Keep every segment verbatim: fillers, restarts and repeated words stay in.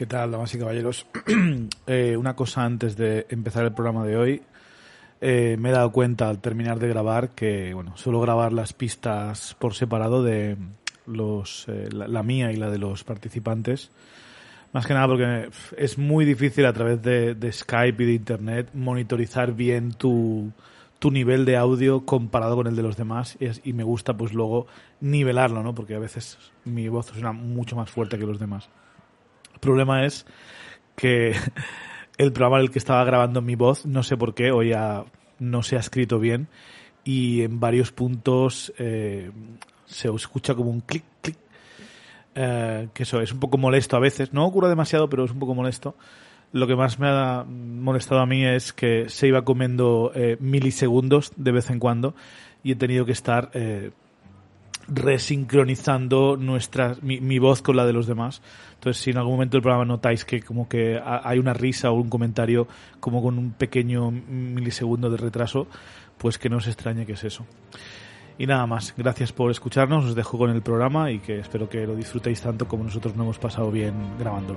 ¿Qué tal, damas y caballeros? eh, una cosa antes de empezar el programa de hoy. Eh, me he dado cuenta al terminar de grabar que, bueno, suelo grabar las pistas por separado de los eh, la, la mía y la de los participantes. Más que nada porque es muy difícil a través de, de Skype y de Internet monitorizar bien tu, tu nivel de audio comparado con el de los demás y, es, y me gusta pues luego nivelarlo, ¿no? Porque a veces mi voz suena mucho más fuerte que los demás. El problema es que el programa en el que estaba grabando mi voz, no sé por qué, hoy ya no se ha escrito bien y en varios puntos eh, se escucha como un clic, clic. Eh, que eso es un poco molesto a veces. No ocurre demasiado, pero es un poco molesto. Lo que más me ha molestado a mí es que se iba comiendo eh, milisegundos de vez en cuando y he tenido que estar eh, resincronizando nuestra, mi, mi voz con la de los demás. Entonces, si en algún momento del programa notáis que como que hay una risa o un comentario como con un pequeño milisegundo de retraso, pues que no os extrañe que es eso. Y nada más, gracias por escucharnos, os dejo con el programa y que espero que lo disfrutéis tanto como nosotros nos hemos pasado bien grabándolo.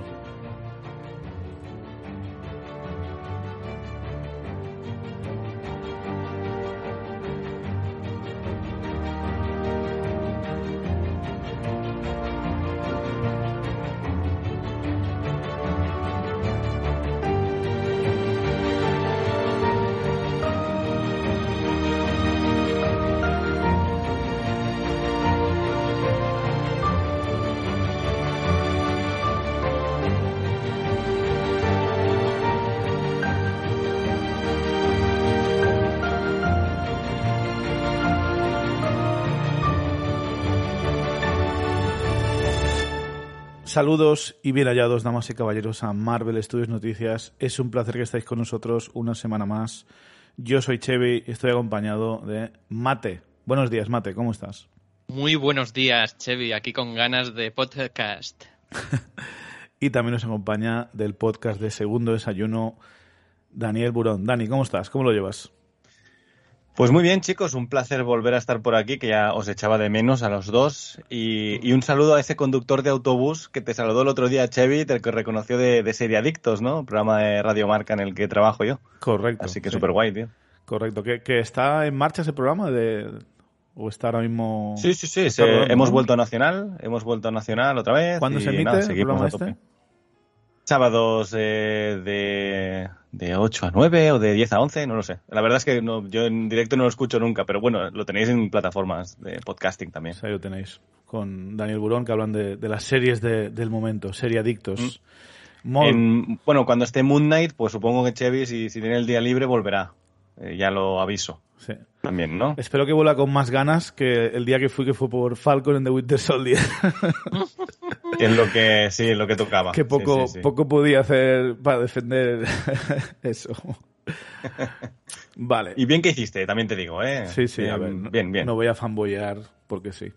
Saludos y bien hallados, damas y caballeros, a Marvel Studios Noticias. Es un placer que estáis con nosotros una semana más. Yo soy Chevy y estoy acompañado de Mate. Buenos días, Mate, ¿cómo estás? Muy buenos días, Chevy, aquí con ganas de podcast. Y también nos acompaña del podcast de Segundo Desayuno, Daniel Burón. Dani, ¿cómo estás? ¿Cómo lo llevas? Pues muy bien, chicos, un placer volver a estar por aquí, que ya os echaba de menos a los dos. Y, y un saludo a ese conductor de autobús que te saludó el otro día, Chevy, del que reconoció de, de Seriadictos, ¿no? El programa de Radio Marca en el que trabajo yo. Correcto. Así que sí. súper guay, tío. Correcto. ¿Que, que está en marcha ese programa de o está ahora mismo...? Sí, sí, sí. Se, rodando, hemos ¿no? vuelto a Nacional, hemos vuelto a Nacional otra vez. ¿Cuándo y se emite nada, el programa a este? Tope. Sábados eh, de, de ocho a nueve o de diez a once, no lo sé. La verdad es que no, yo en directo no lo escucho nunca, pero bueno, lo tenéis en plataformas de podcasting también. Sí, ahí lo tenéis. Con Daniel Burón, que hablan de, de las series de, del momento, Seriadictos. Mm. En, bueno, cuando esté Moon Knight, pues supongo que Chevy, si, si tiene el día libre, volverá. Eh, ya lo aviso. Sí. También, ¿no? Espero que vuelva con más ganas que el día que fui, que fue por Falcon and the Winter Soldier. Que es lo que, sí, lo que tocaba. Que poco, sí, sí, sí. poco podía hacer para defender eso. Vale. Y bien que hiciste, también te digo, ¿eh? Sí, sí, bien, a ver. Bien, bien. No voy a fanboyear porque sí.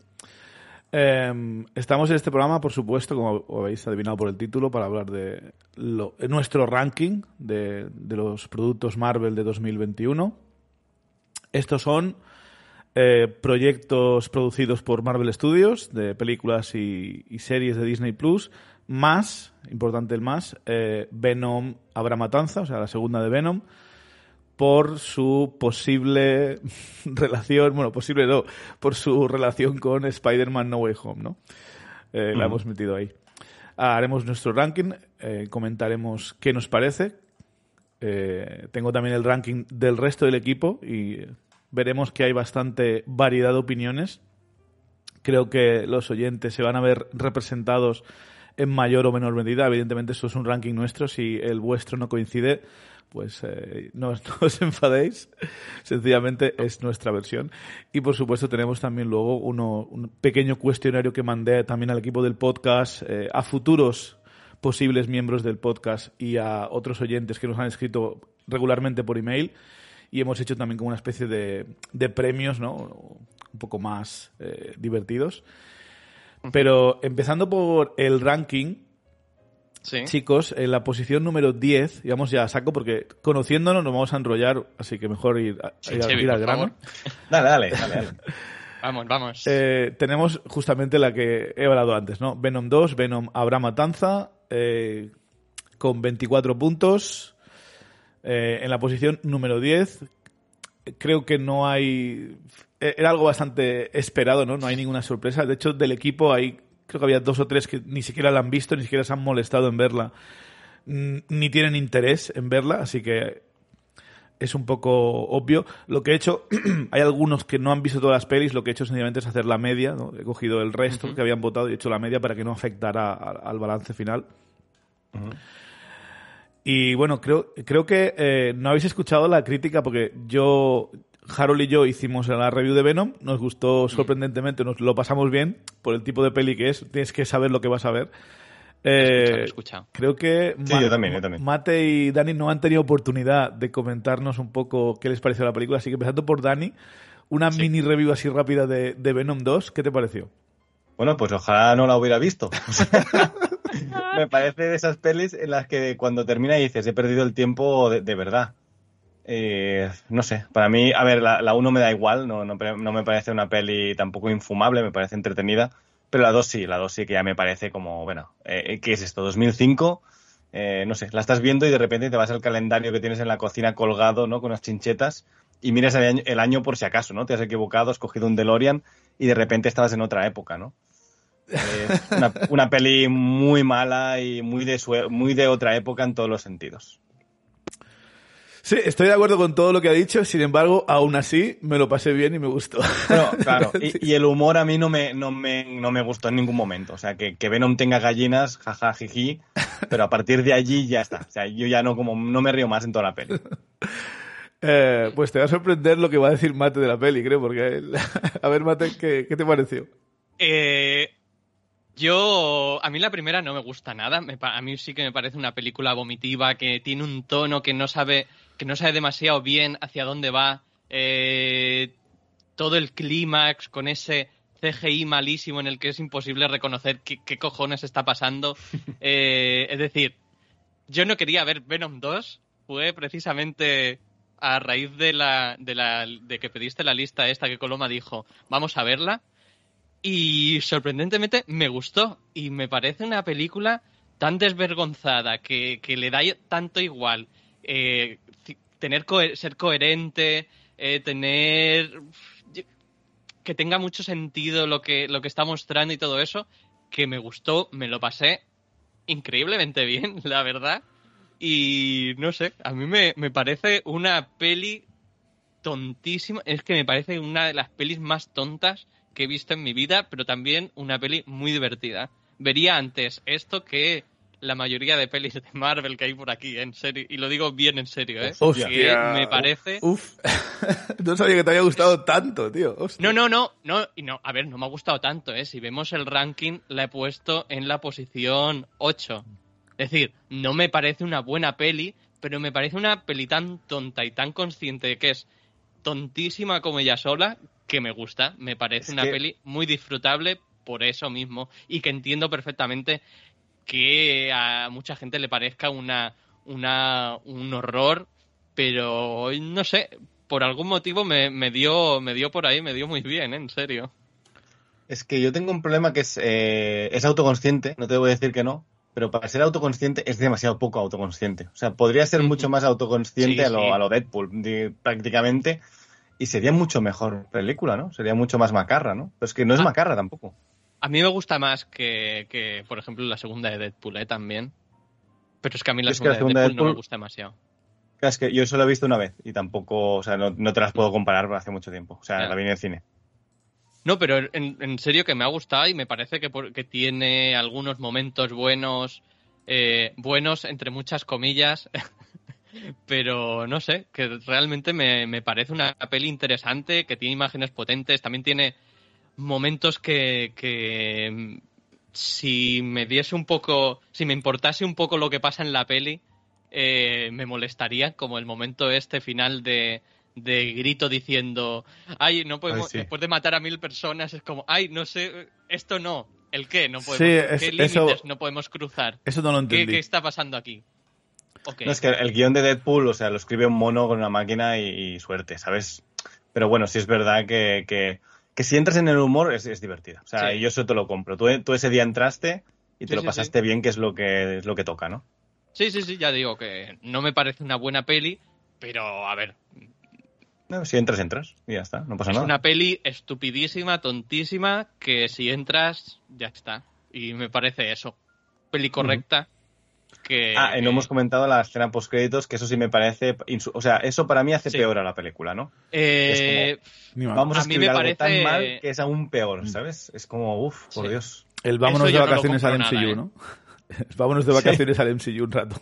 Eh, estamos en este programa, por supuesto, como habéis adivinado por el título, para hablar de lo, nuestro ranking de, de los productos Marvel de dos mil veintiuno. Estos son eh, proyectos producidos por Marvel Studios, de películas y, y series de Disney Plus, más, importante el más, eh, Venom Habrá Matanza, o sea, la segunda de Venom, por su posible relación, bueno, posible no, por su relación con Spider-Man No Way Home, ¿no? Eh, mm. La hemos metido ahí. Ah, haremos nuestro ranking, eh, comentaremos qué nos parece. Eh, tengo también el ranking del resto del equipo y veremos que hay bastante variedad de opiniones. Creo que los oyentes se van a ver representados en mayor o menor medida. Evidentemente esto es un ranking nuestro. Si el vuestro no coincide, pues eh, no, no os enfadéis. Sencillamente es nuestra versión. Y por supuesto tenemos también luego uno, un pequeño cuestionario que mandé también al equipo del podcast, eh, a futuros posibles miembros del podcast y a otros oyentes que nos han escrito regularmente por email, y hemos hecho también como una especie de, de premios, ¿no? Un poco más eh, divertidos. Pero empezando por el ranking, sí. Chicos, en la posición número diez, digamos ya a saco porque conociéndonos nos vamos a enrollar, así que mejor ir, a, sí, ir, Chevy, ir al grano. Dale, dale, dale. dale. Vamos, vamos. Eh, tenemos justamente la que he hablado antes, ¿no? Venom dos, Venom Habrá Matanza. Eh, con veinticuatro puntos. Eh, en la posición número diez. Creo que no hay... Era algo bastante esperado, ¿no? No hay ninguna sorpresa. De hecho, del equipo hay... Creo que había dos o tres que ni siquiera la han visto, ni siquiera se han molestado en verla, ni tienen interés en verla, así que es un poco obvio. Lo que he hecho, hay algunos que no han visto todas las pelis, lo que he hecho sencillamente es hacer la media, ¿no? He cogido el resto uh-huh. que habían votado y he hecho la media para que no afectara a, al balance final. Uh-huh. Y bueno, creo, creo que eh, no habéis escuchado la crítica, porque yo, Harold y yo hicimos la review de Venom, nos gustó sorprendentemente, nos lo pasamos bien por el tipo de peli que es, tienes que saber lo que vas a ver. Eh, escuchado, escuchado. Creo que sí, Ma- yo también, yo también. Mate y Dani no han tenido oportunidad de comentarnos un poco qué les pareció la película, así que empezando por Dani, una sí. mini review así rápida de, de Venom dos, ¿qué te pareció? Bueno, pues ojalá no la hubiera visto. Me parece de esas pelis en las que cuando termina dices, he perdido el tiempo de, de verdad. Eh, no sé, para mí, a ver, la uno me da igual, no, no, no me parece una peli tampoco infumable, me parece entretenida. Pero la dos sí, la dos sí que ya me parece como, bueno, eh, ¿qué es esto? ¿dos mil cinco? Eh, no sé, la estás viendo y de repente te vas al calendario que tienes en la cocina colgado, ¿no? Con las chinchetas y miras el año, el año por si acaso, ¿no? Te has equivocado, has cogido un DeLorean y de repente estabas en otra época, ¿no? Es una, una peli muy mala y muy de, su, muy de otra época en todos los sentidos. Sí, estoy de acuerdo con todo lo que ha dicho, sin embargo, aún así me lo pasé bien y me gustó. Bueno, claro, y, y el humor a mí no me, no me, no me gustó en ningún momento. O sea, que, que Venom tenga gallinas, jaja, jiji, pero a partir de allí ya está. O sea, yo ya no, como, no me río más en toda la peli. Eh, pues te va a sorprender lo que va a decir Mate de la peli, creo, porque... A ver, Mate, ¿qué, qué te pareció? Eh... Yo, a mí la primera no me gusta nada, me, a mí sí que me parece una película vomitiva, que tiene un tono que no sabe, que no sabe demasiado bien hacia dónde va, eh, todo el clímax con ese C G I malísimo en el que es imposible reconocer qué, qué cojones está pasando, eh, es decir, yo no quería ver Venom dos, fue precisamente a raíz de, la, de, la, de que pediste la lista esta que Coloma dijo, vamos a verla. Y sorprendentemente me gustó y me parece una película tan desvergonzada que, que le da tanto igual eh, tener co- ser coherente, eh, tener que tenga mucho sentido lo que, lo que está mostrando y todo eso, que me gustó, me lo pasé increíblemente bien, la verdad. Y no sé, a mí me, me parece una peli tontísima, es que me parece una de las pelis más tontas que he visto en mi vida, pero también una peli muy divertida. Vería antes esto que la mayoría de pelis de Marvel que hay por aquí, en serio, y lo digo bien en serio, ¿eh? Hostia. Que me parece... Uf, no sabía que te había gustado tanto, tío. Hostia. No, no, no, no, y no, a ver, no me ha gustado tanto, ¿eh? Si vemos el ranking, la he puesto en la posición ocho. Es decir, no me parece una buena peli, pero me parece una peli tan tonta y tan consciente de que es tontísima como ella sola, que me gusta. Me parece es una que... peli muy disfrutable por eso mismo y que entiendo perfectamente que a mucha gente le parezca una, una un horror, pero no sé, por algún motivo me, me dio me dio por ahí, me dio muy bien, ¿eh? En serio. Es que yo tengo un problema que es, eh, es autoconsciente, no te voy a decir que no, pero para ser autoconsciente es demasiado poco autoconsciente. O sea, podría ser mucho más autoconsciente sí, a, lo, sí. a lo Deadpool, de, prácticamente. Y sería mucho mejor película, ¿no? Sería mucho más macarra, ¿no? Pero es que no es ah, macarra tampoco. A mí me gusta más que, que, por ejemplo, la segunda de Deadpool, ¿eh? También. Pero es que a mí la, segunda, que la segunda de Deadpool, Deadpool no me gusta demasiado. Claro, es que yo solo he visto una vez y tampoco, o sea, no, no te las puedo comparar por hace mucho tiempo. O sea, yeah. la vi en el cine. No, pero en, en serio que me ha gustado y me parece que, por, que tiene algunos momentos buenos, eh, buenos entre muchas comillas... Pero no sé, que realmente me, me parece una peli interesante, que tiene imágenes potentes, también tiene momentos que, que si me diese un poco, si me importase un poco lo que pasa en la peli, eh, me molestaría, como el momento este final de, de Grito diciendo, ay, no podemos, ay, sí. después de matar a mil personas, es como, ay, no sé, esto no, ¿el qué? No podemos, sí, es, ¿qué límites eso, no podemos cruzar? Eso no lo entendí. ¿Qué, qué está pasando aquí? Okay. No, es que el guión de Deadpool, o sea, lo escribe un mono con una máquina y, y suerte, ¿sabes? Pero bueno, sí es verdad que, que, que si entras en el humor es, es divertida. O sea, sí. yo eso te lo compro. Tú, tú ese día entraste y te sí, lo pasaste sí, sí. bien, que es lo que es lo que toca, ¿no? Sí, sí, sí, ya digo que no me parece una buena peli, pero a ver... No, si entras, entras y ya está, no pasa es nada. Es una peli estupidísima, tontísima, que si entras, ya está. Y me parece eso. Peli correcta. Uh-huh. que, ah, y no que... hemos comentado la escena post-créditos, que eso sí me parece... Insu- o sea, eso para mí hace sí. peor a la película, ¿no? Eh... Es como, vamos a, a escribir algo parece... tan mal que es aún peor, ¿sabes? Es como, uff, por sí. Dios. El vámonos eso de vacaciones no al M C U, nada, ¿eh? ¿no? Vámonos de vacaciones sí. al M C U un rato.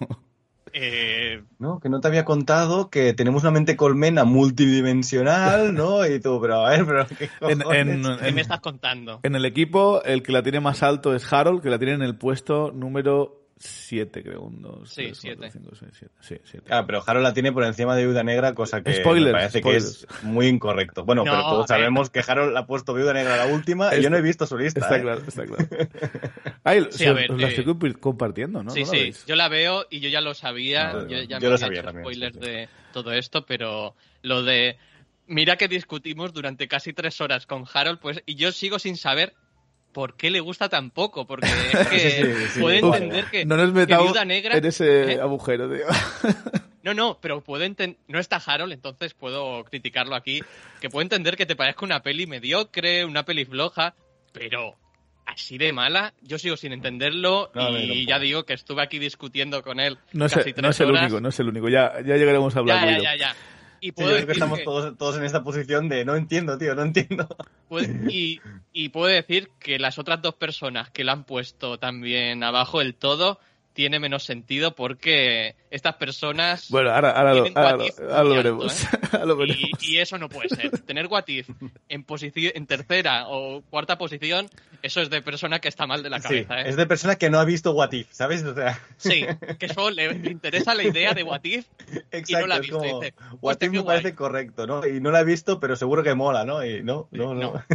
Eh... No, que no te había contado que tenemos una mente colmena multidimensional, ¿no? Y tú, pero a ver, pero ¿qué en, en, ¿Qué en, me estás contando? En el equipo, el que la tiene más alto es Harold, que la tiene en el puesto número siete, creo. Un, dos, sí, tres, siete. cuatro, cinco, seis, siete. Sí, siete. Ah, pero Harold la tiene por encima de Viuda Negra, cosa que spoilers, me parece spoilers. que es muy incorrecto. Bueno, no, pero todos sabemos que Harold ha puesto Viuda Negra a la última está, y yo no he visto su lista. Está ¿eh? claro, está claro. Ay, sí, se, a ver, os la eh, estoy compartiendo, ¿no? Sí, ¿No sí, veis? yo la veo y yo ya lo sabía. No, yo ya yo me lo sabía hecho también. spoilers Sí, sí. de todo esto, pero lo de... Mira que discutimos durante casi tres horas con Harold, pues, y yo sigo sin saber por qué le gusta tan poco, porque es que sí, sí, sí, puede sí, entender vale. que, no nos que Viuda Negra... en ese ¿eh? agujero, tío. No, no, pero puedo entender... No está Harold, entonces puedo criticarlo aquí, que puedo entender que te parezca una peli mediocre, una peli floja, pero así de mala, yo sigo sin entenderlo no, y no, ya digo que estuve aquí discutiendo con él no es, casi tres no es el horas. único, no es el único, ya, ya llegaremos a hablar. Ya, ya, ya, ya. Y puedo sí, yo creo que decir estamos que, todos, todos en esta posición de no entiendo, tío, no entiendo. Pues, y, y puedo decir que las otras dos personas que la han puesto también abajo del todo tiene menos sentido porque estas personas bueno, ahora, ahora, lo, ahora, lo, ahora lo veremos. Alto, ¿eh? ahora lo veremos. Y, y eso no puede ser. Tener What If en, posici- en tercera o cuarta posición, eso es de persona que está mal de la cabeza. Sí, ¿eh? es de persona que no ha visto What If, ¿sabes? O sea... Sí, que eso le, le interesa la idea de What If Exacto, y no la ha visto. Como, dice, What If me parece correcto, ¿no? Y no la he visto, pero seguro que mola, ¿no? Y no, no, no. no.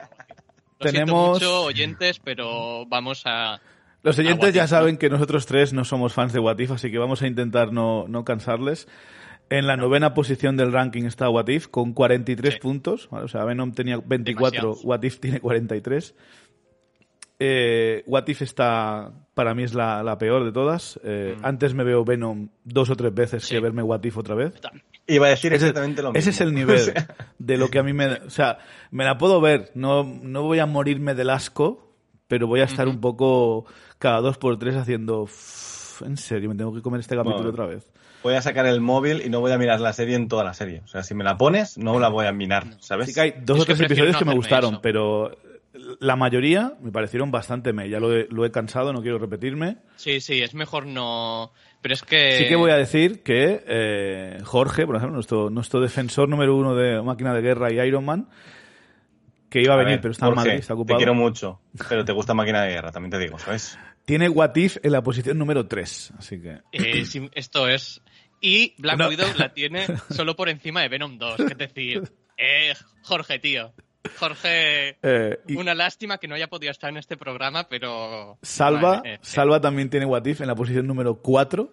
Lo Tenemos siento mucho, oyentes, pero vamos a... Los oyentes ya saben que nosotros tres no somos fans de What If, así que vamos a intentar no, no cansarles. En la novena posición del ranking está What If, con cuarenta y tres sí. puntos. ¿Vale? O sea, Venom tenía veinticuatro, Demasiado. What If tiene cuarenta y tres. Eh, What If está, para mí es la, la peor de todas. Eh, mm. Antes me veo Venom dos o tres veces sí. que verme What If otra vez. Iba a decir ese, exactamente lo mismo. Ese es el nivel o sea. de lo que a mí me... O sea, me la puedo ver, no, no voy a morirme del asco, pero voy a estar uh-huh. un poco cada dos por tres haciendo... En serio, me tengo que comer este capítulo bueno, otra vez. Voy a sacar el móvil y no voy a mirar la serie en toda la serie. O sea, si me la pones, no la voy a mirar, ¿sabes? Sí que hay dos es o tres episodios no que me gustaron, eso. pero la mayoría me parecieron bastante me. Ya lo he, lo he cansado, no quiero repetirme. Sí, sí, es mejor no... Pero es que... Sí que voy a decir que eh, Jorge, por ejemplo, nuestro, nuestro defensor número uno de Máquina de Guerra y Iron Man, que iba a, a venir, ver, pero está en Madrid, está ocupado. Te quiero mucho, pero te gusta Máquina de Guerra, también te digo, ¿sabes? Tiene What If en la posición número tres, así que... Eh, sí, esto es... Y Black no. Widow la tiene solo por encima de Venom dos, es decir... Eh, Jorge, tío. Jorge, eh, y... una lástima que no haya podido estar en este programa, pero... Salva, vale, eh, Salva también tiene What If en la posición número cuatro.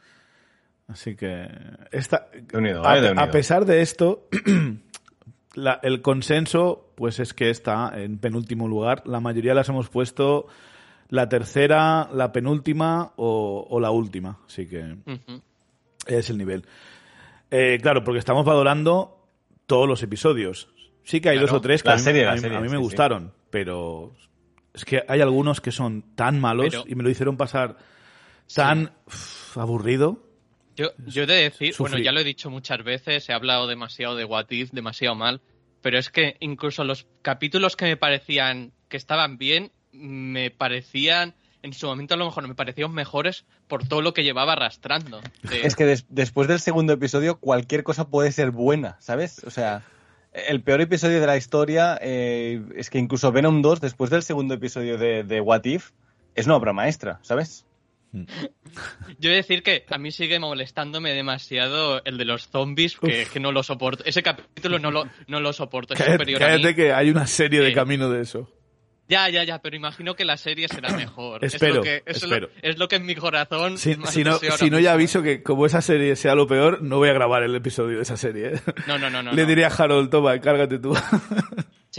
Así que... Esta... Unido, a, eh, a pesar de esto... La, el consenso, pues es que está en penúltimo lugar. La mayoría las hemos puesto la tercera, la penúltima o, o la última. Así que uh-huh. es el nivel. Eh, claro, porque estamos valorando todos los episodios. Sí que hay claro, dos o tres que la a mí, serie, a mí, serie, a mí sí, me gustaron, sí. pero es que hay algunos que son tan malos pero... y me lo hicieron pasar tan sí. uf, aburrido. Yo, yo he de decir, Sufrí. bueno, ya lo he dicho muchas veces, he hablado demasiado de What If, demasiado mal, pero es que incluso los capítulos que me parecían que estaban bien, me parecían, en su momento a lo mejor me parecían mejores por todo lo que llevaba arrastrando. De... Es que des, después del segundo episodio cualquier cosa puede ser buena, ¿sabes? O sea, el peor episodio de la historia eh, es que incluso Venom dos, después del segundo episodio de, de What If, es una obra maestra, ¿sabes? Yo he de decir que a mí sigue molestándome demasiado el de los zombies, que, que no lo soporto. Ese capítulo no lo, no lo soporto, es cállate, superior cállate a mí. que hay una serie de eh, camino de eso. Ya, ya, ya, pero imagino que la serie será mejor. espero, es lo que, es espero. Lo, es lo que en mi corazón... Si, si no, si no ya aviso que como esa serie sea lo peor, no voy a grabar el episodio de esa serie. ¿eh? No, no, no. no Le no. diría a Harold, toma, cárgate tú. Sí.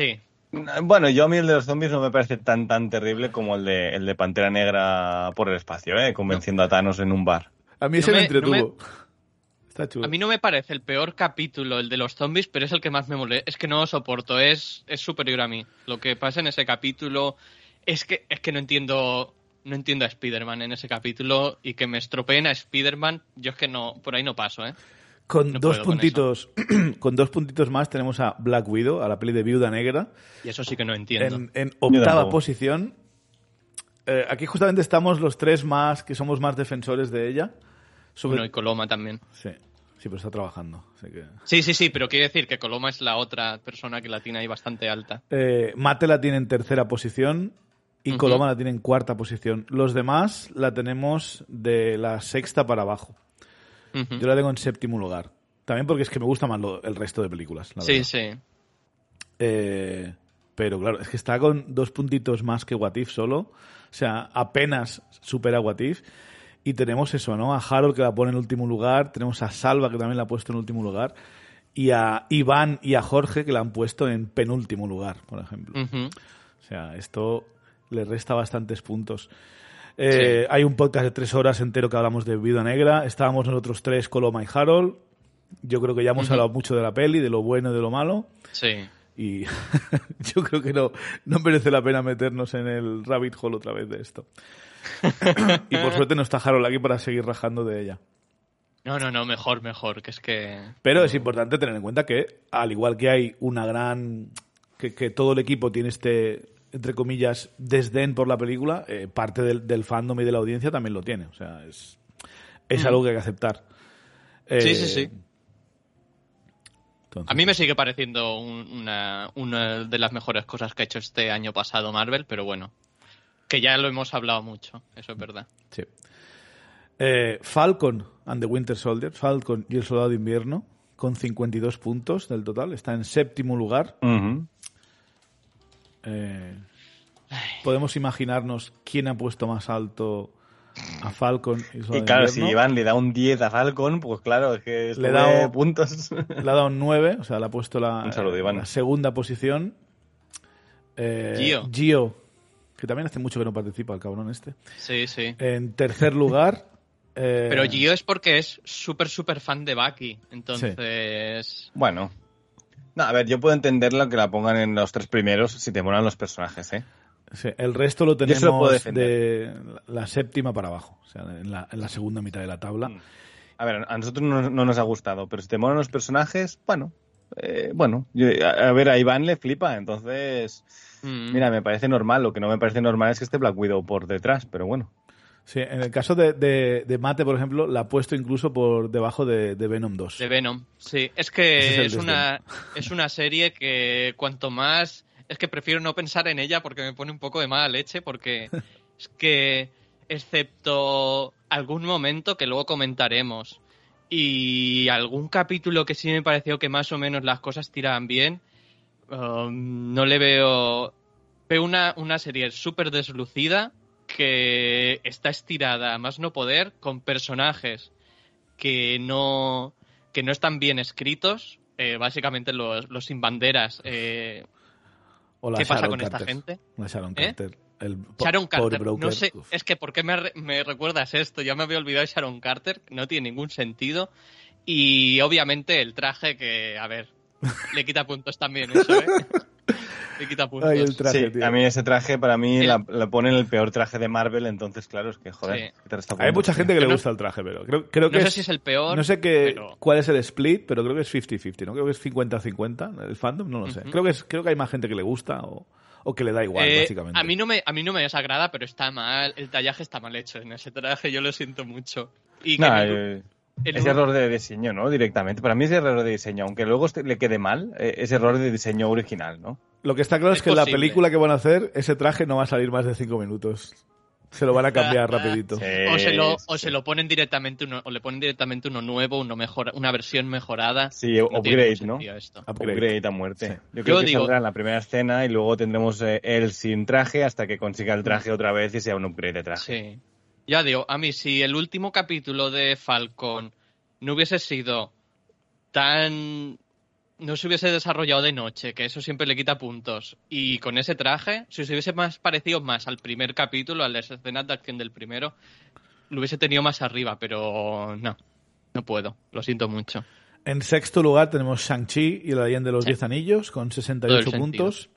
Bueno, yo a mí el de los zombies no me parece tan tan terrible como el de el de Pantera Negra por el espacio, ¿eh? Convenciendo no. a Thanos en un bar. A mí ese no me, me entretuvo. No me... Está chulo. A mí no me parece el peor capítulo el de los zombies, pero es el que más me molesta. Es que no lo soporto, es, es superior a mí. Lo que pasa en ese capítulo es que, es que no entiendo no entiendo a Spider-Man en ese capítulo y que me estropeen a Spider-Man, yo es que no, por ahí no paso, ¿eh? Con no dos con puntitos, con dos puntitos más tenemos a Black Widow, a la peli de Viuda Negra. Y eso sí que no entiendo. En, en octava posición. Eh, aquí justamente estamos los tres más, que somos más defensores de ella. Sobre... Uno y Coloma también. Sí. Sí, pero está trabajando. Así que... Sí, sí, sí, pero quiero decir que Coloma es la otra persona que la tiene ahí bastante alta. Eh, Mate la tiene en tercera posición y uh-huh. Coloma la tiene en cuarta posición. Los demás la tenemos de la sexta para abajo. Uh-huh. Yo la tengo en séptimo lugar. También porque es que me gusta más lo, el resto de películas. La sí, verdad. sí. Eh, pero claro, es que está con dos puntitos más que What If solo. O sea, apenas supera What If. Y tenemos eso, ¿no? A Harold, que la pone en último lugar. Tenemos a Salva, que también la ha puesto en último lugar. Y a Iván y a Jorge, que la han puesto en penúltimo lugar, por ejemplo. Uh-huh. O sea, esto le resta bastantes puntos. Eh, sí. Hay un podcast de tres horas entero que hablamos de Viuda Negra. Estábamos nosotros tres, Coloma y Harold. Yo creo que ya hemos uh-huh. hablado mucho de la peli, de lo bueno y de lo malo. Sí. Y yo creo que no, no merece la pena meternos en el rabbit hole otra vez de esto. Y por suerte no está Harold aquí para seguir rajando de ella. No, no, no, mejor, mejor, que es que... Pero es importante tener en cuenta que, al igual que hay una gran... que, que todo el equipo tiene este, entre comillas, desdén por la película, eh, parte del, del fandom y de la audiencia también lo tiene. O sea, es, es mm. algo que hay que aceptar. Eh, sí, sí, sí. Entonces, a mí me sigue pareciendo un, una, una de las mejores cosas que ha hecho este año pasado Marvel, pero bueno, que ya lo hemos hablado mucho, eso es verdad. Sí. Eh, Falcon and the Winter Soldier, Falcon y el Soldado de Invierno, con cincuenta y dos puntos del total, está en séptimo lugar. Uh-huh. Eh, podemos imaginarnos quién ha puesto más alto a Falcon y el Soldado Y claro, de Invierno. Si Iván le da un diez a Falcon, pues claro, es que le da puntos. Le ha dado un nueve, o sea, le ha puesto la, un saludo, Iván. la segunda posición. Eh, Gio. Gio, que también hace mucho que no participa, el cabrón este. Sí, sí. En tercer lugar. Eh... Pero Gio es porque es súper, súper fan de Bucky. Entonces. Sí. Bueno. No, a ver, yo puedo entenderlo que la pongan en los tres primeros si te molan los personajes, ¿eh? Sí, el resto lo tenemos lo de la séptima para abajo, o sea, en la, en la segunda mitad de la tabla. A ver, a nosotros no, no nos ha gustado, pero si te molan los personajes, bueno, eh, bueno, yo, a, a ver, a Iván le flipa, entonces, mm. mira, me parece normal. Lo que no me parece normal es que esté Black Widow por detrás, pero bueno. Sí, en el caso de, de, de Mate, por ejemplo, la ha puesto incluso por debajo de, de Venom dos. De Venom, sí. Es que es, es una, es una serie que cuanto más... Es que prefiero no pensar en ella porque me pone un poco de mala leche, porque es que, excepto algún momento que luego comentaremos y algún capítulo que sí me pareció que más o menos las cosas tiraban bien, um, no le veo... Veo una, una serie súper deslucida que está estirada a más no poder, con personajes que no, que no están bien escritos, eh, básicamente los, los sin banderas... Eh, O la ¿Qué Sharon pasa con Carter. esta gente? La Sharon ¿Eh? Carter. El Sharon Carter. broker. No sé, es que ¿por qué me, re- me recuerdas esto? Ya me había olvidado de Sharon Carter, no tiene ningún sentido. Y obviamente el traje que, a ver, le quita puntos también eso, ¿eh? Le quita puntos. Ay, el traje, sí, tío. a mí ese traje, para mí, El... la, la pone en el peor traje de Marvel, entonces claro, es que joder. Sí. ¿qué te resta Hay puntos, mucha tío? gente que le no, gusta el traje, pero creo, creo que no sé es, si es el peor. No sé qué, pero... cuál es el split, pero creo que es cincuenta cincuenta, ¿no? Creo que es cincuenta cincuenta el fandom, no lo sé. Uh-huh. Creo que es, creo que hay más gente que le gusta o, o que le da igual, eh, básicamente. A mí, no me, a mí no me desagrada, pero está mal. El tallaje está mal hecho en ese traje, yo lo siento mucho. Y que Nah, el, eh, el, es error de diseño, ¿no? Directamente. Para mí es error de diseño. Aunque luego le quede mal, eh, es error de diseño original, ¿no? Lo que está claro es, es que en la posible. película que van a hacer, ese traje no va a salir más de cinco minutos. Se lo van a cambiar rapidito. Sí, o se lo, sí. o se lo ponen directamente uno, o le ponen directamente uno nuevo, uno mejor, una versión mejorada. Sí, no upgrade, ¿no? Esto. Upgrade. Upgrade a muerte. Sí. Yo creo Yo que digo- saldrá en la primera escena y luego tendremos eh, él sin traje hasta que consiga el traje otra vez y sea un upgrade de traje. Sí. Ya digo, a mí si el último capítulo de Falcon no hubiese sido tan no se hubiese desarrollado de noche, que eso siempre le quita puntos, y con ese traje, si se hubiese más parecido más al primer capítulo, a las escenas de acción del primero, lo hubiese tenido más arriba, pero no, no puedo, lo siento mucho. En sexto lugar tenemos Shang-Chi y la leyenda de los Sí. Diez Anillos, con sesenta y ocho puntos.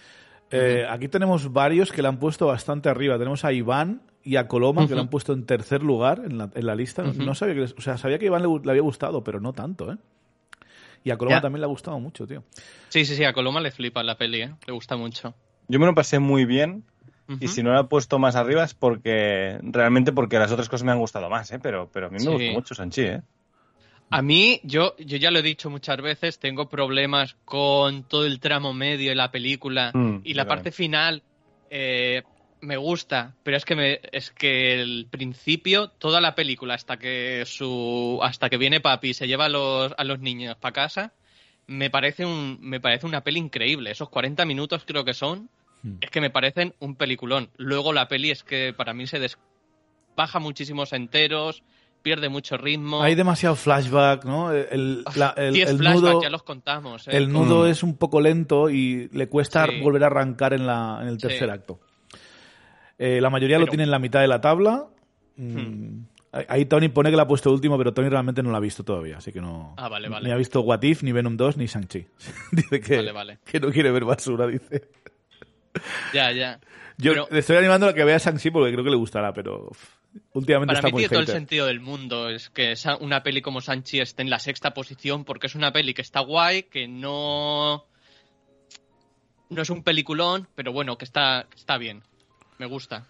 Eh, uh-huh. Aquí tenemos varios que le han puesto bastante arriba. Tenemos a Iván y a Coloma, uh-huh. que le han puesto en tercer lugar en la, en la lista. Uh-huh. No sabía que les, o sea, sabía que a Iván le, le había gustado, pero no tanto, ¿eh? Y a Coloma yeah. también le ha gustado mucho, tío. Sí, sí, sí, a Coloma le flipa la peli, ¿eh? Le gusta mucho. Yo me lo pasé muy bien. Uh-huh. Y si no la he puesto más arriba es porque realmente porque las otras cosas me han gustado más, ¿eh? Pero, pero a mí me sí. gustó mucho Shang-Chi, ¿eh? A mí, yo, yo ya lo he dicho muchas veces, tengo problemas con todo el tramo medio de la película mm, y la parte final eh, me gusta, pero es que me, es que el principio, toda la película hasta que su hasta que viene papi y se lleva a los, a los niños para casa, me parece un me parece una peli increíble. Esos cuarenta minutos creo que son, mm. es que me parecen un peliculón. Luego la peli es que para mí se des, baja muchísimos enteros, pierde mucho ritmo. Hay demasiado flashback, ¿no? El, la, el, diez el flashbacks, nudo, ya los contamos. ¿eh? El nudo mm. es un poco lento y le cuesta sí. volver a arrancar en, la, en el tercer sí. acto. Eh, la mayoría pero... lo tiene en la mitad de la tabla. Hmm. Ahí Tony pone que la ha puesto último, pero Tony realmente no la ha visto todavía, así que no... Ah, vale, vale. Ni ha visto What If, ni Venom dos, ni Shang-Chi. Dice que, vale, vale. que no quiere ver basura, dice. Ya, ya. Yo pero... le estoy animando a que vea Shang-Chi porque creo que le gustará, pero... Últimamente Para está mí muy tiene todo hater. el sentido del mundo es que una peli como Shang-Chi esté en la sexta posición porque es una peli que está guay, que no no es un peliculón, pero bueno, que está, está bien. Me gusta.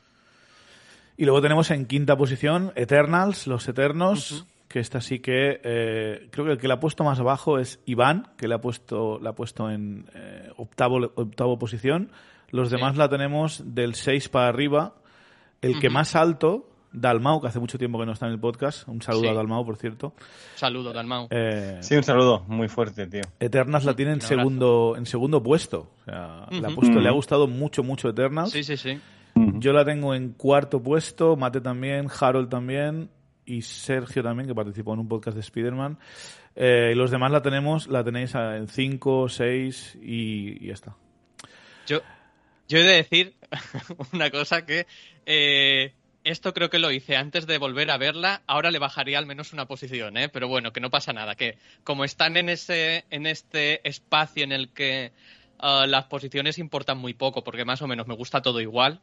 Y luego tenemos en quinta posición Eternals, Los Eternos, uh-huh. que esta sí que eh, creo que el que la ha puesto más abajo es Iván, que le ha puesto la ha puesto en eh, octavo octavo posición. Los sí. demás la tenemos del seis para arriba. El uh-huh. que más alto, Dalmau, que hace mucho tiempo que no está en el podcast. Un saludo sí. a Dalmau, por cierto. Saludo, Dalmau. Eh, sí, un saludo muy fuerte, tío. Eternals la tiene en segundo, en segundo puesto. O sea, uh-huh. la ha puesto, uh-huh. le ha gustado mucho, mucho Eternals. Sí, sí, sí. Uh-huh. Yo la tengo en cuarto puesto, Mate también, Harold también y Sergio también, que participó en un podcast de Spider-Man. Eh, y los demás la tenemos, la tenéis en cinco, seis y, y ya está. Yo, yo he de decir una cosa que... Eh... Esto creo que lo hice antes de volver a verla. Ahora le bajaría al menos una posición, ¿eh? Pero bueno, que no pasa nada. Que como están en ese en este espacio en el que uh, las posiciones importan muy poco, porque más o menos me gusta todo igual.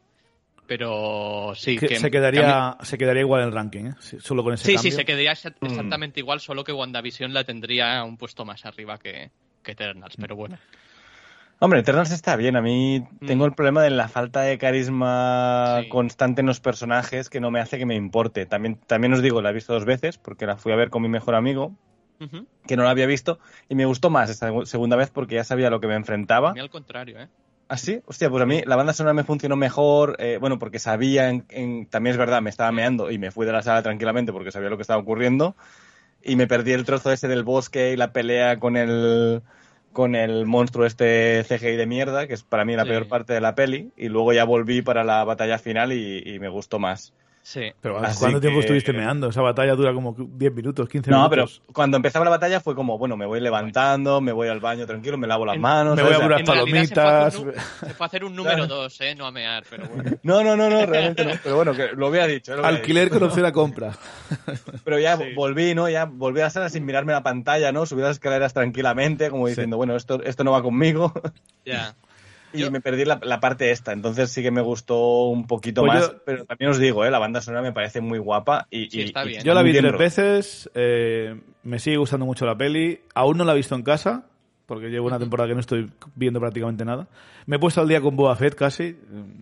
Pero sí. Que, que se, quedaría, que mí... se quedaría igual el ranking, ¿eh? Solo con ese sí, cambio. Sí, se quedaría exactamente mm. igual, solo que WandaVision la tendría un puesto más arriba que, que Eternals. Pero bueno. Hombre, Eternals está bien. A mí tengo el problema de la falta de carisma sí. constante en los personajes que no me hace que me importe. También, también os digo, la he visto dos veces porque la fui a ver con mi mejor amigo, uh-huh. que no la había visto, y me gustó más esta segunda vez porque ya sabía a lo que me enfrentaba. A mí al contrario, ¿eh? ¿Ah, sí? Hostia, pues a mí la banda sonora me funcionó mejor, eh, bueno, porque sabía, en, en, también es verdad, me estaba meando y me fui de la sala tranquilamente porque sabía lo que estaba ocurriendo y me perdí el trozo ese del bosque y la pelea con el... con el monstruo este C G I de mierda, que es para mí la sí. peor parte de la peli, y luego ya volví para la batalla final y, y me gustó más. Sí. Pero ¿cuánto que... tiempo estuviste meando? Esa batalla dura como diez minutos, quince no, minutos. No, pero cuando empezaba la batalla fue como, bueno, me voy levantando, me voy al baño tranquilo, me lavo las en, manos. Me voy a curar palomitas. Se fue, un, se fue a hacer un número dos, ¿eh? No a mear, pero bueno. No, no, no, no, realmente no. Pero bueno, que lo había dicho. Lo había Alquiler dicho. con opción a compra. Pero ya sí. volví, ¿no? Ya volví a la sala sin mirarme la pantalla, ¿no? Subí las escaleras tranquilamente, como diciendo, sí. bueno, esto, esto no va conmigo. Ya. Y yo... me perdí la, la parte esta, entonces sí que me gustó un poquito pues más, yo... pero también os digo, ¿eh? La banda sonora me parece muy guapa y, sí, y, está y bien. Yo la vi tres veces, eh, me sigue gustando mucho la peli, aún no la he visto en casa, porque llevo una temporada que no estoy viendo prácticamente nada. Me he puesto al día con Boba Fett casi,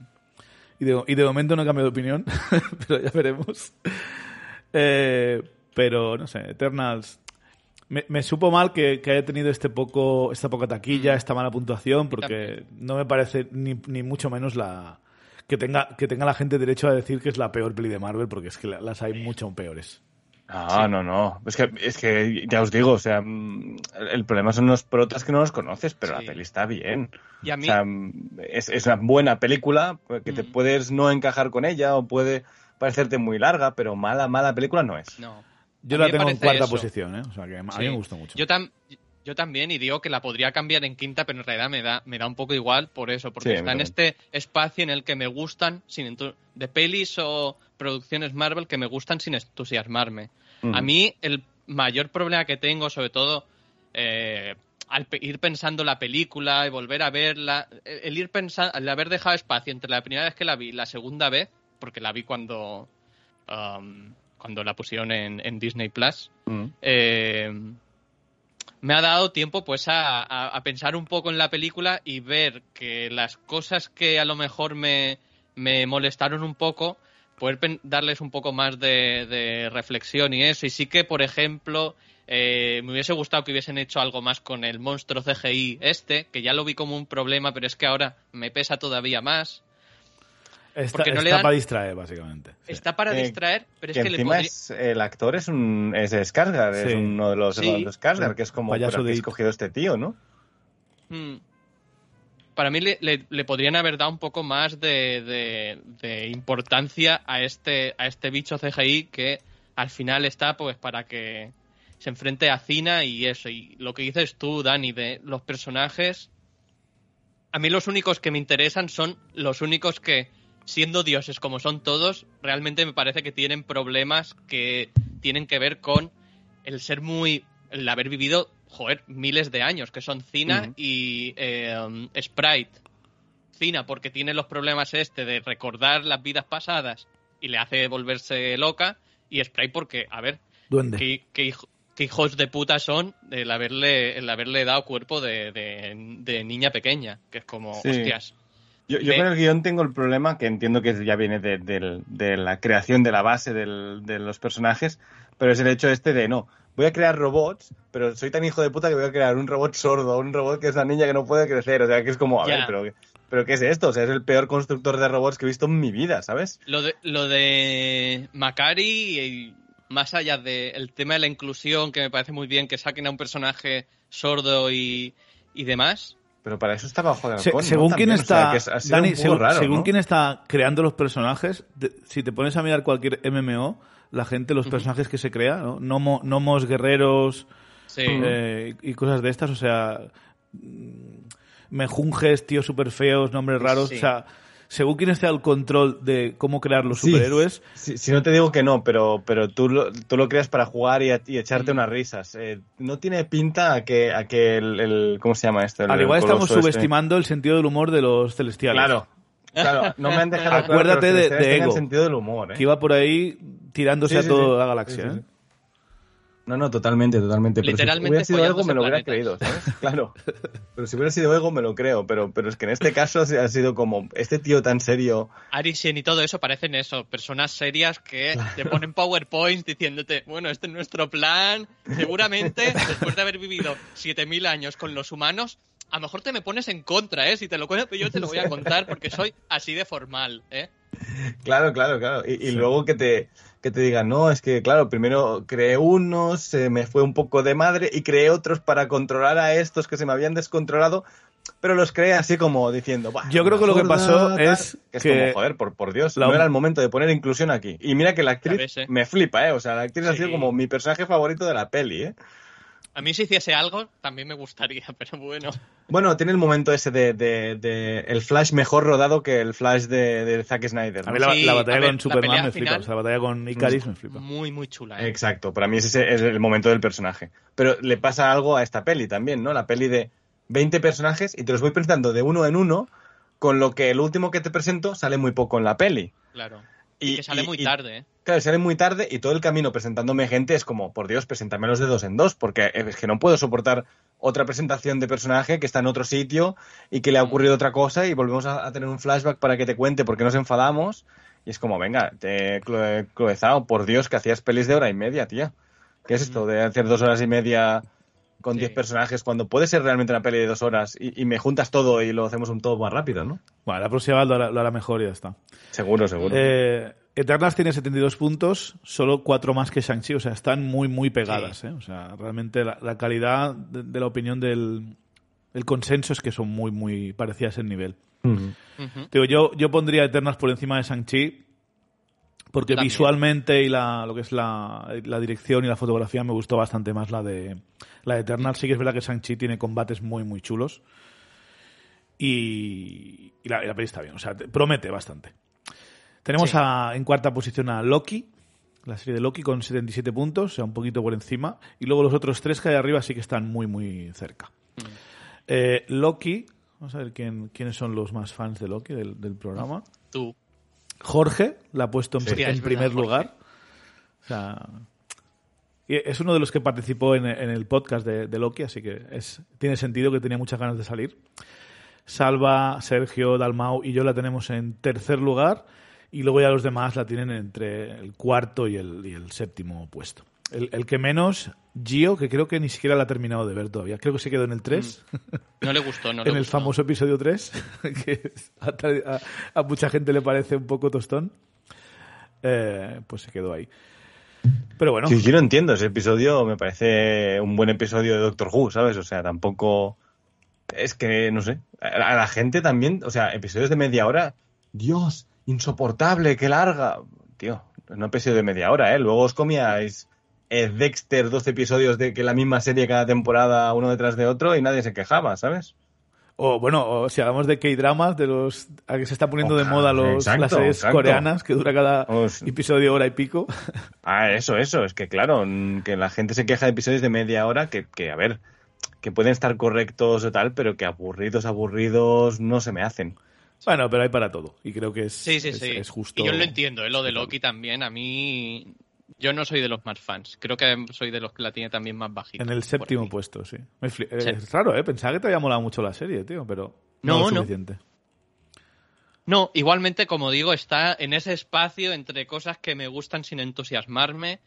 y de, y de momento no he cambiado de opinión, pero ya veremos. Eh, pero, no sé, Eternals... Me, me supo mal que, que haya tenido este poco, esta poca taquilla, esta mala puntuación, porque no me parece ni, ni mucho menos la que tenga que tenga la gente derecho a decir que es la peor peli de Marvel, porque es que las hay mucho peores. Ah, sí. no, no. Es que, es que ya os digo, o sea, el problema son los protas que no los conoces, pero sí. la peli está bien. ¿Y a mí? O sea, es, es una buena película, que te mm. puedes no encajar con ella o puede parecerte muy larga, pero mala, mala película no es. No. Yo la tengo en cuarta eso. posición, ¿eh? O sea, que a mí sí. me gustó mucho. Yo, tam- Yo también, y digo que la podría cambiar en quinta, pero en realidad me da, me da un poco igual por eso, porque Sí, está en este espacio en el que me gustan, sin entu- de pelis o producciones Marvel que me gustan sin entusiasmarme. Mm. A mí el mayor problema que tengo, sobre todo eh, al pe- ir pensando la película y volver a verla, el, el ir pensando, el haber dejado espacio entre la primera vez que la vi y la segunda vez, porque la vi cuando, um, cuando la pusieron en, en Disney Plus, Mm. eh, me ha dado tiempo pues a, a, a pensar un poco en la película y ver que las cosas que a lo mejor me, me molestaron un poco, poder pen- darles un poco más de, de reflexión y eso. Y sí que, por ejemplo, eh, me hubiese gustado que hubiesen hecho algo más con el monstruo C G I este, que ya lo vi como un problema, pero es que ahora me pesa todavía más. Está, Porque no está le dan- para distraer, básicamente. Sí. Está para Eh, distraer, pero es que que le encima podría... es, el actor es un es de Skarsgård, Sí. es uno de los Sí. hermanos de Skarsgård, que es como, Payaso pero de que ha It. escogido este tío, ¿no? Mm. Para mí le, le- le podrían haber dado un poco más de, de- de importancia a este, a este bicho C G I que al final está pues para que se enfrente a Cina y eso. Y lo que dices tú, Dani, de los personajes, a mí los únicos que me interesan son los únicos que, siendo dioses como son todos, realmente me parece que tienen problemas que tienen que ver con el ser muy... el haber vivido, joder, miles de años, que son Cina Ujú. y eh, um, Sprite. Cina porque tiene los problemas este de recordar las vidas pasadas y le hace volverse loca, y Sprite porque, a ver, Duende. qué, qué hijo- qué hijos de puta son el haberle, el haberle dado cuerpo de, de- de niña pequeña, que es como, Sí. hostias. Yo, yo Me- con el guión tengo el problema, que entiendo que ya viene de, del- de la creación de la base del- de los personajes, pero es el hecho este de, no, voy a crear robots, pero soy tan hijo de puta que voy a crear un robot sordo, un robot que es la niña que no puede crecer, o sea, que es como, a Ya. ver, pero, pero ¿qué es esto? O sea, es el peor constructor de robots que he visto en mi vida, ¿sabes? Lo de, lo de Macari, y más allá del tema de la inclusión, que me parece muy bien que saquen a un personaje sordo y, y demás. Pero para eso está bajo de Se- halcón, ¿no? según quién También, o sea, está, que es- ha sido Dani, un poco según, raro, según ¿no? quién está creando los personajes, de- si te pones a mirar cualquier M M O, la gente, los personajes que se crea, ¿no? Nomo- gnomos, guerreros, Sí. eh, y cosas de estas, o sea, mm, mejunjes, tíos súper feos, nombres raros, Sí. o sea, según quién esté al control de cómo crear los Sí, superhéroes, Si, si no te digo que no, pero, pero tú, lo, tú lo creas para jugar y, a- y echarte Mm. unas risas. Eh, no tiene pinta a que, a que el, el- ¿cómo se llama esto? El- al igual el estamos coloso este. subestimando el sentido del humor de los celestiales. Claro, claro, no me han dejado claro Acuérdate que los de- celestiales de tengan Ego, sentido del humor, ¿eh? Que iba por ahí tirándose Sí, a sí, toda sí. la galaxia, Sí, sí, ¿eh? sí. No, no, totalmente, totalmente. Pero Literalmente si hubiera sido follándose Ego me lo hubiera planetas. creído, ¿sabes? Claro. Pero si hubiera sido Ego me lo creo, pero, pero es que en este caso ha sido como este tío tan serio. Arisien y todo eso parecen eso, personas serias que te ponen PowerPoints diciéndote, bueno, este es nuestro plan, seguramente después de haber vivido siete mil años con los humanos, a lo mejor te me pones en contra, ¿eh? Si te lo cuento, yo te lo voy a contar porque soy así de formal, ¿eh? Claro, claro, claro. Y, y Sí. luego que te, que te digan, no, es que, claro, primero creé unos, se me fue un poco de madre y creé otros para controlar a estos que se me habían descontrolado, pero los creé así como diciendo, "Buah, Yo creo que lo que sorda, pasó tal". es que es que como, joder, por, por Dios, la- no era el momento de poner inclusión aquí. Y mira que la actriz Ya ves, ¿eh? me flipa, ¿eh? O sea, la actriz ha Sí. sido como mi personaje favorito de la peli, ¿eh? A mí si hiciese algo también me gustaría, pero bueno. Bueno, tiene el momento ese de, de, de el Flash mejor rodado que el Flash de, de Zack Snyder, A ¿no? mí la, Sí, la a batalla ver, con la Superman pelea me flipa, final- o sea, la batalla con Icaris me flipa. Muy, muy chula, ¿eh? Exacto, para mí ese es el momento del personaje. Pero le pasa algo a esta peli también, ¿no? La peli de veinte personajes y te los voy presentando de uno en uno, con lo que el último que te presento sale muy poco en la peli. Claro. Y, que sale y- muy y- tarde, ¿eh? Claro, sale muy tarde y todo el camino presentándome gente es como, por Dios, preséntamelos de dos en dos, porque es que no puedo soportar otra presentación de personaje que está en otro sitio y que le ha ocurrido otra cosa y volvemos a, a tener un flashback para que te cuente por qué nos enfadamos. Y es como, venga, te he clo- cloezado, por Dios, que hacías pelis de hora y media, tía. ¿Qué es esto de hacer dos horas y media con Sí. diez personajes cuando puede ser realmente una peli de dos horas y, y me juntas todo y lo hacemos un todo más rápido, ¿no? Bueno, la próxima vez lo hará, lo hará mejor y ya está. Seguro, seguro. Eh, Eternals tiene setenta y dos puntos, solo cuatro más que Shang-Chi, o sea, están muy, muy pegadas. Sí. ¿eh? O sea, realmente la, la calidad de, de la opinión del el consenso es que son muy, muy parecidas en nivel. Ujú. Ujú. Digo, yo, yo pondría Eternals por encima de Shang-Chi, Porque También. visualmente y la, lo que es la, la dirección y la fotografía me gustó bastante más la de la de Eternal. Sí que es verdad que Shang-Chi tiene combates muy, muy chulos. Y, y, la, y la peli está bien, o sea, te, promete bastante. Tenemos Sí. a, en cuarta posición a Loki, la serie de Loki con setenta y siete puntos, o sea, un poquito por encima. Y luego los otros tres que hay arriba sí que están muy, muy cerca. Mm. Eh, Loki, vamos a ver quién, quiénes son los más fans de Loki del, del programa. Tú. Jorge la ha puesto en, Sí, en es primer verdad, lugar. O sea, y es uno de los que participó en, en el podcast de, de Loki, así que es, tiene sentido que tenía muchas ganas de salir. Salva, Sergio, Dalmau y yo la tenemos en tercer lugar y luego ya los demás la tienen entre el cuarto y el, y el séptimo puesto. El, el que menos, Gio, que creo que ni siquiera la ha terminado de ver todavía. Creo que se quedó en el tres. No le gustó, no le en el gustó. famoso episodio tres, que a, a, a mucha gente le parece un poco tostón. Eh, pues se quedó ahí. Pero bueno. Sí, yo no entiendo. Ese episodio me parece un buen episodio de Doctor Who, ¿sabes? O sea, tampoco... Es que, no sé, a la gente también, o sea, episodios de media hora, Dios, insoportable, qué larga. Tío, no episodio de media hora, ¿eh? Luego os comíais eh, Dexter, doce episodios de que la misma serie cada temporada, uno detrás de otro, y nadie se quejaba, ¿sabes? O bueno, o si hablamos de K-dramas, de los a que se está poniendo Oh, de moda los, exacto, las series exacto. coreanas, que dura cada Os- episodio hora y pico. Ah, eso, eso, es que claro, que la gente se queja de episodios de media hora que, que a ver, que pueden estar correctos o tal, pero que aburridos, aburridos no se me hacen. Bueno, pero hay para todo. Y creo que es, Sí, sí, es, sí. es justo. Y yo lo entiendo, ¿eh? Lo de Loki también. A mí, yo no soy de los más fans. Creo que soy de los que la tiene también más bajita. En el séptimo por aquí. puesto, sí. Me fli- eh, Sí. Es raro, ¿eh? Pensaba que te había molado mucho la serie, tío, pero no, No, lo no. suficiente. No, igualmente, como digo, está en ese espacio entre cosas que me gustan sin entusiasmarme.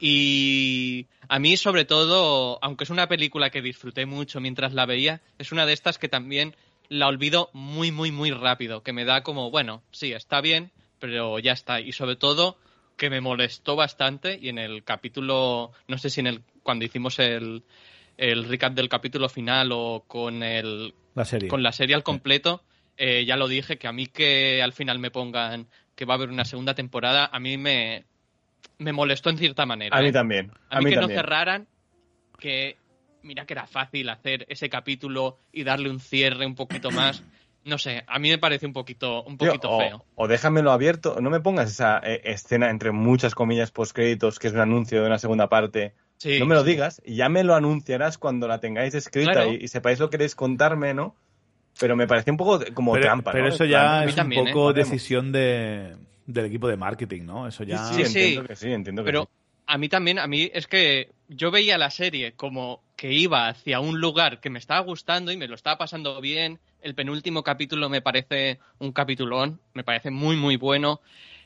Y a mí, sobre todo, aunque es una película que disfruté mucho mientras la veía, es una de estas que también la olvido muy, muy, muy rápido. Que me da como, bueno, sí, está bien, pero ya está. Y sobre todo, que me molestó bastante. Y en el capítulo, no sé si en el cuando hicimos el, el recap del capítulo final o con el La serie. con la serie al completo, eh, ya lo dije, que a mí que al final me pongan que va a haber una segunda temporada, a mí me, me molestó en cierta manera. A mí ¿eh? también. A A mí, mí que también. no cerraran, que mira que era fácil hacer ese capítulo y darle un cierre un poquito más. No sé, a mí me parece un poquito, un Tío, poquito o, feo. o déjamelo abierto, no me pongas esa eh, escena entre muchas comillas postcréditos que es un anuncio de una segunda parte. Sí, no me lo sí. digas, y ya me lo anunciarás cuando la tengáis escrita Claro. y, y sepáis lo que queréis contarme, ¿no? Pero me parece un poco de- como pero, trampa, pero ¿no? eso En plan, ya a mí es también, un ¿eh? poco Podemos. decisión de, del equipo de marketing, ¿no? Eso ya... Sí, Sí, sí. entiendo que sí, entiendo que Pero sí. a mí también, a mí es que yo veía la serie como que iba hacia un lugar que me estaba gustando y me lo estaba pasando bien. El penúltimo capítulo me parece un capitulón, me parece muy, muy bueno.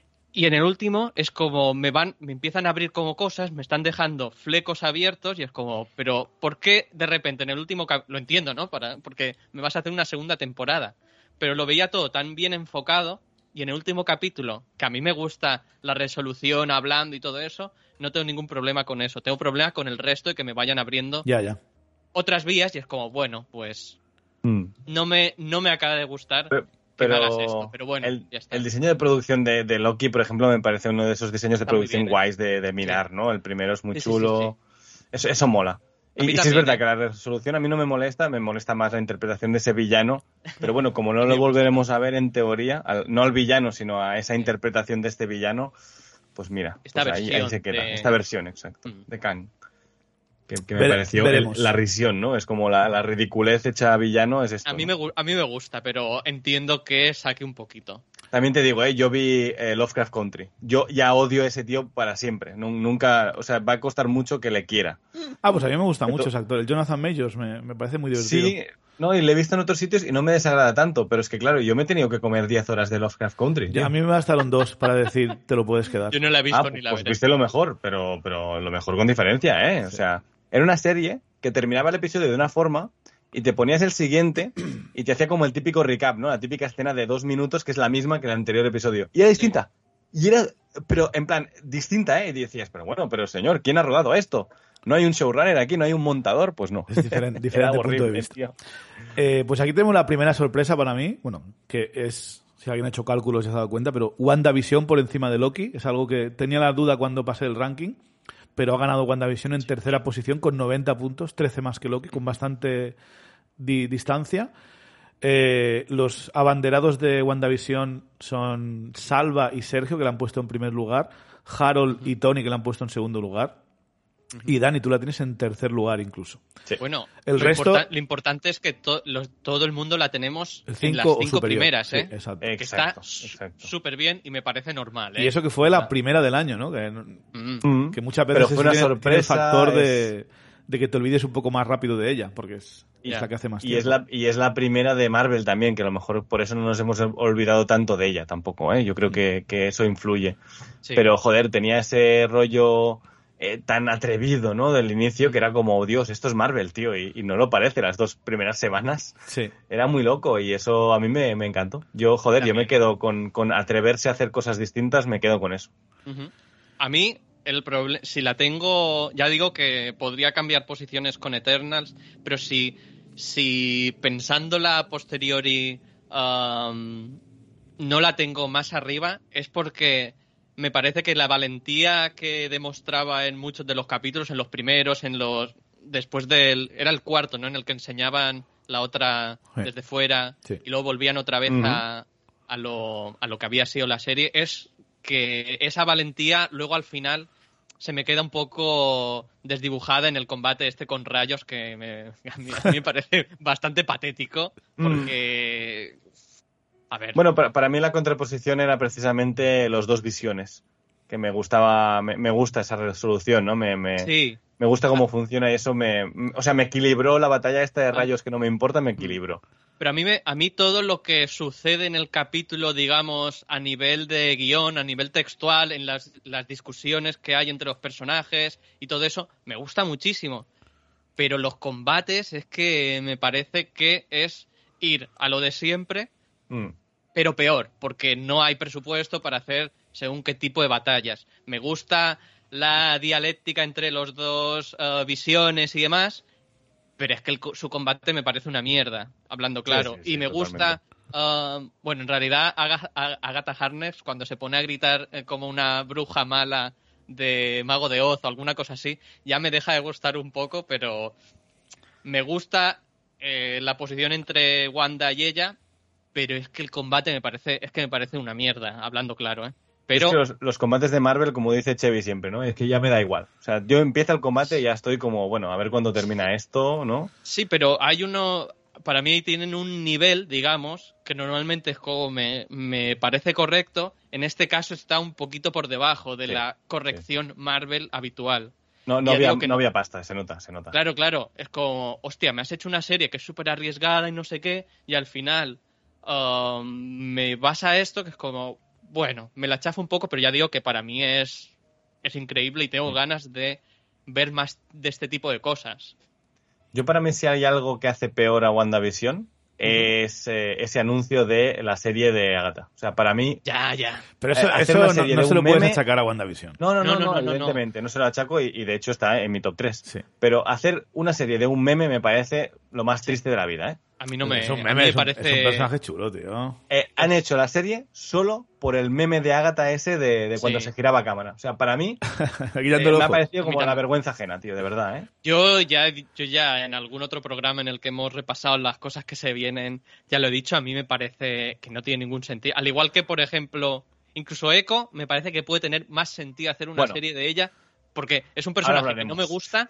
Y en el último es como me van, me empiezan a abrir como cosas, me están dejando flecos abiertos y es como, pero ¿por qué de repente en el último capítulo, lo entiendo, ¿no? Para, porque me vas a hacer una segunda temporada, pero lo veía todo tan bien enfocado y en el último capítulo, que a mí me gusta la resolución hablando y todo eso, no tengo ningún problema con eso. Tengo problema con el resto y que me vayan abriendo Ya, ya. otras vías y es como, bueno, pues Mm. no me, no me acaba de gustar Pero, que me pero hagas esto, pero bueno, el, ya está. el diseño de producción de, de Loki, por ejemplo, me parece uno de esos diseños de Está muy producción bien, ¿eh? guays de, de mirar, ¿no? El primero es muy Sí, sí, chulo. Eso, eso mola. A Y, mí y sí es también, verdad ¿eh? que la resolución a mí no me molesta, me molesta más la interpretación de ese villano. Pero bueno, como A no mí lo me gusta. volveremos a ver en teoría, al- no al villano, sino a esa interpretación de este villano, pues mira, Esta pues ahí, ahí versión se queda. de- Esta versión, exacto, Mm. de Kang. Que, que me Vere- pareció el- veremos. la risión, ¿no? Es como la, la ridiculez hecha villano, es esto. A mí, ¿no? me, gu- a mí me gusta, pero entiendo que saque un poquito. También te digo, ¿eh? Yo vi eh, Lovecraft Country. Yo ya odio a ese tío para siempre. Nu- Nunca, o sea, va a costar mucho que le quiera. Ah, pues a mí me gusta Pero- mucho ese actor. El Jonathan Majors me, me parece muy divertido. Sí, no, y le he visto en otros sitios y no me desagrada tanto, pero es que claro, yo me he tenido que comer diez horas de Lovecraft Country. Ya, tío. a mí me bastaron dos para decir, te lo puedes quedar. Yo no la he visto Ah, ni la pues veré. viste lo mejor, pero, pero lo mejor con diferencia, ¿eh? O sea, era una serie que terminaba el episodio de una forma y te ponías el siguiente y te hacía como el típico recap, ¿no? La típica escena de dos minutos que es la misma que el anterior episodio. Y era distinta. Y era, pero en plan, distinta, ¿eh? Y decías, pero bueno, pero señor, ¿quién ha rodado esto? No hay un showrunner aquí, no hay un montador, pues no. Es diferente, Era diferente punto de horrible, vista. tío. Eh, pues aquí tenemos la primera sorpresa para mí, bueno, que es si alguien ha hecho cálculos ya se ha dado cuenta, pero WandaVision por encima de Loki es algo que tenía la duda cuando pasé el ranking, pero ha ganado WandaVision en tercera posición con noventa puntos, trece más que Loki, con bastante di- distancia. Eh, los abanderados de WandaVision son Salva y Sergio, que la han puesto en primer lugar, Harold uh-huh. y Tony, que la han puesto en segundo lugar, uh-huh. y Dani, tú la tienes en tercer lugar incluso. Sí. Bueno, el lo, resto, importa- lo importante es que to- los, todo el mundo la tenemos el en las cinco primeras, ¿eh? Sí, exacto. Que Exacto, está súper bien y me parece normal, ¿eh? Y eso que fue la primera del año, ¿no? Que, mm. que muchas veces Pero fue una tiene, sorpresa, tiene el factor es... de, de que te olvides un poco más rápido de ella, porque es, y, es la que hace más y tiempo. Es la, y es la primera de Marvel también, que a lo mejor por eso no nos hemos olvidado tanto de ella tampoco, ¿eh? Yo creo que, que eso influye. Sí. Pero, joder, tenía ese rollo eh, tan atrevido, ¿no? Del inicio, que era como, oh, Dios, esto es Marvel, tío, y, y no lo parece las dos primeras semanas. Sí. Era muy loco y eso a mí me, me encantó. Yo, joder, también. yo me quedo con, con atreverse a hacer cosas distintas, me quedo con eso. Uh-huh. A mí... El problema, si la tengo, ya digo que podría cambiar posiciones con Eternals, pero si, si pensándola a posteriori um, no la tengo más arriba, es porque me parece que la valentía que demostraba en muchos de los capítulos, en los primeros, en los después del, era el cuarto, ¿no? En el que enseñaban la otra sí. desde fuera sí. y luego volvían otra vez uh-huh. a, a lo, a lo que había sido la serie, es que esa valentía luego al final se me queda un poco desdibujada en el combate este con rayos que me, a, mí, a mí me parece bastante patético porque... A ver. Bueno, para, para mí la contraposición era precisamente los dos visiones, que me gustaba, me, me gusta esa resolución, ¿no? Me, me, sí. me gusta cómo funciona eso, me, o sea, me equilibró la batalla esta de rayos que no me importa, me equilibró. Pero a mí, me, a mí todo lo que sucede en el capítulo, digamos, a nivel de guión, a nivel textual, en las, las discusiones que hay entre los personajes y todo eso, me gusta muchísimo. Pero los combates es que me parece que es ir a lo de siempre, mm. pero peor, porque no hay presupuesto para hacer según qué tipo de batallas. Me gusta la dialéctica entre los dos uh, visiones y demás, pero es que el, su combate me parece una mierda, hablando claro. Sí, sí, sí, y me gusta, uh, bueno, en realidad Ag- Ag- Agatha Harkness, cuando se pone a gritar eh, como una bruja mala de Mago de Oz o alguna cosa así, ya me deja de gustar un poco, pero me gusta eh, la posición entre Wanda y ella, pero es que el combate me parece, es que me parece una mierda, hablando claro, ¿eh? Pero... Es que los, los combates de Marvel, como dice Chevy siempre, ¿no? Es que ya me da igual. O sea, yo empiezo el combate y ya estoy como, bueno, a ver cuándo termina esto, ¿no? Sí, pero hay uno... Para mí tienen un nivel, digamos, que normalmente es como me, me parece correcto. En este caso está un poquito por debajo de sí, la corrección sí. Marvel habitual. No, no, había, no, no había pasta, se nota, se nota. Claro, claro. Es como, hostia, me has hecho una serie que es súper arriesgada y no sé qué, y al final uh, me vas a esto que es como... Bueno, me la chafo un poco, pero ya digo que para mí es, es increíble y tengo sí. ganas de ver más de este tipo de cosas. Yo para mí si hay algo que hace peor a WandaVision uh-huh. es eh, ese anuncio de la serie de Agatha. O sea, para mí... Ya, ya. Pero eso, eh, eso no, no se lo meme... puedes achacar a WandaVision. No, no, no, no, no, no evidentemente. No. no se lo achaco y, y de hecho está en mi top tres. Sí. Pero hacer una serie de un meme me parece lo más triste de la vida, ¿eh? A mí no me, es un meme, a mí me es un, parece... Es un personaje chulo, tío. Eh, han hecho la serie solo por el meme de Agatha ese de, de cuando sí. se giraba cámara. O sea, para mí eh, me ha parecido como la vergüenza ajena, tío, de verdad, ¿eh? Yo ya, yo ya en algún otro programa en el que hemos repasado las cosas que se vienen, ya lo he dicho, a mí me parece que no tiene ningún sentido. Al igual que, por ejemplo, incluso Echo, me parece que puede tener más sentido hacer una bueno, serie de ella, porque es un personaje que no me gusta,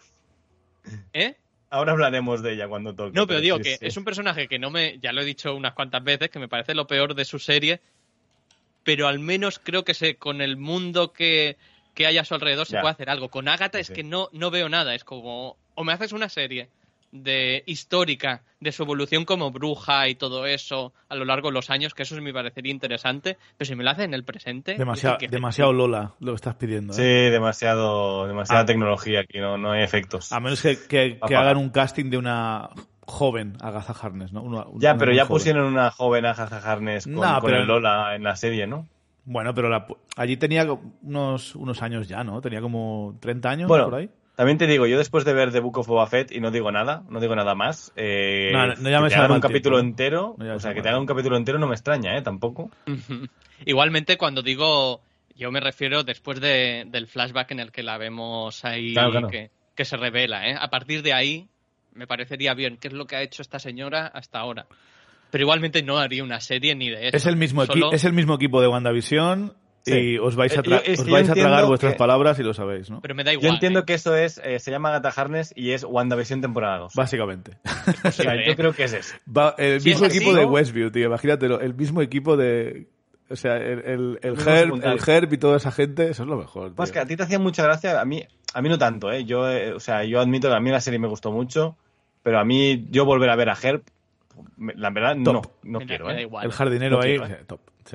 ¿eh? Ahora hablaremos de ella cuando toque. No, pero digo sí, que sí. es un personaje que no me... Ya lo he dicho unas cuantas veces, que me parece lo peor de su serie, pero al menos creo que se, con el mundo que, que hay a su alrededor se ya. puede hacer algo. Con Agatha sí, es sí. que no, no veo nada. Es como... O me haces una serie de histórica de su evolución como bruja y todo eso a lo largo de los años, que eso me parecería interesante, pero si me lo hace en el presente... Demasiado, que demasiado Lola lo que estás pidiendo, ¿eh? Sí, demasiado, demasiada ah. tecnología aquí, no, no hay efectos. A menos que, que, que hagan un casting de una joven Agatha Harkness, ¿no? Una, ya, una pero ya joven. pusieron una joven Agatha Harkness con, no, con pero... el Lola en la serie, ¿no? Bueno, pero la, allí tenía unos, unos años ya, ¿no? Tenía como treinta años bueno, por ahí. También te digo, yo después de ver The Book of Boba Fett, y no digo nada, no digo nada más, eh, No, no, no llames que te a hagan un mal capítulo tiempo. entero, No llames o sea, a que mal te hagan un tiempo. capítulo entero no me extraña, ¿eh? Tampoco. Igualmente, cuando digo, yo me refiero después de, del flashback en el que la vemos ahí, Claro, claro. Que, que se revela, ¿eh? A partir de ahí, me parecería bien qué es lo que ha hecho esta señora hasta ahora. Pero igualmente no haría una serie ni de eso. Es el mismo, equi- Solo- es el mismo equipo de WandaVision Sí. y os vais a, Eh, tra- yo- es os que vais yo a tragar entiendo vuestras que- palabras y lo sabéis, ¿no? Pero me da igual. Yo entiendo ¿eh? que eso es, eh, se llama Agatha Harkness y es WandaVision temporada dos. Básicamente. O sea, yo creo que es eso. Va- el Si mismo es así, equipo de ¿no? Westview, tío. Imagínatelo. El mismo equipo de... O sea, el, el, el, Mismo Herb, secundario. el Herb y toda esa gente, eso es lo mejor, tío. Pues que a ti te hacía mucha gracia, a mí, a mí no tanto, ¿eh? Yo, eh, o sea, yo admito que a mí la serie me gustó mucho, pero a mí, yo volver a ver a Herb, me- la verdad, no, Top. no Me da- quiero, me da ¿eh? igual. El jardinero No ahí, quiero, o ¿eh? sea, top. Sí.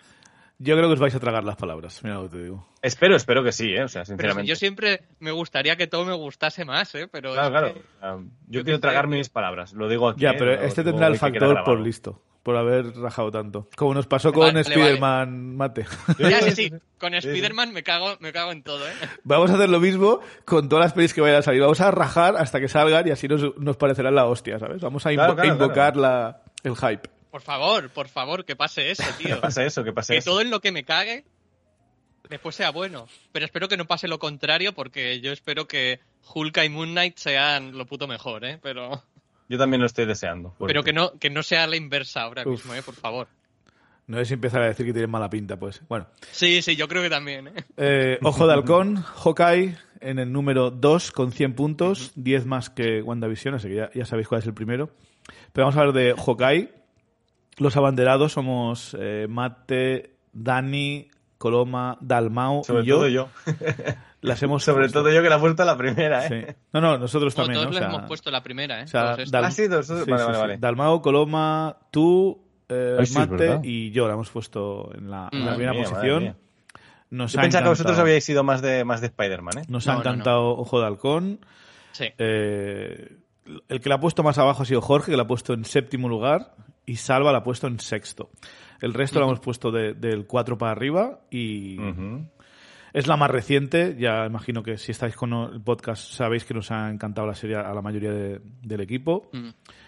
Yo creo que os vais a tragar las palabras, mira lo que te digo. Espero, espero que sí, ¿eh? O sea, Pero si sinceramente. yo siempre me gustaría que todo me gustase más, ¿eh? Pero Claro, es claro. que- Ah, yo yo quiero qué tragarme sé. mis palabras, lo digo aquí. Ya, ¿eh? pero Lo este digo tendrá el que queda factor por grabado. listo, por haber rajado tanto. Como nos pasó con Vale, Spider-Man Mate. Ya, sí, sí. Con Sí, sí. Spider-Man me cago, me cago en todo, ¿eh? Vamos a hacer lo mismo con todas las pelis que vayan a salir. Vamos a rajar hasta que salgan y así nos, nos parecerá la hostia, ¿sabes? Vamos a invo- Claro, claro, invocar claro. La, el hype. Por favor, por favor, que pase eso, tío. Que pase eso, que pase Que eso. todo en lo que me cague después sea bueno. Pero espero que no pase lo contrario, porque yo espero que Hulk y Moon Knight sean lo puto mejor, ¿eh? Pero, Yo también lo estoy deseando. porque- pero que no, que no sea la inversa ahora Uf. mismo, ¿eh? Por favor. No es empezar a decir que tienen mala pinta, pues. Bueno. Sí, sí, yo creo que también, ¿eh? Eh, Ojo de Halcón, Hawkeye en el número dos con cien puntos, diez más que WandaVision, así que ya, ya sabéis cuál es el primero. Pero vamos a hablar de Hawkeye. Los abanderados somos eh, Mate, Dani, Coloma, Dalmau Sobre y yo. todo yo. Las hemos Sobre puesto. todo yo que la he puesto a la primera, ¿eh? Sí. No, no, nosotros Como también, todos ¿no? O les sea, hemos puesto la primera, ¿eh? o sea, Todos estos. Dal- Ah, sí, dos- dos- sí, vale, sí, vale, sí. vale. Dalmau, Coloma, tú, eh, Ay, sí, es Mate verdad. y yo la hemos puesto en la, en la Madre primera mía, madre posición. mía. Nos Yo ha pensaba que vosotros encantado. habíais sido más de, más de Spider-Man, ¿eh? Nos No, ha no, no. encantado Ojo de Halcón. Sí. Eh, el que la ha puesto más abajo ha sido Jorge, que la ha puesto en séptimo lugar, y Salva la ha puesto en sexto. El resto la hemos puesto de- del cuatro para arriba y Ujú. es la más reciente. Ya imagino que si estáis con el podcast sabéis que nos ha encantado la serie a la mayoría de- del equipo. Mm.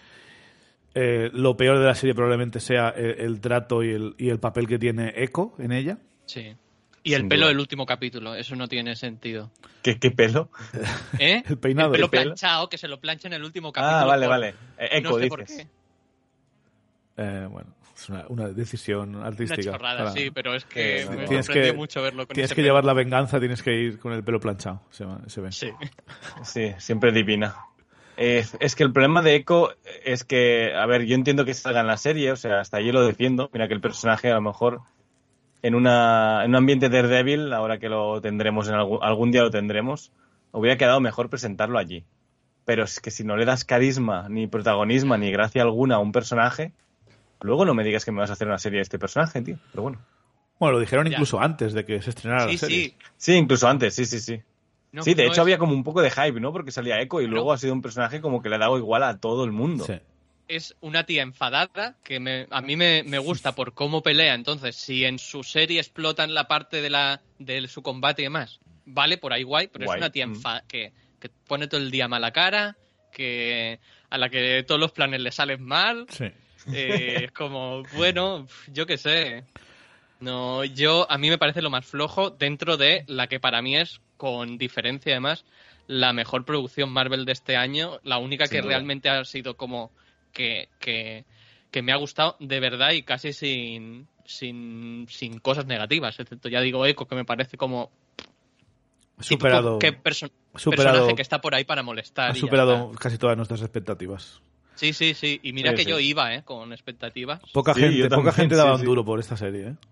Eh, lo peor de la serie probablemente sea el, el trato y el, y el papel que tiene Echo en ella. Sí. Y el Sin pelo duda. del último capítulo, eso no tiene sentido. ¿Qué, qué pelo? ¿Eh? El peinado. El pelo El pelo. planchado, que se lo plancha en el último capítulo. Ah, vale, por- vale. Eh, Eco, no sé por dices. qué. Eh, bueno, es una, una decisión Una artística. chorrada, Para- sí, pero es que Que- me Tienes sorprendió que- mucho verlo con Tienes ese que pelo. llevar la venganza, tienes que ir con el pelo planchado. Se, va- se ve. Sí. Sí, siempre divina. Eh, es que el problema de Echo es que, a ver, yo entiendo que salga en la serie, o sea, hasta allí lo defiendo. Mira que el personaje a lo mejor en, una, en un ambiente Daredevil, ahora que lo tendremos, en algún, algún día lo tendremos, hubiera quedado mejor presentarlo allí. Pero es que si no le das carisma, ni protagonismo, ni gracia alguna a un personaje, luego no me digas que me vas a hacer una serie de este personaje, tío. Pero bueno. Bueno, lo dijeron Ya. incluso antes de que se estrenara Sí, la serie. sí. Sí, incluso antes, sí, sí, sí. No, sí, de no hecho es- había como un poco de hype, ¿no? Porque salía Echo y Claro. luego ha sido un personaje como que le ha dado igual a todo el mundo. Sí. es una tía enfadada que me, a mí me, me gusta por cómo pelea. Entonces, si en su serie explotan la parte de la de su combate y demás, vale, por ahí guay, pero Guay. es una tía Mm. enfa- que, que pone todo el día mala cara, que a la que todos los planes le salen mal. Sí. Eh, es como, bueno, yo qué sé. No, yo, a mí me parece lo más flojo dentro de la que para mí es, con diferencia además, la mejor producción Marvel de este año, la única Sin que duda. realmente ha sido como que, que, que me ha gustado de verdad y casi sin, sin, sin cosas negativas, excepto ya digo Echo, que me parece como Superado, típico que perso- superado- personaje que está por ahí para molestar. ha y ya superado está. casi todas nuestras expectativas. Sí, sí, sí. Y mira Sí, que sí. yo iba, ¿eh? Con expectativas. Poca Sí, gente, yo poca también, gente sí, daba un sí. duro por esta serie, ¿eh?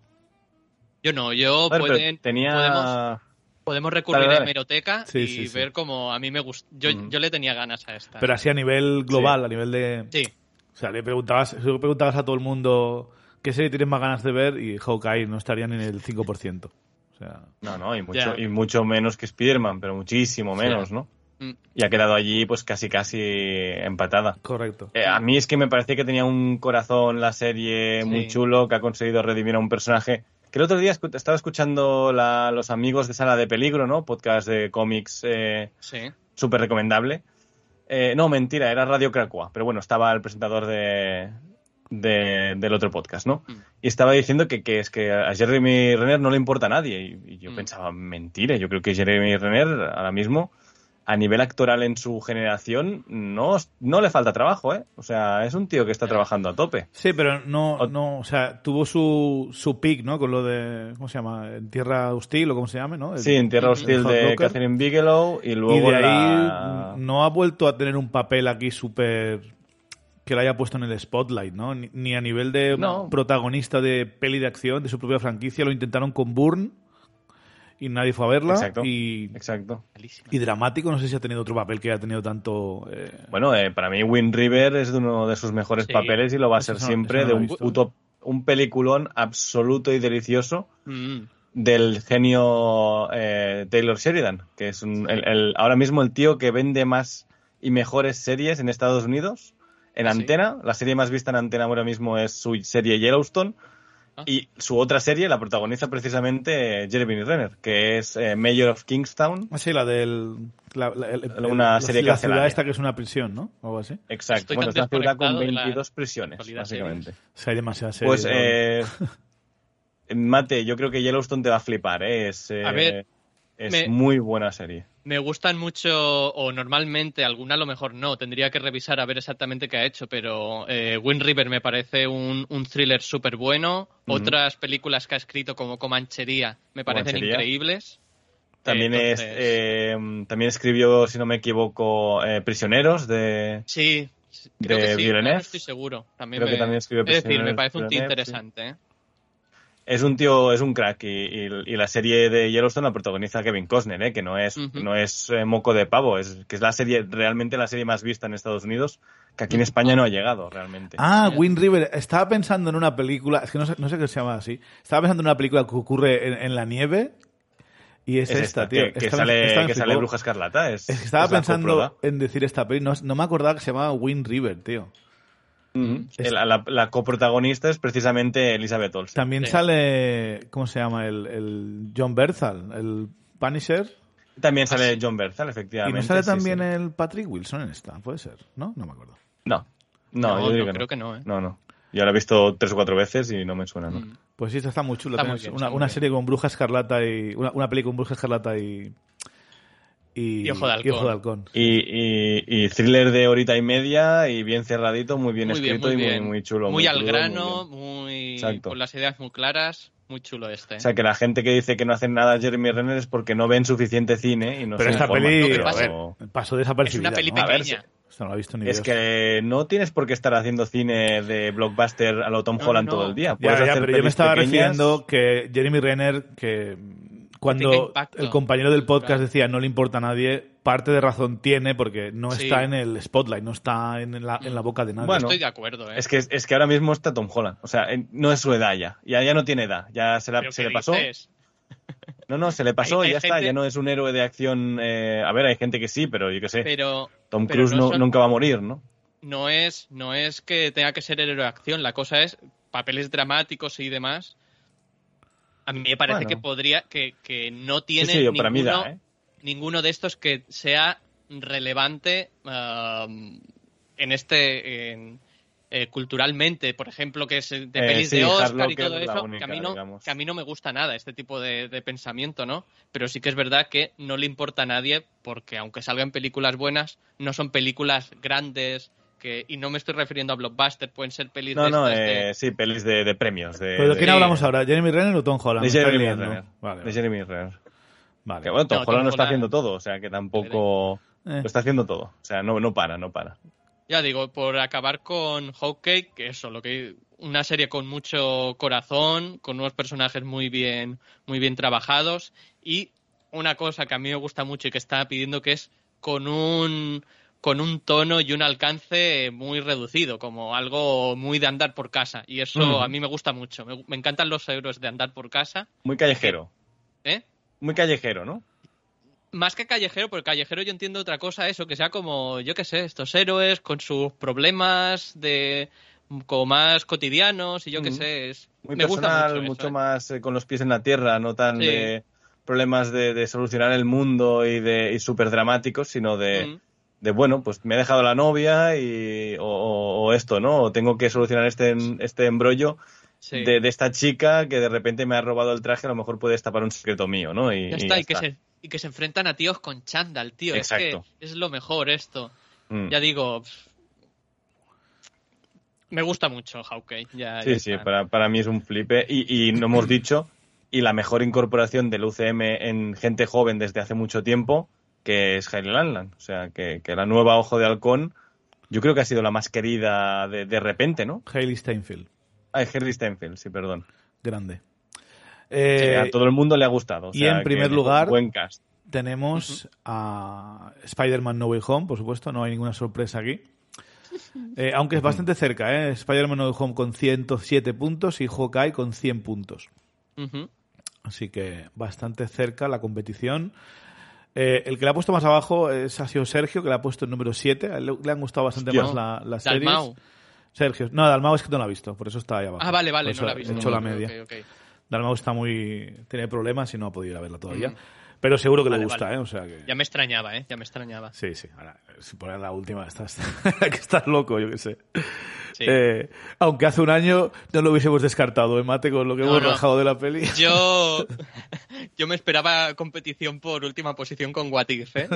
Yo no, yo Joder, pero pueden, tenía... podemos, podemos recurrir Dale, a dale. hemeroteca Sí, y sí, sí. ver cómo a mí me gusta. Yo, Ujú. yo le tenía ganas a esta. Pero así a nivel global, a nivel de... Sí, O sea, le preguntabas, le preguntabas a todo el mundo qué serie tienes más ganas de ver y Hawkeye no estaría ni en el cinco por ciento. O sea, No, no, y mucho, Ya. y mucho menos que Spider-Man, pero muchísimo menos, ¿no? Mm. Y ha quedado allí pues casi casi empatada. correcto. Eh, a mí es que me parecía que tenía un corazón la serie muy Sí. chulo, que ha conseguido redimir a un personaje Que el otro día escu- estaba escuchando la, los amigos de Sala de Peligro, ¿no? Podcast de cómics eh, Sí. súper recomendable. Eh, no, mentira, era Radio Cracua, pero bueno, estaba el presentador de, de- del otro podcast, ¿no? Mm. Y estaba diciendo que, que es que a Jeremy Renner no le importa a nadie. Y, y yo Mm. pensaba, mentira, yo creo que Jeremy Renner ahora mismo, a nivel actoral en su generación, no, no le falta trabajo, ¿eh? O sea, es un tío que está trabajando a tope. Sí, pero no, O- no, o sea, tuvo su, su peak, ¿no? Con lo de, ¿cómo se llama? En Tierra Hostil o cómo se llame, ¿no? El- Sí, en Tierra Ujú. Hostil el Hurt de Locker. Catherine Bigelow y Y luego de ahí la... no ha vuelto a tener un papel aquí súper que lo haya puesto en el spotlight, ¿no? Ni, ni a nivel de No. protagonista de peli de acción de su propia franquicia. Lo intentaron con Bourne y nadie fue a verla. Exacto. Y, Exacto. Malísima. y dramático, no sé si ha tenido otro papel que haya tenido tanto... eh, Bueno, eh, para mí Wind River es de uno de sus mejores Sí. papeles y lo va a Eso ser no- siempre eso no de lo he un visto. puto, un peliculón absoluto y delicioso Mm. del genio eh, Taylor Sheridan, que es un- el, el- ahora mismo el tío que vende más y mejores series en Estados Unidos, en ¿Ah, sí? Antena. La serie más vista en Antena ahora mismo es su serie Yellowstone. Ah. Y su otra serie la protagoniza precisamente eh, Jeremy Renner, que es eh, Mayor of Kingstown. sí, la del... la- la- el- el- Una la- serie La ciudad carcelaria. esta que es una prisión, ¿no? O algo así. Exacto. Estoy Bueno, tan es una ciudad con desconectado de la veintidós prisiones, actualidad básicamente. O sea, hay demasiadas series. Pues, ¿no? eh, Mate, yo creo que Yellowstone te va a flipar, ¿eh? Es, eh, A ver, es me- muy buena serie. Me gustan mucho, o normalmente, alguna a lo mejor no, tendría que revisar a ver exactamente qué ha hecho, pero eh, Wind River me parece un, un thriller súper bueno. Ujú. Otras películas que ha escrito como Comanchería me parecen Comanchería. increíbles. También, Eh, es, entonces- eh, también escribió, si no me equivoco, eh, Prisioneros de... Sí, creo de que sí, Villeneuve. no estoy seguro. También Creo que me- también escribe Es decir, me Prisioneros parece un tío Villeneuve, sí. interesante. ¿eh? Es un tío, es un crack y, y- y la serie de Yellowstone la protagoniza Kevin Costner, ¿eh? Que no es, Ujú. no es eh, moco de pavo, es que es la serie, realmente la serie más vista en Estados Unidos, que aquí en España no ha llegado realmente. Ah, Sí. Wind River. Estaba pensando en una película, es que no sé, no sé qué se llama así. Estaba pensando en una película que ocurre en, en la nieve y es, es esta, esta, tío. que, que Esta me- sale, esta me que sale flipó. Bruja Escarlata. Es, Es que estaba es la pensando coproda. en decir esta peli, no, no me acordaba que se llamaba Wind River, tío. Ujú. Es- La, la- la coprotagonista es precisamente Elizabeth Olsen. También Sí. sale, ¿cómo se llama? El, el John Berthal, el Punisher. También sale Ah, sí. John Berthal, Y efectivamente. no sale sí, también sí. el Patrick Wilson en esta, puede ser, ¿no? No me acuerdo. No, no, No, yo digo no, que creo que no, ¿eh? No, no. Yo la he visto tres o cuatro veces y no me suena, ¿no? Mm. Pues sí, esta está muy chula. Está también. muy bien, una está muy una bien. serie con Bruja Escarlata y... Una, una peli con Bruja Escarlata y... Y, Y Ojo de Halcón. Ojo de Halcón. Y, y, y thriller de horita y media y bien cerradito, muy bien Muy bien, escrito muy y bien. muy, muy chulo. Muy al crudo, grano, muy muy, Exacto. con las ideas muy claras. Muy chulo este. ¿eh? O sea, que la gente que dice que no hacen nada Jeremy Renner es porque no ven suficiente cine y no Pero se esta informan, peli, Lo que pero- pasa- a ver, pasó desapercibida. Es una peli ¿no? A ver, pequeña. Esto no lo ha visto ni Es Dios. que no tienes por qué estar haciendo cine de blockbuster a lo Tom No, Holland no, no. todo el día. Ya, Puedes ya, hacer pero yo me pelis estaba pequeñas. refiriendo que Jeremy Renner, que cuando tenga impacto el compañero del podcast cultural. decía no le importa a nadie, parte de razón tiene porque no Sí. está en el spotlight, no está en la, en la boca de nadie. Bueno, Estoy de acuerdo, ¿eh? Es que, es que ahora mismo está Tom Holland. O sea, en- no es su edad ya. Ya, ya no tiene edad. Ya se, la- Pero se ¿qué le pasó. dices? No, no, se le pasó Hay- y hay ya está. gente- Ya no es un héroe de acción. eh, A ver, hay gente que sí, pero yo qué sé. Pero, Tom pero Cruise no no- son- nunca va a morir, ¿no? no es, no es que tenga que ser héroe de acción. La cosa es papeles dramáticos y demás. A mí me parece Bueno. que podría, que, que no Sí, tiene sí, yo- ninguno, para mí da, ¿eh? ninguno de estos que sea relevante um, en este en, eh, culturalmente, por ejemplo, que es de pelis sí, de Hard Oscar y Locker todo es la eso, única, que, a mí no, digamos. que a mí no me gusta nada este tipo de, de pensamiento, ¿no? Pero sí que es verdad que no le importa a nadie porque aunque salgan películas buenas, no son películas grandes que, y no me estoy refiriendo a blockbuster, pueden ser pelis No, de no, estas de- eh, sí, pelis de, de premios. De, ¿Pero de quién Sí. hablamos ahora? ¿Jeremy Renner o Tom Holland? de Me estáis Jeremy liando. Renner. Vale, De vale. Jeremy Renner. Vale. Que bueno, Tom No, Tom Holland lo está Holland- haciendo todo, o sea que tampoco. Eh. Lo está haciendo todo. O sea, no, no para, no para. Ya digo, por acabar con Hawkeye, que eso, lo que una serie con mucho corazón, con unos personajes muy bien, muy bien trabajados y una cosa que a mí me gusta mucho y que estaba pidiendo que es con un con un tono y un alcance muy reducido, como algo muy de andar por casa. Y eso Ujú. a mí me gusta mucho. Me, me encantan los héroes de andar por casa. Muy callejero. ¿Eh? Muy callejero, ¿no? Más que callejero, porque callejero yo entiendo otra cosa, eso, que sea como, yo qué sé, estos héroes con sus problemas de como más cotidianos y yo qué Mm. sé. Es, Muy me personal, gusta mucho, mucho eso, ¿eh? más eh, con los pies en la tierra, no tan Sí. de problemas de, de solucionar el mundo y de y súper dramáticos, sino de, Mm. de, bueno, pues me he dejado la novia y o, o- o esto, ¿no? O tengo que solucionar este, este embrollo Sí. de, de esta chica que de repente me ha robado el traje, a lo mejor puede destapar un secreto mío, ¿no? Y, Ya y está, ya y que, está. se, y que se enfrentan a tíos con chándal, tío. Exacto. Es que es lo mejor esto. Mm. Ya digo, pff, me gusta mucho Hawkeye. Ya, Sí, ya sí, está. para, para mí es un flipe. Y, y no hemos dicho, y la mejor incorporación del U C M en gente joven desde hace mucho tiempo, que es Hailey Lanland. O sea, que, que la nueva Ojo de Halcón, yo creo que ha sido la más querida de, de repente, ¿no? Hailey Steinfeld, Ah, Harry Steinfeld, sí, perdón. grande. Sí, Eh, a todo el mundo le ha gustado. O y sea, en primer que lugar- buen cast. tenemos a Spider-Man No Way Home, por supuesto, no hay ninguna sorpresa aquí. Eh, aunque es bastante cerca, ¿eh? Spider-Man No Way Home con ciento siete puntos y Hawkeye con cien puntos. Ujú. Así que bastante cerca la competición. Eh, el que le ha puesto más abajo es, ha sido Sergio, que le ha puesto el número siete. A él le, le han gustado bastante Hostia. más la, las series. Dalmau. Sergio. No, Dalmau es que no la ha visto, por eso está ahí abajo. Ah, vale, vale, Por eso no la he visto. He hecho la Ok, media. ok, ok. Dalmau está muy... tiene problemas y no ha podido ir a verla todavía. Mm. Pero seguro que Vale, le gusta, vale. ¿eh? O sea que... Ya me extrañaba, ¿eh? Ya me extrañaba. Sí, sí. Ahora, si pones la última, estás... que estás loco, yo qué sé. Sí. Eh, aunque hace un año no lo hubiésemos descartado, ¿eh, Mate? Con lo que No, hemos no. rajado de la peli. Yo, yo me esperaba competición por última posición con What If, ¿eh?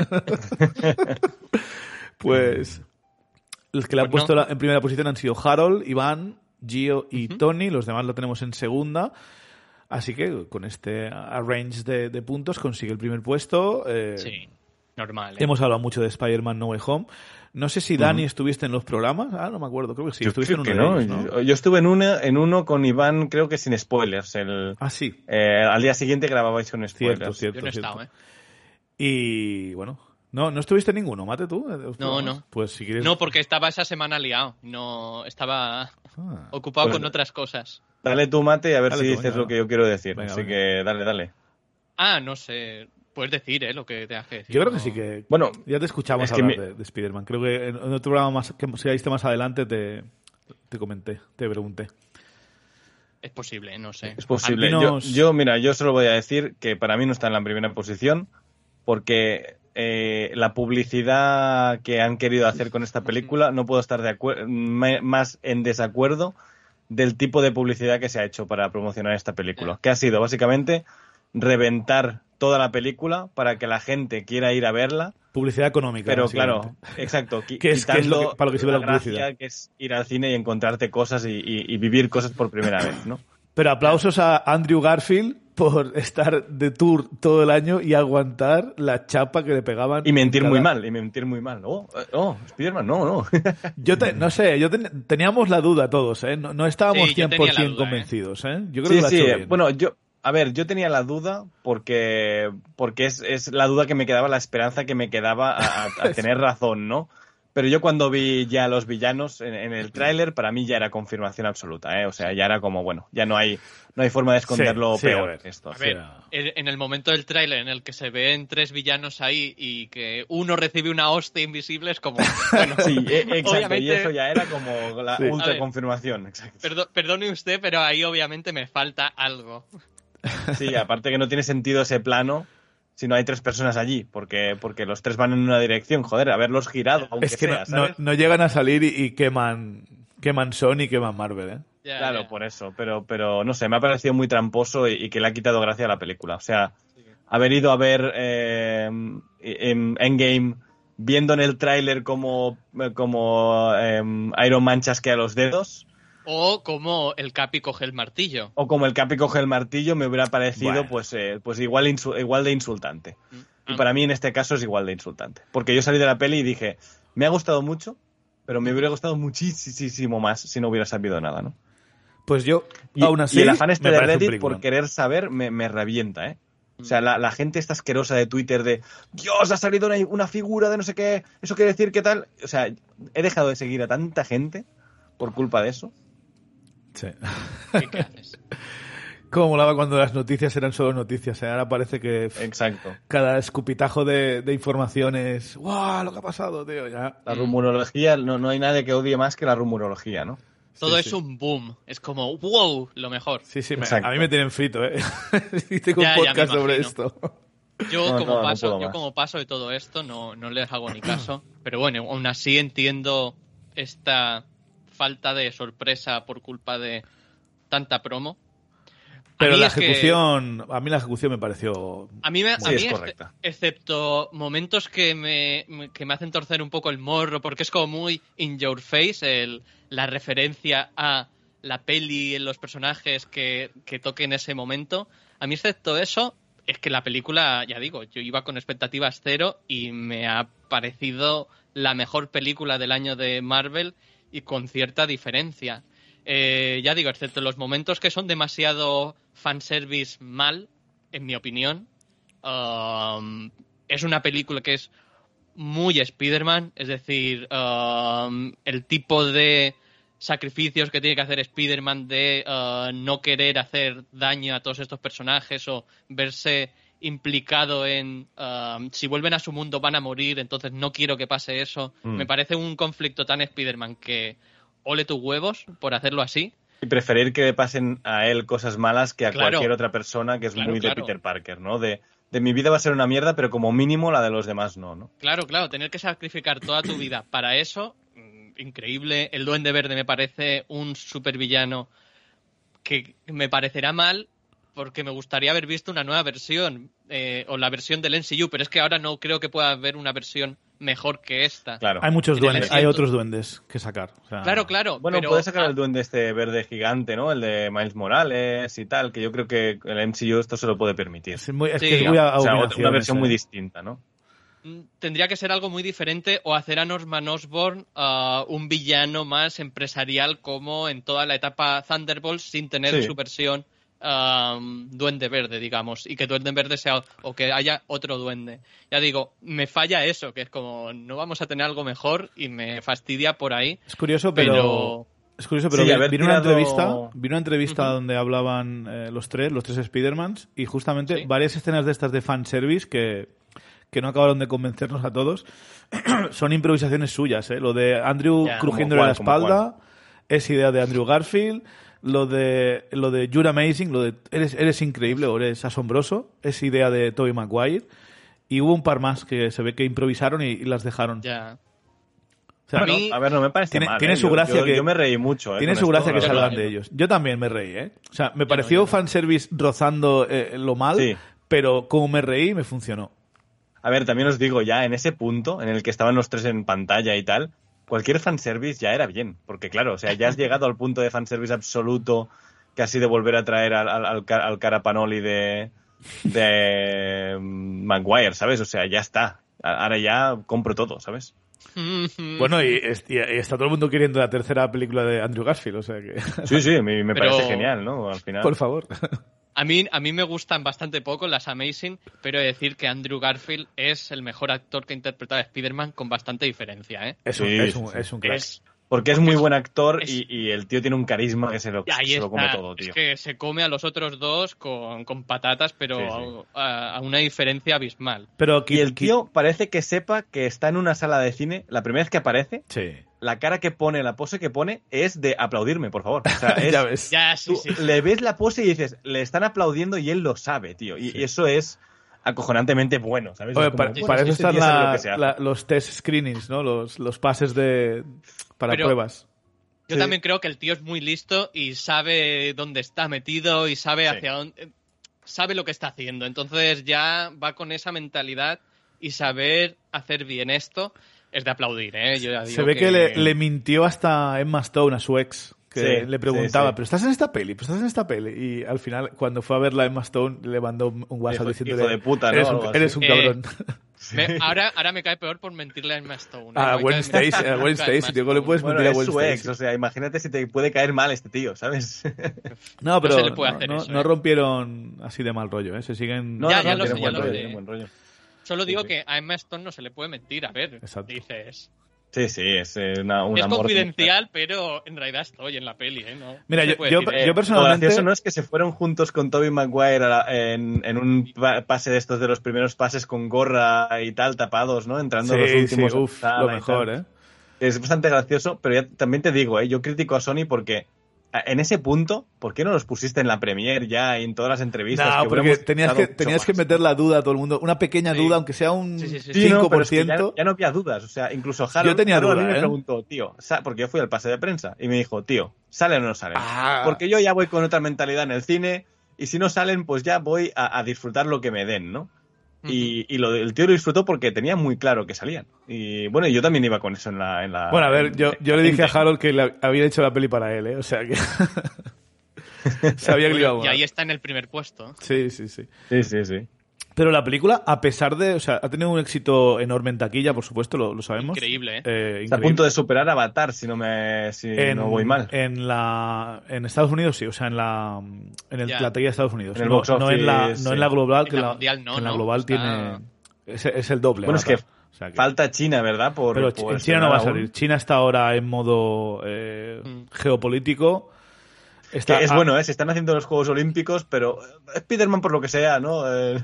Pues... Los que le han Pues puesto no. la- en primera posición han sido Harold, Iván, Gio y Tony. Los demás lo tenemos en segunda. Así que con este arrange de, de puntos consigue el primer puesto. Eh, Sí, normal, ¿eh? Hemos hablado mucho de Spider-Man No Way Home. No sé si Dani estuviste en los programas. Ah, no me acuerdo. Creo que sí. Yo Estuviste creo en que uno no. de ellos, ¿no? Yo, yo estuve en, una, en uno con Iván, creo que sin spoilers. El, Ah, sí. eh, al día siguiente grababais con spoilers. Cierto, cierto, Yo no he cierto. estado, ¿eh? Y bueno... No, ¿no estuviste en ninguno, Mate, tú? en los No, programas? no. Pues si quieres... No, porque estaba esa semana liado. No, estaba Ah. ocupado Pues- con otras cosas. Dale tú, Mate, y a ver Dale si tú, dices venga, lo va. que yo quiero decir. Venga, Así venga. que dale, dale. Ah, no sé. Puedes decir, ¿eh? Lo que tengas que decir. Yo creo que No- sí que... Bueno, ya te escuchamos es que hablar mi- de, de Spider-Man. Creo que en, en otro programa más, que seguiste más adelante te, te comenté, te pregunté. Es posible, no sé. Es posible. Al Yo, menos- yo, mira, yo solo voy a decir que para mí no está en la primera posición porque eh, la publicidad que han querido hacer con esta película no puedo estar de acuer- me- más en desacuerdo del tipo de publicidad que se ha hecho para promocionar esta película. Que ha sido básicamente reventar toda la película para que la gente quiera ir a verla. Publicidad económica. Pero básicamente. claro, exacto, qui- Que es- que es lo quitando que- para lo que sirve la gracia, publicidad. que es ir al cine y encontrarte cosas y, y- y vivir cosas por primera vez, ¿no? Pero aplausos a Andrew Garfield por estar de tour todo el año y aguantar la chapa que le pegaban. Y mentir en muy cada- mal, y mentir muy mal. Oh, eh, oh, Spiderman, no, no. Yo te- no sé, yo ten- teníamos la duda todos, ¿eh? No, no estábamos Sí, yo cien por tenía la ciento duda, ¿eh? convencidos, ¿eh? Yo creo Sí, que lo ha sí, hecho eh, bien. bueno, yo, a ver, yo tenía la duda porque, porque es, es la duda que me quedaba, la esperanza que me quedaba a, a- a tener razón, ¿no? Pero yo cuando vi ya a los villanos en, en el tráiler, para mí ya era confirmación absoluta, ¿eh? O sea, ya era como, bueno, ya no hay, no hay forma de esconderlo Sí, sí, a peor ver. que esto. A ver, sea- en en el momento del tráiler en el que se ven tres villanos ahí y que uno recibe una hostia invisible es como... Bueno, Sí, eh, exacto, y obviamente- eso ya era como la Sí. ultra A ver. confirmación, exacto. perdo- perdone usted, pero ahí obviamente me falta algo. Sí, aparte que no tiene sentido ese plano si no hay tres personas allí, porque, porque los tres van en una dirección, joder, haberlos girado, aunque es que sea, no, no, ¿sabes? no llegan a salir y, y queman, queman Sony y queman Marvel, ¿eh? Ya, Claro, ya. por eso, pero, pero no sé, me ha parecido muy tramposo y, y que le ha quitado gracia a la película. O sea, haber ido a ver eh, en Endgame viendo en el tráiler como, como eh, Iron Man chasquea los dedos, O como el Capi coge el martillo. o como el Capi coge el martillo, me hubiera parecido Bueno. pues, eh, pues igual, insu- igual de insultante. Y Ah, para mí en este caso es igual de insultante. Porque yo salí de la peli y dije, me ha gustado mucho, pero me hubiera gustado muchísimo más si no hubiera sabido nada, ¿no? Pues yo, Y, aún así, y el afán este me de parece un Reddit peliculón. por querer saber me, me revienta, ¿eh? O sea, la, la gente esta asquerosa de Twitter de Dios, ha salido una, una figura de no sé qué, eso quiere decir qué tal. O sea, he dejado de seguir a tanta gente por culpa de eso. Sí. ¿Qué, qué haces? Cómo molaba cuando las noticias eran solo noticias, ¿eh? Ahora parece que f- Exacto. cada escupitajo de, de información es ¡guau! Lo que ha pasado, tío, ya. La rumorología, no, no hay nadie que odie más que la rumorología, ¿no? Todo Sí, es sí. un boom. Es como, wow, lo mejor. Sí, sí, me- Exacto. a mí me tienen frito, ¿eh? Y tengo Ya, un ya me podcast sobre imagino. esto. Yo, No, como no, no paso, puedo yo más. como paso de todo esto no, no les hago ni caso. Pero bueno, aún así entiendo esta falta de sorpresa por culpa de tanta promo. A Pero mí la es que- ejecución, a mí la ejecución me pareció... A mí, me, a Sí, mí es ex- correcta. excepto momentos que me, que me hacen torcer un poco el morro, porque es como muy in your face, el, la referencia a la peli en los personajes que, que toque en ese momento. A mí, excepto eso, es que la película, ya digo, yo iba con expectativas cero y me ha parecido la mejor película del año de Marvel y con cierta diferencia. Eh, ya digo, excepto los momentos que son demasiado fanservice mal, en mi opinión. Um, es una película que es muy Spider-Man, es decir, um, el tipo de sacrificios que tiene que hacer Spider-Man de uh, no querer hacer daño a todos estos personajes o verse implicado en um, si vuelven a su mundo van a morir, entonces no quiero que pase eso. Mm. Me parece un conflicto tan Spider-Man que ole tus huevos por hacerlo así. Y preferir que le pasen a él cosas malas que a Claro. cualquier otra persona, que es Claro, muy claro. de Peter Parker, ¿no? De, de mi vida va a ser una mierda, pero como mínimo la de los demás no, ¿no? Claro, claro, tener que sacrificar toda tu vida para eso, mm, increíble. El Duende Verde me parece un supervillano que me parecerá mal porque me gustaría haber visto una nueva versión eh, o la versión del M C U, pero es que ahora no creo que pueda haber una versión mejor que esta. Claro. Hay muchos En el duendes, hay asiento. otros duendes que sacar. O sea, Claro, claro. Bueno, pero, puedes sacar ah, el duende este verde gigante, ¿no? El de Miles Morales y tal, que yo creo que el M C U esto se lo puede permitir. Es, muy, es Sí, que es muy O sea, otra- abominación una versión ese. muy distinta, ¿no? mm, tendría que ser algo muy diferente o hacer a Norman Osborn ah, un villano más empresarial como en toda la etapa Thunderbolts sin tener Sí. su versión ah, Duende Verde, digamos, y que Duende Verde sea o que haya otro duende. Ya digo, me falla eso, que es como no vamos a tener algo mejor y me fastidia por ahí, Es curioso, pero... pero Es curioso, pero Sí, vi, haber vi una tirado- entrevista, vi una entrevista Ujú. donde hablaban eh, los tres, los tres Spider-Mans, y justamente Sí. varias escenas de estas de fanservice que, que no acabaron de convencernos a todos son improvisaciones suyas. ¿eh? Lo de Andrew Ya. crujiéndole ¿Cómo la cuál, cómo espalda es idea de Andrew Garfield. Lo de lo de You're Amazing, lo de eres, eres increíble o eres asombroso, es idea de Tobey Maguire. Y hubo un par más que se ve que improvisaron y, y las dejaron. ya. O sea, A mí- A ver, no me parece Tiene- mal. tiene ¿eh? su Yo- gracia yo, que- yo me reí mucho. ¿eh? Tiene con su esto, gracia la que yo verdad. salgan no, de yo no. ellos. Yo también me reí, ¿eh? O sea, me no, pareció yo no. fanservice rozando eh, lo mal, Sí. pero como me reí, me funcionó. A ver, también os digo, ya en ese punto en el que estaban los tres en pantalla y tal, cualquier fanservice ya era bien. Porque claro, o sea, ya has llegado al punto de fanservice absoluto, casi de volver a traer al, al, al, al Carapanoli de, de mm, Maguire, ¿sabes? O sea, ya está. A- Ahora ya compro todo, ¿sabes? Bueno, y, es- y- y está todo el mundo queriendo la tercera película de Andrew Garfield, o sea que... Sí, sí, me, me Pero- parece genial, ¿no? Al final. Por favor. A mí, a mí me gustan bastante poco las Amazing, pero he de decir que Andrew Garfield es el mejor actor que ha interpretado a Spider-Man con bastante diferencia, ¿eh? Es un, Sí, es un, sí, sí. es un crack. Es, Porque es muy buen actor es- y, y el tío tiene un carisma que se lo, ahí se lo come está. todo, tío. Es que se come a los otros dos con, con patatas, pero Sí, sí. A, a una diferencia abismal. Pero Y el qui- tío parece que sepa que está en una sala de cine, la primera vez que aparece, Sí. la cara que pone, la pose que pone, es de aplaudirme, por favor. O sea, es- Ya ves. Ya, sí, tú sí. le ves la pose y dices, le están aplaudiendo y él lo sabe, tío. Y, Sí. y eso es acojonantemente bueno, ¿sabes? Oye, Es como, para, "Bueno, para este eso están tío sabe lo la- que se hace". la- los test screenings, ¿no? Los, los pases de para Pero- pruebas. Yo Sí. también creo que el tío es muy listo y sabe dónde está metido y sabe Sí. hacia dónde. Sabe lo que está haciendo. Entonces ya va con esa mentalidad y saber hacer bien esto es de aplaudir, ¿eh? Yo ya Se digo ve que, le, le mintió hasta Emma Stone a su ex, que Sí, le preguntaba, sí, sí. ¿pero estás en esta peli? ¿Pero estás en esta peli? Y al final, cuando fue a verla a Emma Stone, le mandó un WhatsApp Hijo- diciéndole, hijo de puta, ¿no? eres, un, Algo así. eres un Eh, cabrón. Me- ahora, ahora me cae peor por mentirle a Emma Stone. ¿eh? A No me Gwen cae- Stacy, me a cae Gwen más Stacy, tío, ¿cómo le Stone. puedes Bueno, mentir a es Gwen su ex, Stacy? o sea, imagínate si te puede caer mal este tío, ¿sabes? No, pero se le puede no, hacer no- eso, no ¿eh? rompieron así de mal rollo, ¿eh? Se siguen... No, Ya, no, ya no, lo tiene sé, buen ya lo rollo, sé. tiene buen rollo. Solo digo Sí, sí. que a Emma Stone no se le puede mentir. A ver, Exacto. dices. Sí, sí, es eh, una, un Es amor. confidencial, pero en realidad estoy en la peli, ¿eh? No, Mira, no se yo- puede yo- decir, Eh, eh, yo Lo personalmente- gracioso no es que se fueron juntos con Tobey Maguire a la- en, en un pa- pase de estos de los primeros pases con gorra y tal, tapados, ¿no? Entrando los Sí, sí, últimos. a la uff, sala lo y mejor, tal. ¿eh? que es bastante gracioso, pero ya también te digo, ¿eh? Yo critico a Sony porque en ese punto, ¿por qué no los pusiste en la Premiere ya y en todas las entrevistas? No, que porque tenías que tenías que más, meter ¿no? la duda a todo el mundo, una pequeña Sí. duda, aunque sea un Sí, sí, sí, Sí, no, cinco pero por es que ya, ciento. ya no había dudas, o sea, incluso Harold, Yo tenía Harold duda, a mí me ¿eh? preguntó, tío, porque yo fui al pase de prensa y me dijo, tío, ¿salen o no salen? Ah. Porque yo ya voy con otra mentalidad en el cine y si no salen, pues ya voy a, a disfrutar lo que me den, ¿no? Y, y lo, el tío lo disfrutó porque tenía muy claro que salían. Y bueno, yo también iba con eso en la... En la Bueno, a ver, en- yo, en yo la le dije a mente. Harold que le había hecho la peli para él, ¿eh? O sea que sabía que le iba a Y molar. ahí está en el primer puesto. Sí, sí, sí. Sí, sí, sí. Pero la película, a pesar de... O sea, ha tenido un éxito enorme en taquilla, por supuesto, lo, lo sabemos. Increíble, ¿eh? Eh, Está a punto de superar Avatar, si no me si en, no voy mal. En la en Estados Unidos sí, o sea, en la en el, Ya. la taquilla de Estados Unidos. En el no, box no en la office, no en sí. la global, En que la la, mundial no, que en la ¿no? global Está- tiene es, es el doble. Bueno, es que Avatar. O sea que- falta China, ¿verdad? Por, pero por en China no va a estrenar salir. aún. China está ahora en modo eh, Mm. geopolítico. Está, Que es ah, bueno, ¿eh? Se están haciendo los Juegos Olímpicos, pero Spider-Man por lo que sea, ¿no? Eh,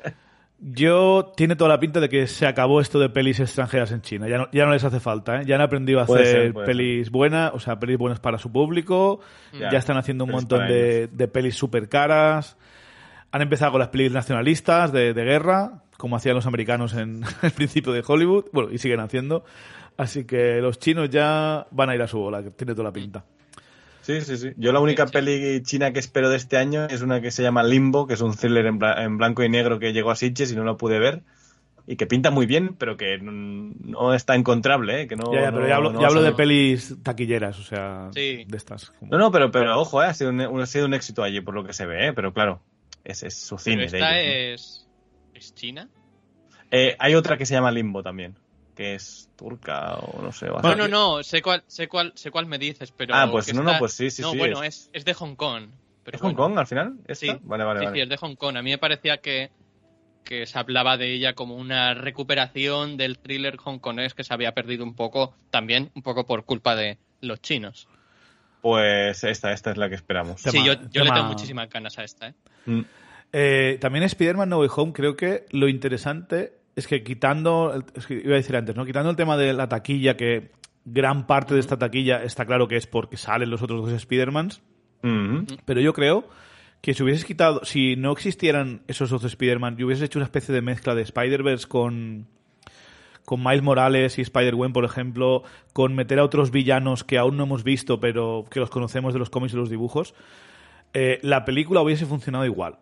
Yo tiene toda la pinta de que se acabó esto de pelis extranjeras en China. Ya no, ya no les hace falta, ¿eh? Ya han aprendido a Puede hacer ser, puede pelis buenas, o sea, pelis buenas para su público. Ya, Ya, están haciendo un pelis montón para de, de pelis súper caras. Han empezado con las pelis nacionalistas de, de guerra, como hacían los americanos en el principio de Hollywood. Bueno, y siguen haciendo. Así que los chinos ya van a ir a su bola, que tiene toda la pinta. Sí, sí, sí. Yo la única Sí. peli china que espero de este año es una que se llama Limbo, que es un thriller en, bla- en blanco y negro que llegó a Sitges y no lo pude ver. Y que pinta muy bien, pero que n- no está encontrable, ¿eh? Que no, ya, ya, pero no- ya hablo, no ya hablo vas a- de pelis taquilleras, o sea, Sí. de estas. como- No, no, pero, pero ojo, ¿eh? Ha sido un, un- ha sido un éxito allí por lo que se ve, ¿eh? Pero claro, es, es su Pero cine de esta ellos, ¿no? es... ¿Es China? Eh, hay otra que se llama Limbo también, que es turca o no sé. No, bastante- no, no, sé cuál, sé cuál, sé cuál me dices, pero... Ah, pues que no, no, pues sí, sí, no, sí, bueno, es- es, es de Hong Kong. Pero ¿Es Hong bueno. Kong al final? ¿Esta? Sí, Vale, vale, sí, vale. sí, es de Hong Kong. A mí me parecía que, que se hablaba de ella como una recuperación del thriller hongkonés que se había perdido un poco, también un poco por culpa de los chinos. Pues esta, esta es la que esperamos. Tema- sí, yo, yo le tema- tengo muchísimas ganas a esta, ¿eh? Mm. Eh, también Spider-Man No Way Home, creo que lo interesante es que quitando, el- es que iba a decir antes, ¿no? Quitando el tema de la taquilla, que gran parte de esta taquilla está claro que es porque salen los otros dos Spider-Mans, Mm. pero yo creo que si hubieses quitado, si no existieran esos dos Spider-Man y hubieses hecho una especie de mezcla de Spider-Verse con, con Miles Morales y Spider-Gwen, por ejemplo, con meter a otros villanos que aún no hemos visto, pero que los conocemos de los cómics y los dibujos, eh, la película hubiese funcionado igual.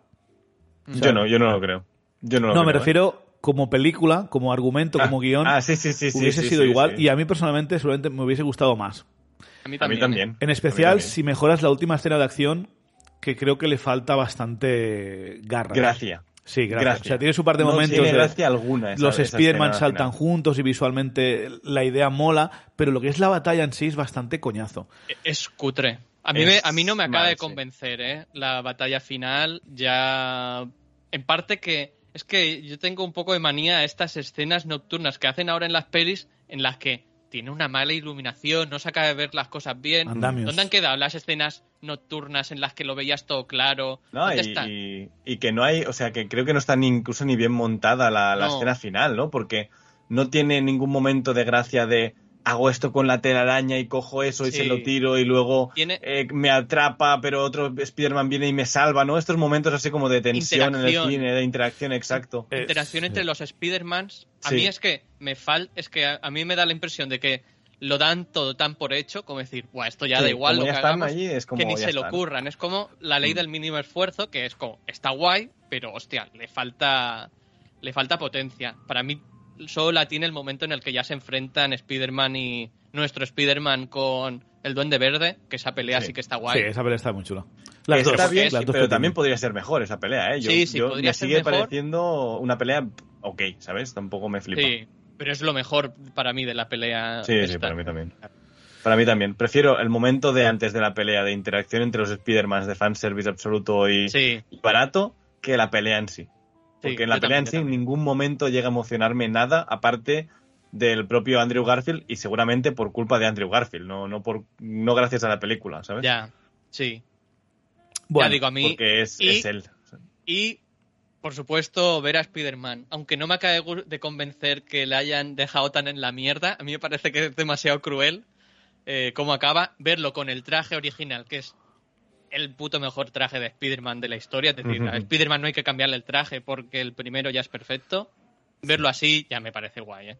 Yo no, yo no lo creo. Yo no lo No, creo, me ¿eh? refiero como película, como argumento, Ah, como guión, ah, sí, sí, sí, sí, hubiese sí, sido sí, igual sí. y a mí personalmente seguramente me hubiese gustado más. A mí A también. mí ¿eh? también. En A especial mí si mejoras la última escena de acción, que creo que le falta bastante garra. también. Gracia. Sí, gracias. Gracia. O sea, tiene su par de No momentos tiene de gracia alguna esa- los esa Spider-Man escena saltan final. juntos y visualmente la idea mola, pero lo que es la batalla en sí es bastante coñazo. Es cutre. A mí, Es me, a mí no me acaba mal, de sí. convencer, ¿eh? La batalla final ya... En parte que... Es que yo tengo un poco de manía a estas escenas nocturnas que hacen ahora en las pelis en las que tiene una mala iluminación, no se acaba de ver las cosas bien. Andamios. ¿Dónde han quedado las escenas nocturnas en las que lo veías todo claro? No, ¿Dónde y, están? y- y que no hay, o sea, que creo que no está ni incluso ni bien montada la, la No. escena final, ¿no? Porque no tiene ningún momento de gracia de hago esto con la telaraña y cojo eso y Sí. se lo tiro y luego Tiene- eh, me atrapa, pero otro Spider-Man viene y me salva, ¿no? Estos momentos así como de tensión en el Interacción. cine, de interacción, exacto. Eh, Interacción sí. entre los Spider-Mans. A Sí. mí es que me fal es que a, a mí me da la impresión de que lo dan todo tan por hecho como decir, Buah, esto ya Sí, da igual como lo ya que están hagamos, allí, es como que ni ya se lo están. ocurran. Es como la ley Mm. del mínimo esfuerzo, que es como, está guay, pero hostia, le falta, le falta potencia. Para mí solo la tiene el momento en el que ya se enfrentan Spider-Man y nuestro Spider-Man con el Duende Verde, que esa pelea Sí. sí, que está Sí, guay. esa pelea está muy chula. Está dos, bien, las sí, dos pero que también tiene. podría ser mejor esa pelea, ¿eh? Yo, Sí, sí, yo- podría me ser sigue mejor. pareciendo una pelea ok, ¿sabes? Tampoco me flipa. Sí, pero es lo mejor para mí de la pelea. Sí, sí, esta. para mí también. Para mí también. Prefiero el momento de antes de la pelea, de interacción entre los Spider-Man, de fanservice absoluto y, Sí. y barato, que la pelea en sí. Porque Sí, en la yo pelea también, en yo sí en también. ningún momento llega a emocionarme nada, aparte del propio Andrew Garfield, y seguramente por culpa de Andrew Garfield, no, no, por, no gracias a la película, ¿sabes? Ya, sí. Bueno, ya digo, a mí. Porque es, y, es él. y Por supuesto, ver a Spider-Man. Aunque no me acabe de convencer que le hayan dejado tan en la mierda, a mí me parece que es demasiado cruel eh, cómo acaba. Verlo con el traje original, que es el puto mejor traje de Spider-Man de la historia. Es decir, Uh-huh. a Spider-Man no hay que cambiarle el traje porque el primero ya es perfecto. Verlo así ya me parece guay, ¿eh?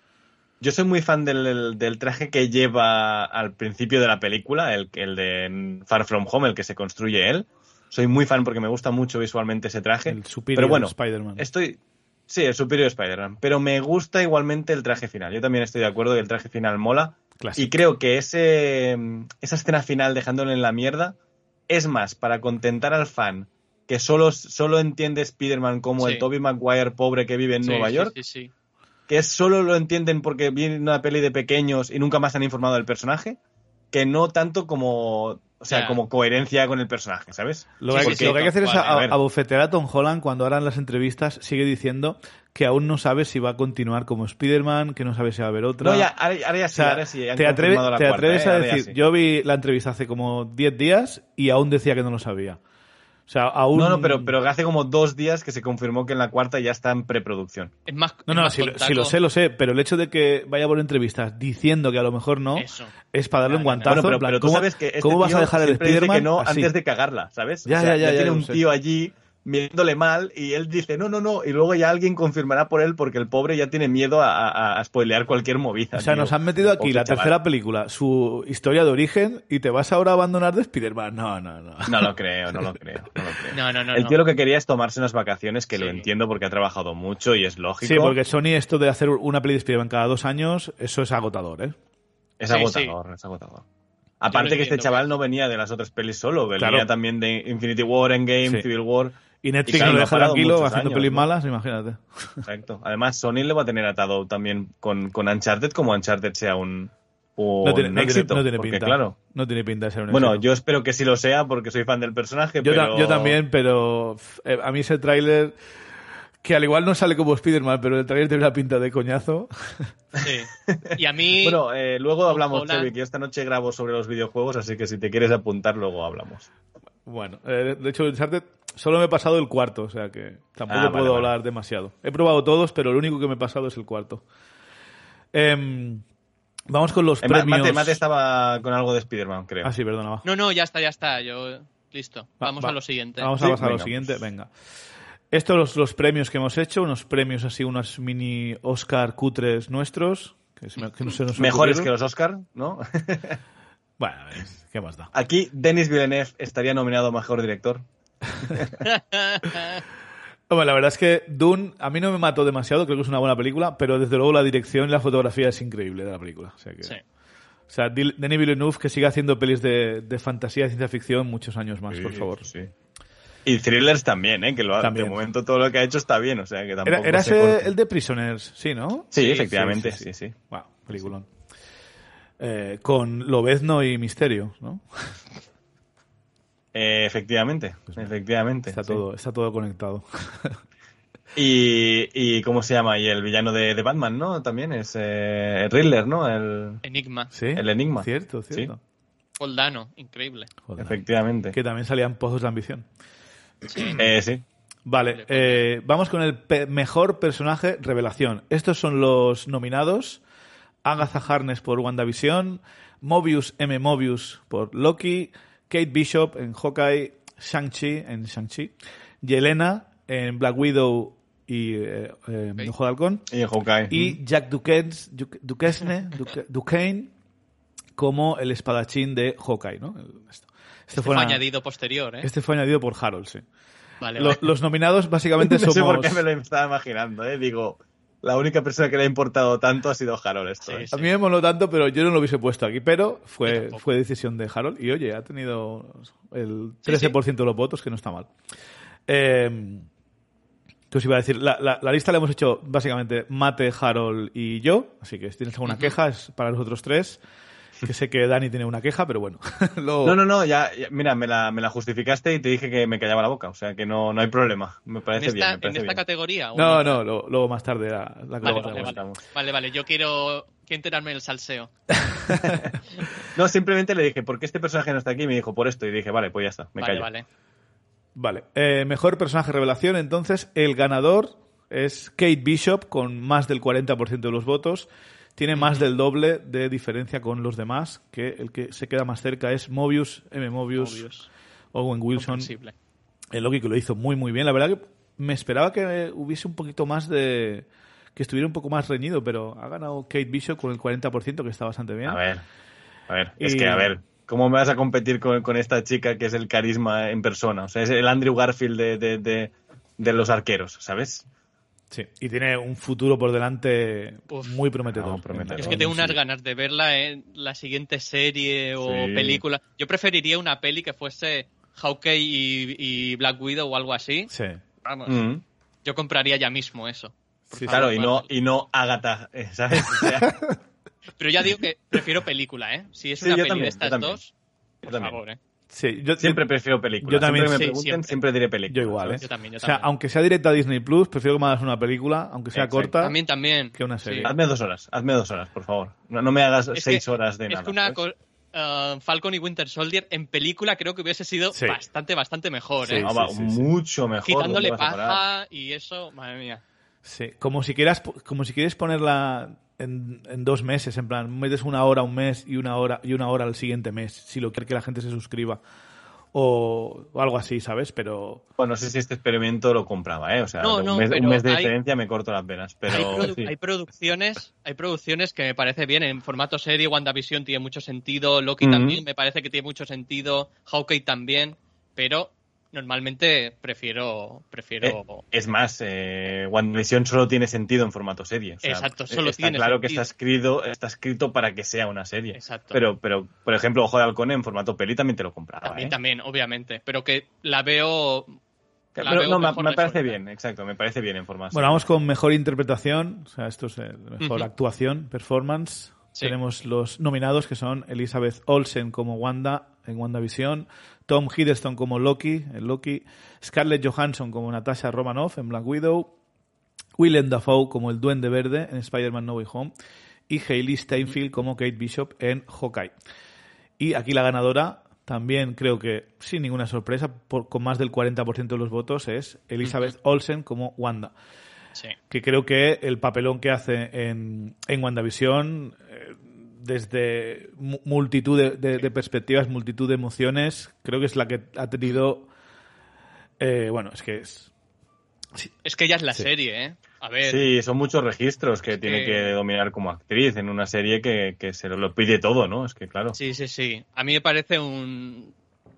Yo soy muy fan del, del traje que lleva al principio de la película, el, el de Far From Home, el que se construye él. Soy muy fan porque me gusta mucho visualmente ese traje. El Superior pero bueno, Spider-Man. Estoy... Sí, el Superior Spider-Man. Pero me gusta igualmente el traje final. Yo también estoy de acuerdo que el traje final mola. Clásico. Y creo que ese esa escena final dejándole en la mierda es más para contentar al fan que solo, solo entiende Spider-Man como Sí. el Tobey Maguire pobre que vive en Sí, Nueva sí, York. Sí, sí, Que solo lo entienden porque viene una peli de pequeños y nunca más han informado del personaje, que no tanto como, o sea, Ya. como coherencia con el personaje, ¿sabes? Lo, Sí, que, sí, lo que hay que hacer es vale, a- a ver. abofetear a Tom Holland cuando ahora en las entrevistas sigue diciendo que aún no sabe si va a continuar como Spider-Man, que no sabe si va a haber otra. No, ya, ahora, ahora ya O sí, sea, ahora sí. Han te, atreve- confirmado la te cuarta, atreves ¿eh? a Ahora ya decir, sí. yo vi la entrevista hace como diez días y aún decía que no lo sabía. O sea, aún... No, no, pero, pero hace como dos días que se confirmó que en la cuarta ya está en prepreproducción. Es más, No, es no, más si, lo- con si lo taco. sé, lo sé, pero el hecho de que vaya por entrevistas diciendo que a lo mejor no, Eso. es para darle No, un no, no. guantazo. Bueno, pero, en plan, pero tú ¿cómo, sabes que este ¿cómo vas tío a dejar el siempre dice Spider-Man que no así? antes de cagarla, ¿sabes? Ya, o sea, ya, ya, ya, tiene lo un sé. tío allí mirándole mal y él dice no, no, no, y luego ya alguien confirmará por él porque el pobre ya tiene miedo a, a, a spoilear cualquier movida. O sea, tío. nos han metido aquí Pobre la chaval. tercera película, su historia de origen, y te vas ahora a abandonar de Spider-Man. No, no, no. No lo creo, no lo creo, no lo creo. No, no, no. el no. tío lo que quería es tomarse unas vacaciones, que lo Sí. entiendo porque ha trabajado mucho y es lógico. Sí, porque Sony esto de hacer una peli de Spider-Man cada dos años, eso es agotador, ¿eh? Es Sí, agotador, es agotador. Aparte que este entiendo, chaval pues. no venía de las otras pelis solo, venía Claro. también de Infinity War, Endgame, Sí. Civil War. Y Netflix Y claro, no lo no ha deja parado tranquilo muchos haciendo años, pelis ¿no? malas, imagínate. Exacto. Además, Sony le va a tener atado también con, con Uncharted, como Uncharted sea un, un No tiene, no tiene- éxito. no tiene porque, pinta. claro. No tiene pinta de ser un Bueno, éxito. yo espero que sí lo sea porque soy fan del personaje, Yo, ta- pero... yo también, pero pff, eh, a mí ese tráiler, que al igual no sale como Spider-Man, pero el tráiler tiene una pinta de coñazo. Sí. Y a mí... Bueno, eh, luego hablamos, Holland- Xavi, que yo esta noche grabo sobre los videojuegos, así que si te quieres apuntar, luego hablamos. Bueno, eh, de hecho, Uncharted solo me he pasado el cuarto, o sea que tampoco Ah, vale, puedo vale. hablar demasiado. He probado todos, pero el único que me he pasado es el cuarto. Em, vamos con los Eh, Ma- premios. Mate, Mate estaba con algo de Spider-Man, creo. Ah, sí, perdona, va. No, no, ya está, ya está. Yo... Listo. Va, Vamos va. a lo siguiente. Vamos a Sí, pasar a lo venga, siguiente, pues. venga. Estos los, los premios que hemos hecho, unos premios así, unos mini Oscar cutres nuestros, que, se me- que no se nos Mejores que ocurrieron. los Oscar, ¿no? Bueno, es- ¿qué más da? Aquí Denis Villeneuve estaría nominado a Mejor Director. Bueno, la verdad es que Dune a mí no me mató demasiado, creo que es una buena película, pero desde luego la dirección y la fotografía es increíble de la película. O sea, que, Sí. o sea Dil- Denis Villeneuve que siga haciendo pelis de, de fantasía y ciencia ficción muchos años más, por Sí, favor. sí. Y thrillers también, ¿eh? Que lo ha- También. de momento todo lo que ha hecho está bien, o sea que tampoco Era, era se ese corte. el de Prisoners, sí, ¿no? Sí, Sí, efectivamente, sí, sí, sí, sí. Wow, peliculón. Eh, con Lobezno y Misterio, ¿no? Eh, efectivamente, efectivamente. Está sí. todo, está todo conectado. Y, y ¿cómo se llama? Y el villano de, de Batman, ¿no? También es eh, Riddler, ¿no? El, Enigma. ¿Sí? El enigma. Cierto, cierto. Paul Dano. Increíble. Joder, efectivamente. que también salían Pozos de Ambición. Eh, sí. Vale, eh, vamos con el pe- mejor personaje revelación. Estos son los nominados. Agatha Harkness por WandaVision, Mobius M. Mobius por Loki, Kate Bishop en Hawkeye, Shang-Chi en Shang-Chi, Yelena en Black Widow y eh, eh, Ok. Ojo de Halcón, Y Hawkeye. y Jack Duquesne, Duque- Duquesne, Duque- Duquesne como el espadachín de Hawkeye, ¿no? El- Esto. Este, Este fue fue una- añadido posterior, ¿eh? este fue añadido por Harold, sí. Vale, Lo- vale. los nominados básicamente no sé somos... por qué me lo estaba imaginando, ¿eh? Digo, la única persona que le ha importado tanto ha sido Harold esto. Sí, ¿eh? sí. A mí me moló tanto, pero yo no lo hubiese puesto aquí. Pero Yo fue, tampoco. fue decisión de Harold. Y oye, ha tenido el trece por ciento de los votos, que no está mal. Eh, ¿qué os iba a decir? La, la- la lista la hemos hecho básicamente Mate, Harold y yo. Así que si tienes alguna queja, es para los otros tres. Que sé que Dani tiene una queja, pero bueno. Lo- No, no, no, ya, ya- mira, me la, me la justificaste y te dije que me callaba la boca, o sea que no, no hay problema, me ¿En parece esta, bien, me en parece esta bien. categoría? o no, en no, otra? lo- luego más tarde la, la Vale, comentamos. vale, vale. Estamos. Vale, vale. Yo quiero, quiero enterarme del salseo. No, simplemente le dije, ¿por qué este personaje no está aquí? Y me dijo, por esto, y dije, vale, pues ya está, me vale, callo. vale. Vale. Eh, mejor personaje revelación, entonces, el ganador es Kate Bishop, con más del cuarenta por ciento de los votos. Tiene más del doble de diferencia con los demás, que el que se queda más cerca es Mobius, M. Mobius, Mobius. Owen Wilson. El Loki, que lo hizo muy, muy bien. La verdad que me esperaba que hubiese un poquito más de... que estuviera un poco más reñido, pero ha ganado Kate Bishop con el cuarenta por ciento, que está bastante bien. A ver, a ver, Y- es que, a ver, ¿cómo me vas a competir con, con esta chica que es el carisma en persona? O sea, es el Andrew Garfield de, de, de, de los arqueros, ¿sabes? Sí, y tiene un futuro por delante Uf. muy prometedor. No, prometedor. Yo es que tengo Sí. unas ganas de verla en la siguiente serie o Sí. película. Yo preferiría una peli que fuese Hawkeye y, y Black Widow o algo así. Sí. Vamos, Mm. yo compraría ya mismo eso. Por Sí, favor, Claro, y no, Marvel. y no Agatha, eh, ¿sabes? O sea, Pero ya digo que prefiero película, ¿eh? Si es Sí, una yo peli también, de yo estas también. dos, yo por también. favor, ¿eh? Sí, yo, Siempre prefiero películas. Yo también. Siempre me Sí, pregunten, siempre. siempre diré películas. Yo igual, ¿eh? ¿sabes? Yo también, yo O sea, también. aunque sea directa a Disney Plus, prefiero que me hagas una película, aunque sea Exacto. corta, También, también. que una serie. Sí. Hazme dos horas, hazme dos horas, por favor. No, no me hagas Es seis que- horas de es nada. que una ¿sabes? co- uh, Falcon y Winter Soldier en película creo que hubiese sido Sí. bastante, bastante mejor, Sí, ¿eh? Ah, va, sí, sí. mucho mejor. Quitándole ¿dónde vas a parar? paja y eso, madre mía. Sí, como si quieras, como si quieres ponerla en, en dos meses, en plan, metes una hora un mes y una hora y una hora al siguiente mes, si lo quiere que la gente se suscriba o, o algo así, ¿sabes? Pero Bueno, no sé si este experimento lo compraba, ¿eh? O sea, No, un, no, mes, un pero mes de hay- diferencia me corto las venas. Pero hay, produ- sí. hay producciones, hay producciones que me parece bien en formato serie. WandaVision tiene mucho sentido, Loki Ujú. también me parece que tiene mucho sentido, Hawkeye también, pero normalmente prefiero prefiero Eh, es más, eh, WandaVision solo tiene sentido en formato serie. O sea, Exacto, solo está tiene claro que sentido. está escrito, está escrito para que sea una serie. Exacto. Pero, pero, por ejemplo, Ojo de Halcón en formato peli también te lo compraba. también ¿eh? también, obviamente, pero que la veo la Pero veo no, me, mejor me parece resuelta. bien, exacto, me parece bien en formato bueno, vamos con mejor interpretación, o sea, esto es eh, mejor Ujú. actuación, performance. Sí. Tenemos los nominados, que son Elizabeth Olsen como Wanda en WandaVision, Tom Hiddleston como Loki en Loki, Scarlett Johansson como Natasha Romanoff en Black Widow, Willem Dafoe como el Duende Verde en Spider-Man No Way Home y Hailey Steinfeld como Kate Bishop en Hawkeye. Y aquí la ganadora, también creo que sin ninguna sorpresa, por, con más del cuarenta por ciento de los votos, es Elizabeth Olsen como Wanda. Sí. Que creo que el papelón que hace en, en WandaVision, eh, desde mu- multitud de, de- de perspectivas, multitud de emociones, creo que es la que ha tenido... eh, bueno, es que es... Es que ella es la Sí. serie, ¿eh? A ver, Sí, son muchos registros que tiene que- que dominar como actriz en una serie que, que se lo pide todo, ¿no? Es que claro. sí, sí, sí. A mí me parece un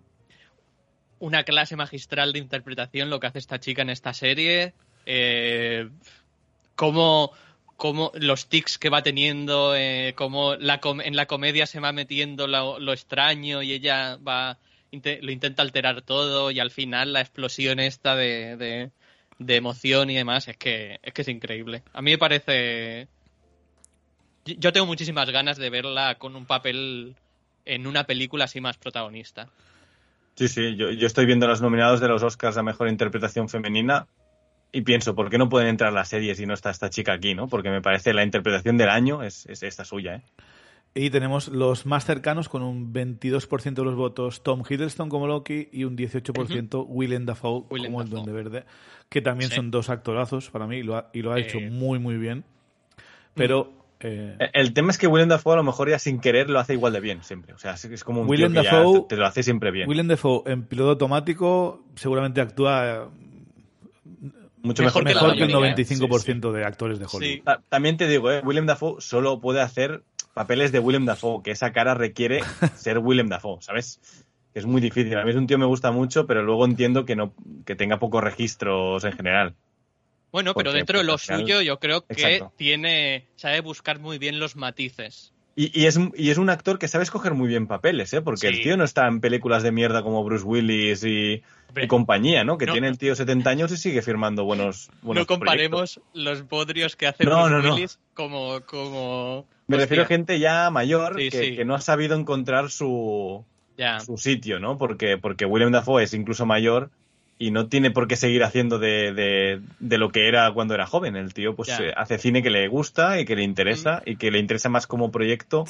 una clase magistral de interpretación lo que hace esta chica en esta serie. Eh, cómo, cómo los tics que va teniendo, eh, cómo la com- en la comedia se va metiendo lo, lo extraño y ella va inte- lo intenta alterar todo y al final la explosión esta de, de, de emoción y demás es que es que es increíble. A mí me parece... Yo- Yo tengo muchísimas ganas de verla con un papel en una película así más protagonista. Sí, sí, yo, yo estoy viendo los nominados de los Oscars a Mejor Interpretación Femenina y pienso, ¿por qué no pueden entrar las series si no está esta chica aquí, no? Porque me parece la interpretación del año es, es esta suya, ¿eh? Y tenemos los más cercanos con un veintidós por ciento de los votos Tom Hiddleston como Loki y un dieciocho por ciento Willem Dafoe Willem como el Dafoe. Duende Verde, que también Sí. son dos actorazos para mí y lo ha, y lo ha Eh. hecho muy, muy bien. Pero... eh, Eh, El tema es que Willem Dafoe a lo mejor ya sin querer lo hace igual de bien siempre. O sea, es, es como un Willem tío que Dafoe- ya te, te lo hace siempre bien. Willem Dafoe en piloto automático seguramente actúa Mucho mejor mejor, que la mejor que el mayoría, ¿eh? noventa y cinco por ciento de actores de Hollywood. Sí. Ta- También te digo, ¿eh? Willem Dafoe solo puede hacer papeles de Willem Dafoe, que esa cara requiere ser Willem Dafoe, ¿sabes? Que es muy difícil. A mí es un tío que me gusta mucho, pero luego entiendo que no que tenga pocos registros en general. Bueno, pero Porque, dentro de lo pues, al final- suyo yo creo que Exacto. tiene sabe buscar muy bien los matices. Y, y, es, y es un actor que sabe escoger muy bien papeles, ¿eh? Porque Sí. el tío no está en películas de mierda como Bruce Willis y, Hombre, y compañía, ¿no? Que no. tiene el tío setenta años y sigue firmando buenos, buenos no comparemos los bodrios que hace No, Bruce no, no. Willis como como Me hostia, refiero a gente ya mayor Sí, que, sí. que no ha sabido encontrar su, ya. su sitio, ¿no? Porque, porque Willem Dafoe es incluso mayor y no tiene por qué seguir haciendo de, de, de lo que era cuando era joven. El tío pues Ya. eh, hace cine que le gusta y que le interesa y que le interesa más como proyecto Sí.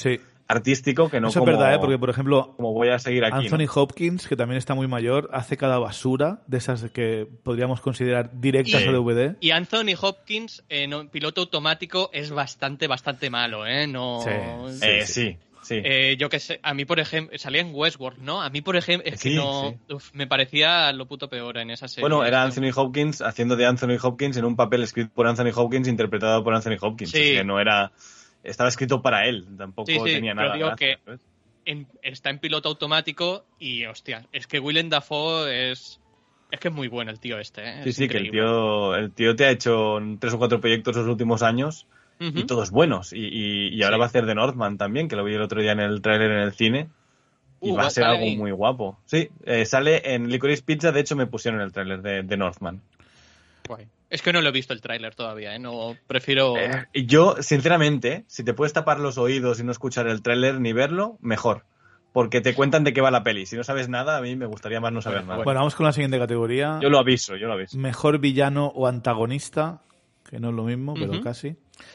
artístico que no Eso como... es verdad, ¿eh? Porque, por ejemplo, como voy a seguir aquí, Anthony ¿no? Hopkins, que también está muy mayor, hace cada basura de esas que podríamos considerar directas Y- a D V D. Y Anthony Hopkins en piloto automático es bastante, bastante malo, ¿eh? No... Sí, Eh, sí, sí. Eh, yo que sé, a mí, por ejemplo, salía en Westworld, ¿no? A mí, por ejemplo, es que Sí, no... sí. Uf, me parecía lo puto peor en esa serie. Bueno, era Este Anthony Hopkins haciendo de Anthony Hopkins en un papel escrito por Anthony Hopkins, interpretado por Anthony Hopkins. Sí. Así que no era... Estaba escrito para él, tampoco Sí, sí, tenía pero nada. digo gracia, que- ¿sabes? en- está en piloto automático y, hostia, es que Willem Dafoe es... Es que es muy bueno el tío este, ¿eh? Sí, Es sí, que el increíble. tío, el tío te ha hecho tres o cuatro proyectos los últimos años Ujú. y todos buenos. Y, y, y ahora Sí. va a hacer de Northman también, que lo vi el otro día en el tráiler en el cine. Y Uh, va a va- ser sale algo ahí. muy guapo. Sí, eh, sale en Licorice Pizza, de hecho me pusieron el tráiler de, de Northman. Guay. Es que no lo he visto el tráiler todavía, ¿eh? No, prefiero... Eh, y yo, sinceramente, si te puedes tapar los oídos y no escuchar el tráiler ni verlo, mejor. Porque te cuentan de qué va la peli. Si no sabes nada, a mí me gustaría más no saber Bueno, nada. Bueno, vamos con la siguiente categoría. Yo lo aviso, yo lo aviso. Mejor villano o antagonista, que no es lo mismo, pero Ujú. casi.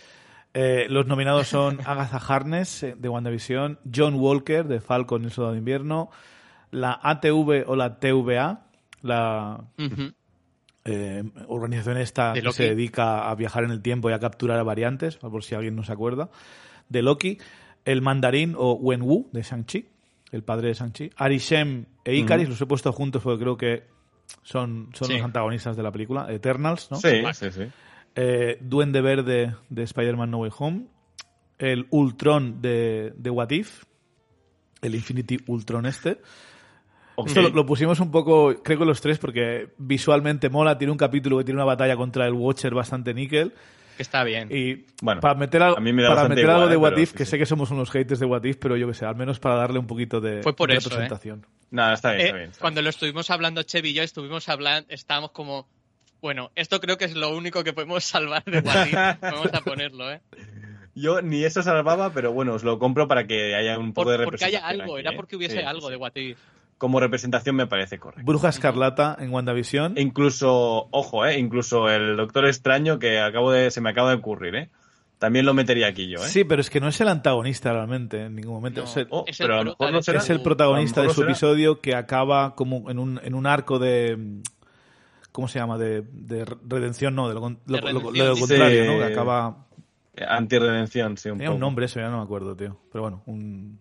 Eh, los nominados son Agatha Harkness, eh, de WandaVision, John Walker, de Falcon y el Soldado de Invierno, la A T V o la T V A, la Ujú. eh, organización esta De que Loki. se dedica a viajar en el tiempo y a capturar a variantes, por si alguien no se acuerda, de Loki, el Mandarín o Wenwu, de Shang-Chi, el padre de Shang-Chi, Arishem e Icaris, Ujú. los he puesto juntos porque creo que son, son Sí. los antagonistas de la película, Eternals, ¿no? Sí, sí, sí. Eh, Duende Verde de Spider-Man No Way Home, el Ultron de, de What If, el Infinity Ultron este. Ok. Esto lo, lo pusimos un poco, creo que los tres, porque visualmente mola, tiene un capítulo que tiene una batalla contra el Watcher bastante níquel. Que está bien. Y Bueno, para meter, al- a mí me da para bastante meter algo igual, de ¿eh? What Pero If, sí, que sí. sé que somos unos haters de What If, pero yo que sé, al menos para darle un poquito de, Fue por de eso, ¿eh? representación. Nada, está bien, Eh, está bien. está cuando bien. lo estuvimos hablando, Chevy y yo estuvimos hablando, estábamos como, bueno, esto creo que es lo único que podemos salvar de What If. Vamos a ponerlo, ¿eh? Yo ni eso salvaba, pero bueno, os lo compro para que haya un poco Por- de porque haya representación. algo, aquí, era ¿eh? porque hubiese Sí, sí, algo sí. de What If. Como representación me parece correcto. Bruja Escarlata en WandaVision. E incluso, ojo, eh, incluso el Doctor Extraño que acabo de, se me acaba de ocurrir, ¿eh? También lo metería aquí yo, ¿eh? Sí, pero es que no es el antagonista realmente en ningún momento. No. Es el- Oh, Es el pero a lo prota mejor no de será. es el su- protagonista a lo de su mejor no será. episodio que acaba como en un, en un arco de... ¿Cómo se llama? De, de redención, no, de lo, con- lo- De lo- redención, lo dice. contrario, ¿no? Que acaba... Eh, Antirredención, sí, un Tenía poco. un nombre eso, ya no me acuerdo, tío. Pero bueno, un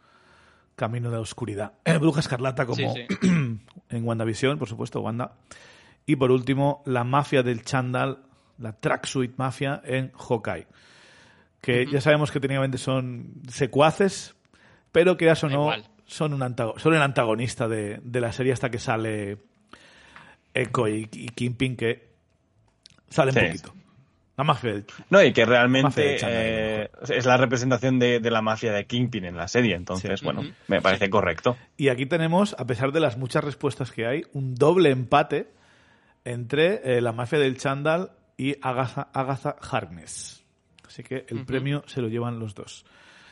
camino de la oscuridad. Eh, Bruja Escarlata como Sí, sí. en WandaVision, por supuesto, Wanda. Y por último, la mafia del chándal, la Tracksuit Mafia en Hawkeye. Que ya sabemos que técnicamente son secuaces, pero que ya o Da no, igual. son, un antago- son el antagonista de, de la serie hasta que sale Echo y, y Kingpin, que salen Sí. poquito. La mafia del... No, y que Mafia de realmente chándal, eh, es la representación de, de la mafia de Kingpin en la serie, entonces, Sí. bueno, Ujú. me parece correcto. Y aquí tenemos, a pesar de las muchas respuestas que hay, un doble empate entre eh, la mafia del chándal y Agatha, Agatha Harkness. Así que el Ujú. premio se lo llevan los dos.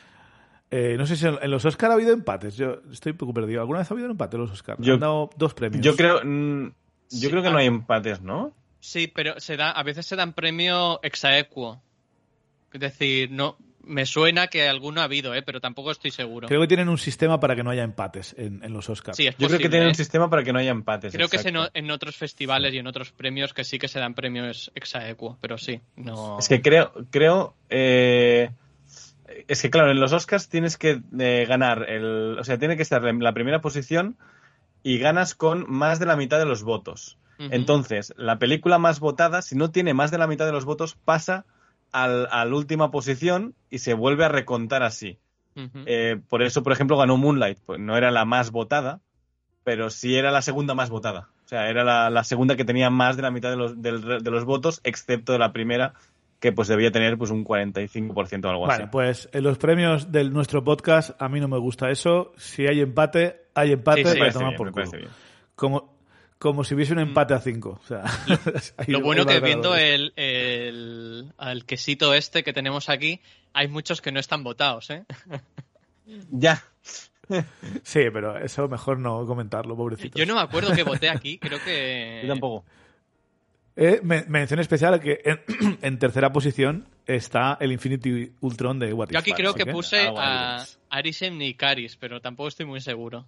Eh, no sé si en, en los Oscar ha habido empates. Yo estoy un poco perdido. ¿Alguna vez ha habido un empate en los Oscar? Yo- Han dado dos premios. Yo creo, mm, yo Sí, creo que ah. no hay empates, ¿no? Sí, pero se da, a veces se dan premio exaequo. Es decir, no, me suena que alguno ha habido, ¿eh? Pero tampoco estoy seguro. Creo que tienen un sistema para que no haya empates en, en los Oscars. Sí, es Yo creo que posible, tienen ¿eh? un sistema para que no haya empates. Creo que es en, o- exacto. en otros festivales y en otros premios que sí que se dan premios exaequo, pero sí, no... Es que creo, creo, eh, es que claro, en los Oscars tienes que eh, ganar el, o sea, tiene que estar en la primera posición y ganas con más de la mitad de los votos. Ujú. Entonces, la película más votada, si no tiene más de la mitad de los votos, pasa al, a la última posición y se vuelve a recontar así. Ujú. Eh, por eso, por ejemplo, ganó Moonlight. Pues no era la más votada, pero sí era la segunda más votada. O sea, era la, la segunda que tenía más de la mitad de los, del- de los votos, excepto de la primera, que pues debía tener pues un cuarenta y cinco por ciento o algo Bueno, así. pues en los premios de nuestro podcast a mí no me gusta eso. Si hay empate, hay empate Sí, sí. y me a parece tomar bien, por me culo. parece bien. Como, como si hubiese un empate a cinco. O sea, ahí- Lo ahí bueno va que a viendo ganar. el, el, al quesito este que tenemos aquí, hay muchos que no están votados, ¿eh? Ya. Sí, pero eso mejor no comentarlo, pobrecito. Yo no me acuerdo que voté aquí, creo que... Yo tampoco. Eh, me- mención especial que en, en tercera posición está el Infinity Ultron de What If. Yo aquí creo que Así puse algo ahí a tenéis. Arishem y Caris, pero tampoco estoy muy seguro.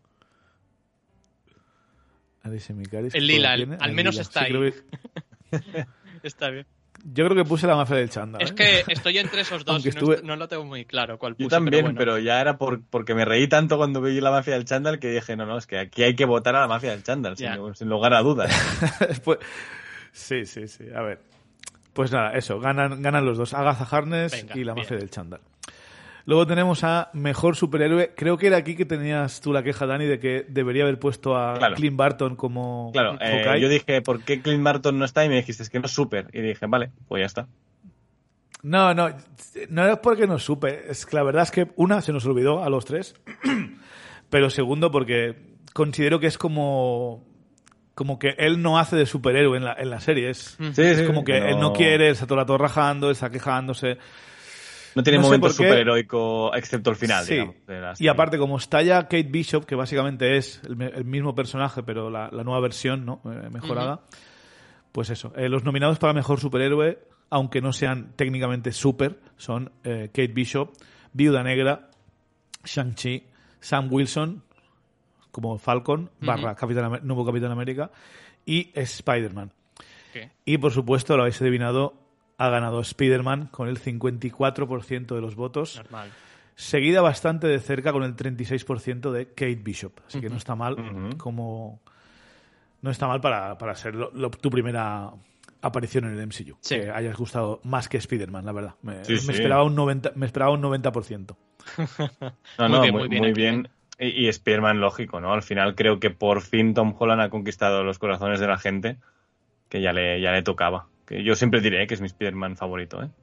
Arishem y Caris, El ¿qué lila, tiene? al El menos lila. está Sí, ahí. creo que- Está bien. yo creo que puse la mafia del chándal. Es ¿eh? que estoy entre esos dos Aunque y no, estuve- est- no lo tengo muy claro cuál puse. Yo también, pero, pero, bueno. ya era por, porque me reí tanto cuando vi la mafia del chándal que dije, no, no, es que aquí hay que votar a la mafia del chándal, sin, Ya. sin lugar a dudas. Pues- sí, sí, sí. A ver. Pues nada, eso. Ganan, ganan los dos. Agatha Harkness Venga, y la mafia bien. del chándal. Luego tenemos a Mejor Superhéroe. Creo que era aquí que tenías tú la queja, Dani, de que debería haber puesto a Claro. Clint Barton como Claro, eh, Hawkeye. yo dije, ¿por qué Clint Barton no está? Y me dijiste, es que no es súper. Y dije, vale, pues ya está. No, no, no es porque no supe. Es que la verdad es que una se nos olvidó a los tres, pero segundo porque considero que es como como que él no hace de superhéroe en la, en la serie. Es, Mm. Sí, es sí, como que no- él no quiere, él está todo el rato rajando, él está quejándose. No tiene No sé momento por qué. superheroico, excepto el final, Sí. digamos. de la Y serie. aparte, como está ya Kate Bishop, que básicamente es el, me- el mismo personaje, pero la, la nueva versión, ¿no? Eh, mejorada. Pues eso. Eh, los nominados para Mejor Superhéroe, aunque no sean técnicamente super, son eh, Kate Bishop, Viuda Negra, Shang-Chi, Sam Wilson, como Falcon, barra Capitán Amer- nuevo Capitán América, y Spider-Man. ¿Qué? Y por supuesto, lo habéis adivinado, ha ganado Spider-Man con el cincuenta y cuatro por ciento de los votos. Normal. Seguida bastante de cerca con el treinta y seis por ciento de Kate Bishop. Así que no está mal Ujú. como... No está mal para, para ser lo- lo- tu primera aparición en el M C U. Sí. Que hayas gustado más que Spider-Man, la verdad. Me, Sí, me sí. esperaba un noventa, me esperaba un noventa por ciento. No, Muy no, bien, muy, muy bien muy aquí, bien. Y, y Spider-Man, lógico, ¿no? Al final creo que por fin Tom Holland ha conquistado los corazones de la gente, que ya le, ya le tocaba. Que yo siempre diré que es mi Spider-Man favorito, ¿eh?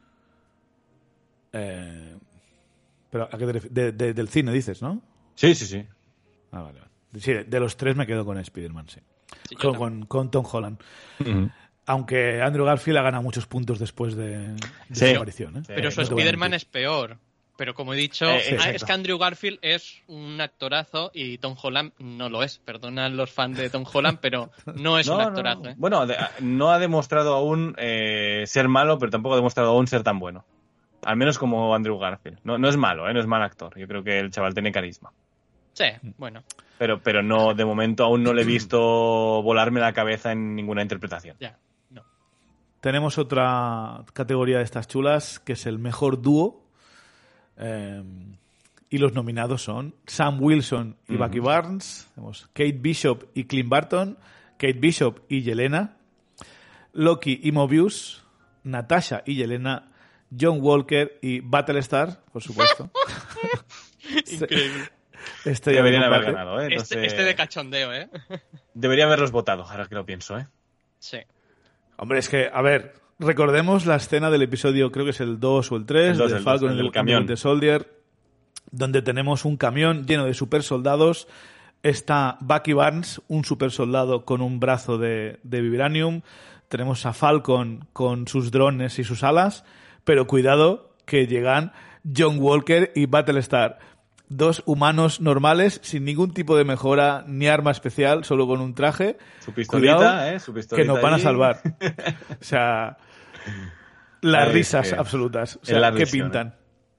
Eh, pero ¿a qué te refieres? De- de- del cine dices, ¿no? Sí, sí, sí. Ah, vale, vale. Sí, de, de los tres me quedo con Spider-Man, sí. Sí, yo con, con, con Tom Holland. Ujú. Aunque Andrew Garfield ha ganado muchos puntos después de, de Sí. su aparición. ¿eh? Sí. Pero su no te voy a Spider-Man mentir. es peor. Pero como he dicho, Eh, ah, exacto. es que Andrew Garfield es un actorazo y Tom Holland no lo es. Perdonan los fans de Tom Holland, pero no es No, un no, actorazo. ¿eh? Bueno, de- no ha demostrado aún eh, ser malo, pero tampoco ha demostrado aún ser tan bueno. Al menos como Andrew Garfield. No, no es malo, ¿eh? No es mal actor. Yo creo que el chaval tiene carisma. Sí, bueno, Pero, pero no, de momento aún no le he visto volarme la cabeza en ninguna interpretación. ya. No. Tenemos otra categoría de estas chulas, que es el mejor dúo. Eh, y los nominados son Sam Wilson y Bucky Barnes, tenemos Kate Bishop y Clint Barton, Kate Bishop y Yelena, Loki y Mobius, Natasha y Yelena, John Walker y Battlestar, por supuesto. Increíble. Este ya Deberían me haber comparte. ganado, ¿eh? No Este, sé. este de cachondeo, ¿eh? Debería haberlos votado, ahora que lo pienso, ¿eh? Sí. Hombre, es que, a ver, recordemos la escena del episodio, creo que es el dos o el tres, El dos, de el Falcon dos, el and del the camión. Winter Soldier, donde tenemos un camión lleno de super soldados. Está Bucky Barnes, un super soldado con un brazo de, de vibranium. Tenemos a Falcon con sus drones y sus alas. Pero cuidado, que llegan John Walker y Battlestar. Dos humanos normales, sin ningún tipo de mejora ni arma especial, solo con un traje. Su pistolita, Cuidado, ¿eh? Su pistolita que nos van a ahí. salvar. O sea, las Ay, risas que- absolutas. O es sea, la ¿qué risión, pintan?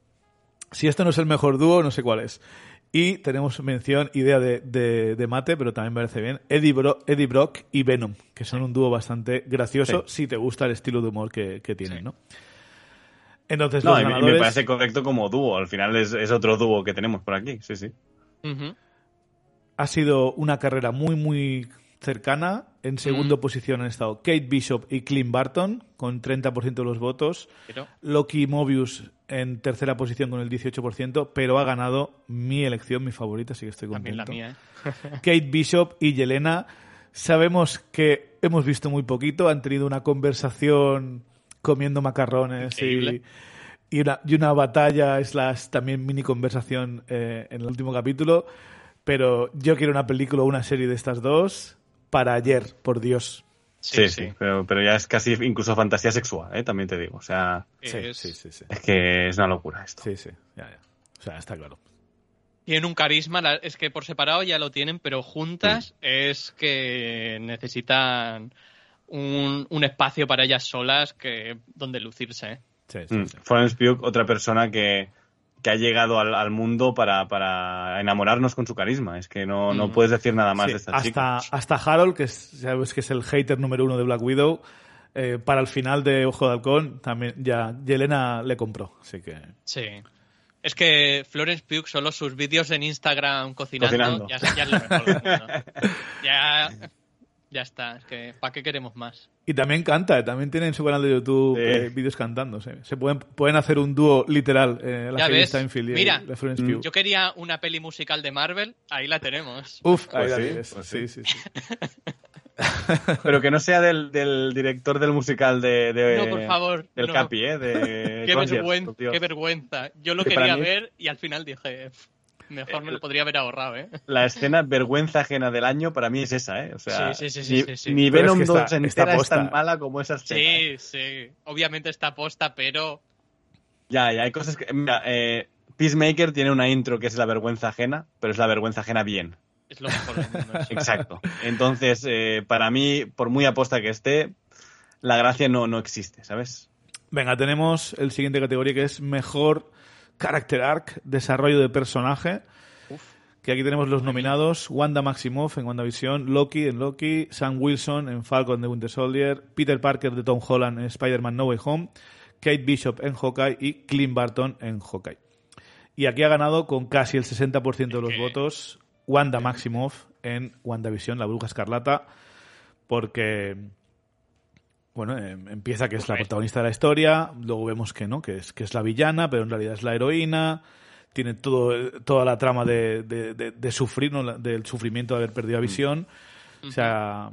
Si esto no es el mejor dúo, no sé cuál es. Y tenemos mención, idea de, de, de mate, pero también me parece bien, Eddie, Bro- Eddie Brock y Venom, que son un dúo bastante gracioso si te gusta el estilo de humor que, que tienen, Sí. ¿no? Entonces, No, los y me- y ganadores... me parece correcto como dúo. Al final es, es otro dúo que tenemos por aquí, sí, sí. Ujú. Ha sido una carrera muy, muy cercana. En segunda Mm. posición han estado Kate Bishop y Clint Barton, con treinta por ciento de los votos. Pero, Loki Mobius en tercera posición con el dieciocho por ciento, pero ha ganado mi elección, mi favorita, así que estoy también contento. la mía, ¿eh? Kate Bishop y Yelena. Sabemos que hemos visto muy poquito, han tenido una conversación comiendo macarrones Increíble. y, y, una, y una batalla, slash también mini conversación eh, en el último capítulo. Pero yo quiero una película o una serie de estas dos para ayer, por Dios. Sí, sí, Pero, pero ya es casi incluso fantasía sexual, ¿eh? También te digo. O sea, Sí, Es- sí, sí, sí. es que es una locura esto. Sí, sí, ya, ya. O sea, está claro. Tienen un carisma, la- es que por separado ya lo tienen, pero juntas Mm. es que necesitan un, un espacio para ellas solas que donde lucirse. ¿eh? Sí, sí, Mm. sí. Florence Pugh, otra persona que, que ha llegado al, al mundo para, para enamorarnos con su carisma. Es que no, no Mm. puedes decir nada más Sí, de esta hasta, chica. hasta Harold, que es, sabes que es el hater número uno de Black Widow, eh, para el final de Ojo de Halcón también ya Yelena le compró. Así que... Sí. Es que Florence Pugh, solo sus vídeos en Instagram cocinando, Cocinando. Ya, ya es lo mejor del mundo. Ya, ya está. Es que, ¿para qué queremos más? Y también canta, eh, también tiene en su canal de YouTube Sí. eh, vídeos cantando. sí. Se pueden, pueden hacer un dúo literal, eh, la Ya Hailey ves. Steinfeld y Mira, la Florence Pugh. Yo quería una peli musical de Marvel, ahí la tenemos. Uf, ahí Pues la sí, tienes. pues sí, sí. sí, sí. Pero que no sea del, del director del musical de, de- No, por favor, del no. Capi, ¿eh? De Qué, Crosshair, vergüenza, por Dios. qué vergüenza. Yo lo Que quería para mí- ver y al final dije, "Pff, mejor me lo podría haber ahorrado, ¿eh? La escena vergüenza ajena del año para mí es esa, ¿eh? O sea, Sí, sí, sí, sí, ni, sí, sí. ni Pero es Venom que dos está- entera está es posta. tan mala como esa escena. ¿eh? Sí, sí. Obviamente está posta, pero Ya, ya, hay cosas que... Mira, eh, Peacemaker tiene una intro que es la vergüenza ajena, pero es la vergüenza ajena bien. es lo mejor del mundo. eso. Exacto. Entonces, eh, para mí, por muy aposta que esté, la gracia no, no existe, ¿sabes? Venga, tenemos el siguiente categoría que es Mejor Character Arc, Desarrollo de Personaje. Que aquí tenemos los nominados: Wanda Maximoff en WandaVision, Loki en Loki, Sam Wilson en Falcon the Winter Soldier, Peter Parker de Tom Holland en Spider-Man No Way Home, Kate Bishop en Hawkeye y Clint Barton en Hawkeye. Y aquí ha ganado con casi el sesenta por ciento de los ¿Qué? votos Wanda Maximoff en WandaVision, la Bruja Escarlata, porque bueno, eh, empieza que es la Hombre. protagonista de la historia, luego vemos que no, que es, que es la villana, pero en realidad es la heroína, tiene todo, toda la trama de, de, de, de sufrir, ¿no? La- del sufrimiento de haber perdido a Visión. O sea,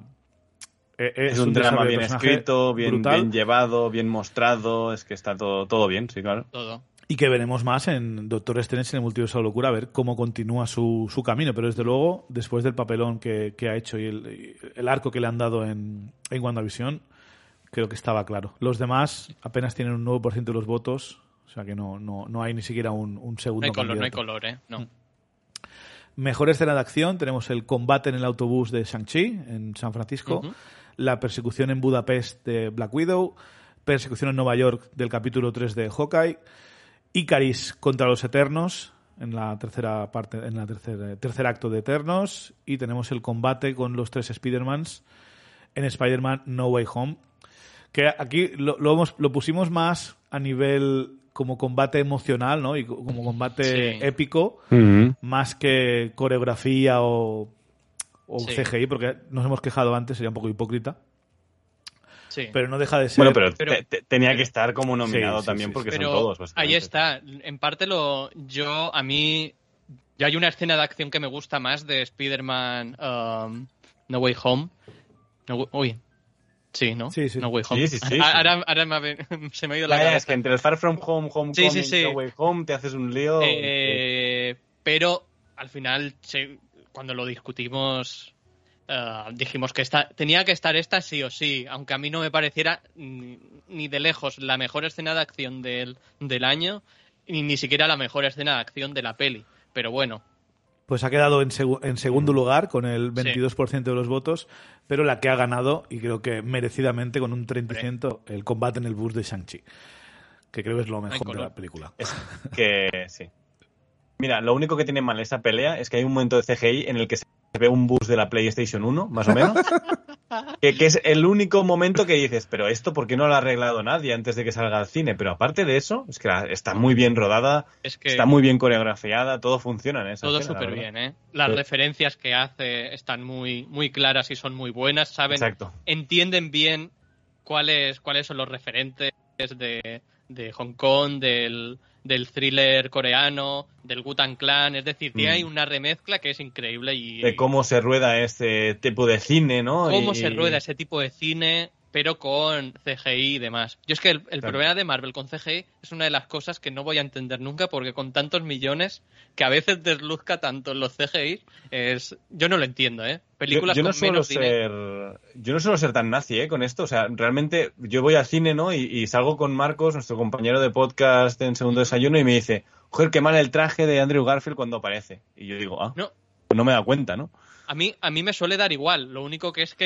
e- Es, un, drama desarrollo de bien personaje escrito, bien, brutal, bien llevado, bien mostrado, es que está todo, todo bien, sí, claro. Todo. y que veremos más en Doctor Strange en el Multiverso de la Locura, a ver cómo continúa su, su camino. Pero desde luego, después del papelón que, que ha hecho y el, y el arco que le han dado en, en WandaVision, creo que estaba claro. Los demás apenas tienen un nueve por ciento de los votos, o sea que no, no, no hay ni siquiera un, un segundo No hay color, no hay candidato. color, ¿eh? No. Mejor escena de acción, tenemos el combate en el autobús de Shang-Chi en San Francisco, Ujú. la persecución en Budapest de Black Widow, persecución en Nueva York del capítulo tres de Hawkeye, Icaris contra los Eternos en la tercera parte, en la tercer, tercer acto de Eternos, y tenemos el combate con los tres Spider-Mans en Spider-Man No Way Home, que aquí lo, lo, hemos- lo pusimos más a nivel como combate emocional, ¿no? Y co- como combate Sí. épico, más que coreografía o, o Sí. C G I, porque nos hemos quejado antes, sería un poco hipócrita, Sí. pero no deja de ser... Bueno, pero, Pero- te- te- tenía que estar como nominado Sí, sí, también sí, porque Pero son todos, ahí básicamente. está. En parte lo yo a mí yo hay una escena de acción que me gusta más de Spider-Man um, No Way Home. No, Way- uy. Sí, ¿no? Sí, sí. No Way Home. Sí, sí, sí, A- sí. Ahora, ahora me ha ven- se me ha ido la Ya, ya, cabeza. es que entre el Far From Home, Homecoming, Sí, sí, sí. No Way Home, te haces un lío. Eh, pero al final, se- cuando lo discutimos, eh, dijimos que esta, tenía que estar esta sí o sí, aunque a mí no me pareciera ni, ni de lejos la mejor escena de acción del, del año, ni ni siquiera la mejor escena de acción de la peli. Pero bueno, Pues ha quedado en, segu- en segundo lugar con el veintidós por ciento de los votos, pero la que ha ganado, y creo que merecidamente con un treinta por ciento, el combate en el bus de Shang-Chi, que creo que es lo mejor de color. la película. Es que sí. Mira, lo único que tiene mal esa pelea es que hay un momento de C G I en el que se ve un bus de la PlayStation uno, más o menos. que, que es el único momento que dices, pero esto, ¿por qué no lo ha arreglado nadie antes de que salga al cine? Pero aparte de eso, es que la- está muy bien rodada, es que está muy bien coreografiada, todo funciona en esa todo escena, la súper verdad. bien, ¿eh? Las Sí. referencias que hace están muy, muy claras y son muy buenas, saben, Exacto. entienden bien cuáles, cuáles son los referentes de, de Hong Kong, del, del thriller coreano, del Wu-Tang Clan, es decir, tiene Mm. ahí una remezcla que es increíble y De cómo se rueda este tipo de cine, ¿no? cómo Y- se rueda ese tipo de cine, pero con C G I y demás. Yo es que el, el Claro. problema de Marvel con C G I es una de las cosas que no voy a entender nunca, porque con tantos millones que a veces desluzca tanto en los C G I, es yo no lo entiendo, ¿eh? Películas yo, yo no con suelo menos dinero. ser yo no suelo ser tan nazi, ¿eh? Con esto, o sea, realmente yo voy al cine, ¿no? Y, y salgo con Marcos, nuestro compañero de podcast en Segundo Desayuno, y me dice, joder, qué mal el traje de Andrew Garfield cuando aparece. Y yo digo, ah, No, pues no me da cuenta, ¿no? a mí, a mí me suele dar igual. Lo único que es que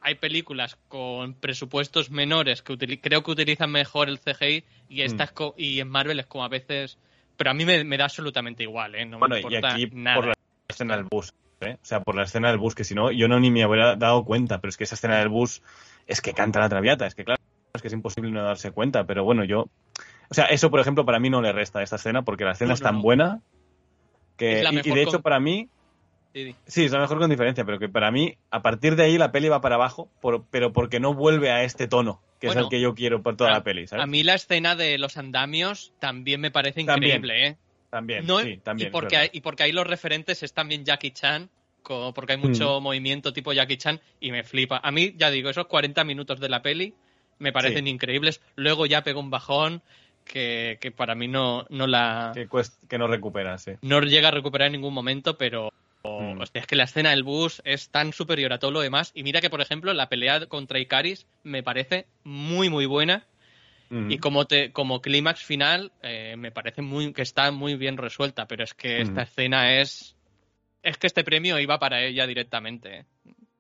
hay películas con presupuestos menores que utili- creo que utilizan mejor el C G I y estas mm. co- y en Marvel es como a veces... Pero a mí me, me da absolutamente igual, ¿eh? No bueno, me importa y aquí nada. Por la escena del bus, ¿eh? O sea, por la escena del bus, que si no, yo no ni me hubiera dado cuenta, pero es que esa escena del bus es que canta la Traviata, es que claro, es que es imposible no darse cuenta, pero bueno, yo... O sea, eso, por ejemplo, para mí no le resta a esta escena, porque la escena no, es tan no. buena que... Y, y de hecho, con... para mí... Sí, sí, es la mejor con diferencia, pero que para mí, a partir de ahí, la peli va para abajo, por, pero porque no vuelve a este tono, que bueno, es el que yo quiero por toda a, la peli, ¿sabes? A mí la escena de los andamios también me parece increíble, también, ¿eh? También, no, sí, también. Y porque, hay, y porque ahí los referentes es también Jackie Chan, como, porque hay mucho mm. movimiento tipo Jackie Chan, y me flipa. A mí, ya digo, esos cuarenta minutos de la peli me parecen sí. increíbles. Luego ya pegó un bajón que, que para mí no, no la... Que, cuesta, que no recupera, sí. No llega a recuperar en ningún momento, pero... Mm. Hostia, es que la escena del bus es tan superior a todo lo demás. Y mira que, por ejemplo, la pelea contra Ikaris me parece muy, muy buena. Mm. Y como te, como clímax final, eh, me parece muy que está muy bien resuelta. Pero es que mm. esta escena es... Es que este premio iba para ella directamente. ¿eh?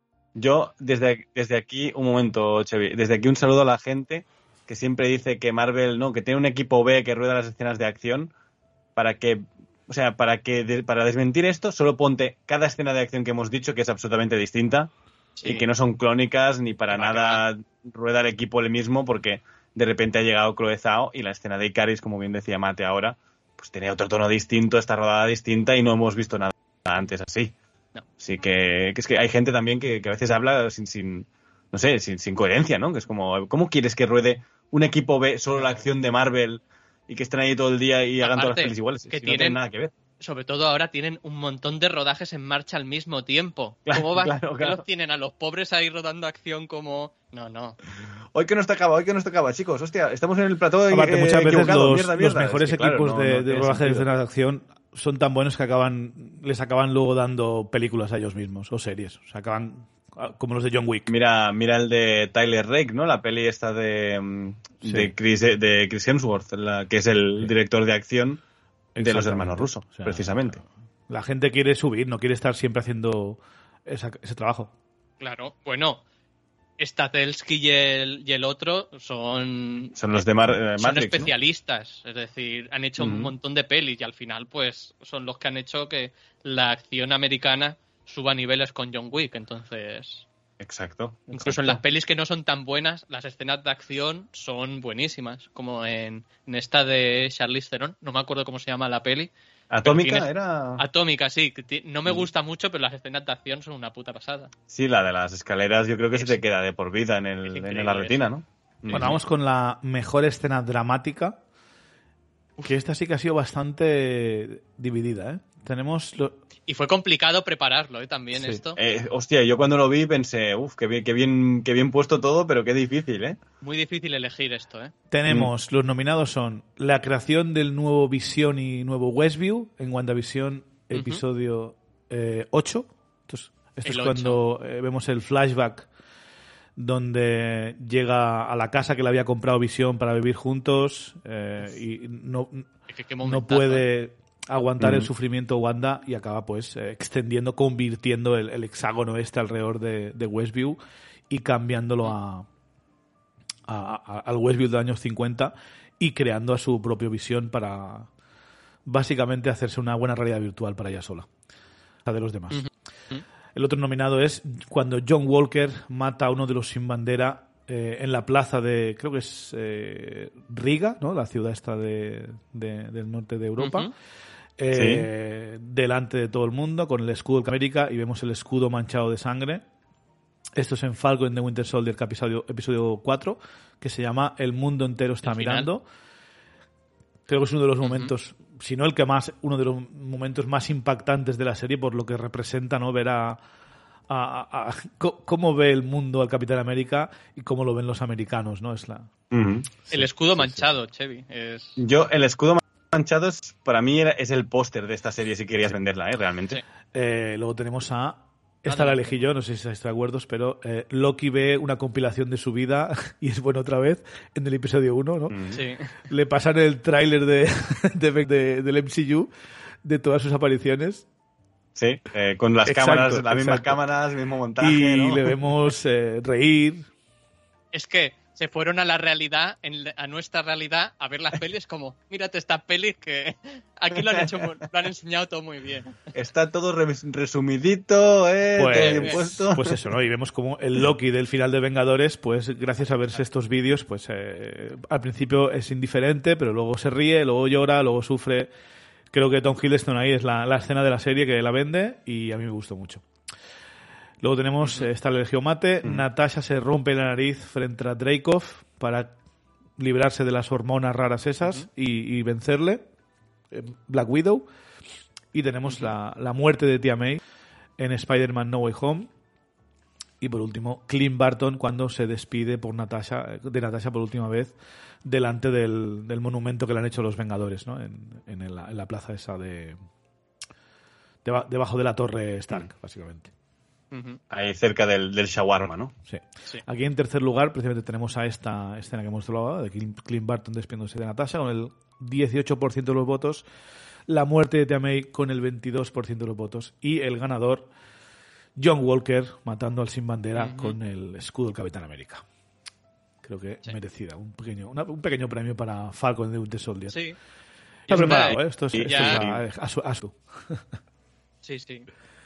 Yo, desde, desde aquí, un momento, Chevy, desde aquí un saludo a la gente que siempre dice que Marvel, no, que tiene un equipo B que rueda las escenas de acción para que... O sea, para que de, para desmentir esto, solo ponte cada escena de acción que hemos dicho que es absolutamente distinta sí. y que no son clónicas ni para claro, nada claro. rueda el equipo el mismo porque de repente ha llegado Chloe Zhao y la escena de Ikaris, como bien decía Mate ahora, pues tenía otro tono distinto, está rodada distinta y no hemos visto nada antes así. No. Así que, que es que hay gente también que, que a veces habla sin, sin no sé, sin, sin coherencia, ¿no? Que es como, ¿cómo quieres que ruede un equipo B solo la acción de Marvel y que estén ahí todo el día y hagan Aparte, todas las pelis iguales? Que si tienen, no tienen nada que ver. Sobre todo ahora tienen un montón de rodajes en marcha al mismo tiempo. Claro, ¿Cómo van? claro, claro. Los tienen a los pobres ahí rodando acción como... No, no. Hoy que nos tocaba, hoy que nos tocaba, chicos. Hostia, estamos en el plató de Aparte, eh, muchas veces los, mierda, mierda. los mejores es que, equipos claro, no, de, no de rodaje de sentido. escenas de acción son tan buenos que acaban les acaban luego dando películas a ellos mismos o series. O sea, acaban como los de John Wick. Mira, mira el de Tyler Rake, ¿no? La peli esta de, sí. de, Chris, de Chris Hemsworth, la, que es el sí. director de acción de los hermanos rusos, o sea, precisamente. La gente quiere subir, no quiere estar siempre haciendo esa, ese trabajo. Claro, bueno, Stahelski y el, y el otro son... Son los de Mar, eh, Matrix, son especialistas, ¿no? Es decir, han hecho uh-huh. un montón de pelis y al final pues son los que han hecho que la acción americana suba niveles con John Wick, entonces... Exacto, exacto. Incluso en las pelis que no son tan buenas, las escenas de acción son buenísimas, como en, en esta de Charlize Theron, no me acuerdo cómo se llama la peli. ¿Atómica tienes... era? Atómica, sí. No me gusta mucho, pero las escenas de acción son una puta pasada. Sí, la de las escaleras yo creo que es, se te queda de por vida en, el, en la retina, ¿no? Bueno, vamos con la mejor escena dramática, que esta sí que ha sido bastante dividida, ¿eh? Tenemos... Lo... Y fue complicado prepararlo, ¿eh? También sí. esto. Eh, hostia, yo cuando lo vi pensé, uff, qué bien, qué bien, qué bien puesto todo, pero qué difícil, ¿eh? Muy difícil elegir esto, ¿eh? Tenemos, mm. los nominados son la creación del nuevo Visión y nuevo Westview en WandaVision episodio uh-huh. eh, ocho. Entonces, esto el es ocho. Cuando eh, vemos el flashback donde llega a la casa que le había comprado Visión para vivir juntos eh, y no, ¿Qué, qué no puede aguantar mm. el sufrimiento Wanda y acaba pues eh, extendiendo, convirtiendo el, el hexágono este alrededor de, de Westview y cambiándolo a, a, a, al Westview de los años cincuenta y creando a su propia Visión para básicamente hacerse una buena realidad virtual para ella sola, la de los demás. Uh-huh. El otro nominado es cuando John Walker mata a uno de los sin bandera eh, en la plaza de, creo que es eh, Riga, ¿no? La ciudad esta de, de, del norte de Europa. Uh-huh. Eh, sí. Delante de todo el mundo con el escudo de América y vemos el escudo manchado de sangre. Esto es en Falcon and the Winter Soldier, episodio, episodio cuatro, que se llama El mundo entero está mirando. Creo que es uno de los momentos, uh-huh. si no el que más, uno de los momentos más impactantes de la serie por lo que representa, ¿no? Ver a, a, a, a cómo ve el mundo al Capitán América y cómo lo ven los americanos, ¿no? Es la uh-huh. sí, el escudo sí, manchado, sí. Chevy. Es... Yo el escudo manchado es, para mí era, es el póster de esta serie si querías sí. venderla, ¿eh? Realmente. Sí. Eh, luego tenemos a esta la elegí yo, no sé si estáis de acuerdo, pero eh, Loki ve una compilación de su vida y es bueno otra vez en el episodio uno, ¿no? Sí. Le pasan el tráiler de, de, de, del M C U de todas sus apariciones Sí, eh, con las Exacto, cámaras, las mismas exacto. cámaras, mismo montaje, Y ¿no? le vemos eh, reír. Es que se fueron a la realidad, en, a nuestra realidad, a ver las pelis como, mírate estas pelis que aquí lo han hecho, lo han enseñado todo muy bien. Está todo resumidito, ¿eh? Pues, todo bien puesto. pues eso, ¿no? Y vemos como el Loki del final de Vengadores, pues gracias a verse estos vídeos, pues eh, al principio es indiferente, pero luego se ríe, luego llora, luego sufre. Creo que Tom Hiddleston ahí es la, la escena de la serie que la vende y a mí me gustó mucho. Luego tenemos uh-huh. esta el geomate. Uh-huh. Natasha se rompe la nariz frente a Dreykov para librarse de las hormonas raras esas uh-huh. y, y vencerle. Black Widow. Y tenemos uh-huh. la, la muerte de Tia May en Spider-Man No Way Home. Y por último, Clint Barton cuando se despide por Natasha, de Natasha por última vez delante del, del monumento que le han hecho los Vengadores, ¿no? En, en, la, en la plaza esa de, de debajo de la torre Stark, uh-huh. básicamente. Uh-huh. Ahí cerca del, del shawarma, ¿no? Sí. sí. Aquí en tercer lugar, precisamente tenemos a esta escena que hemos hablado, de Clint Barton despidiéndose de Natasha con el dieciocho por ciento de los votos, la muerte de Tia May con el veintidós por ciento de los votos y el ganador, John Walker, matando al Sin Bandera uh-huh. con el escudo del Capitán América. Creo que sí. merecida. Un pequeño, una, un pequeño premio para Falcon de Winter Soldier. Sí. Está preparado, ¿eh? Esto es, ya... esto es a, a, su, a su. Sí, sí.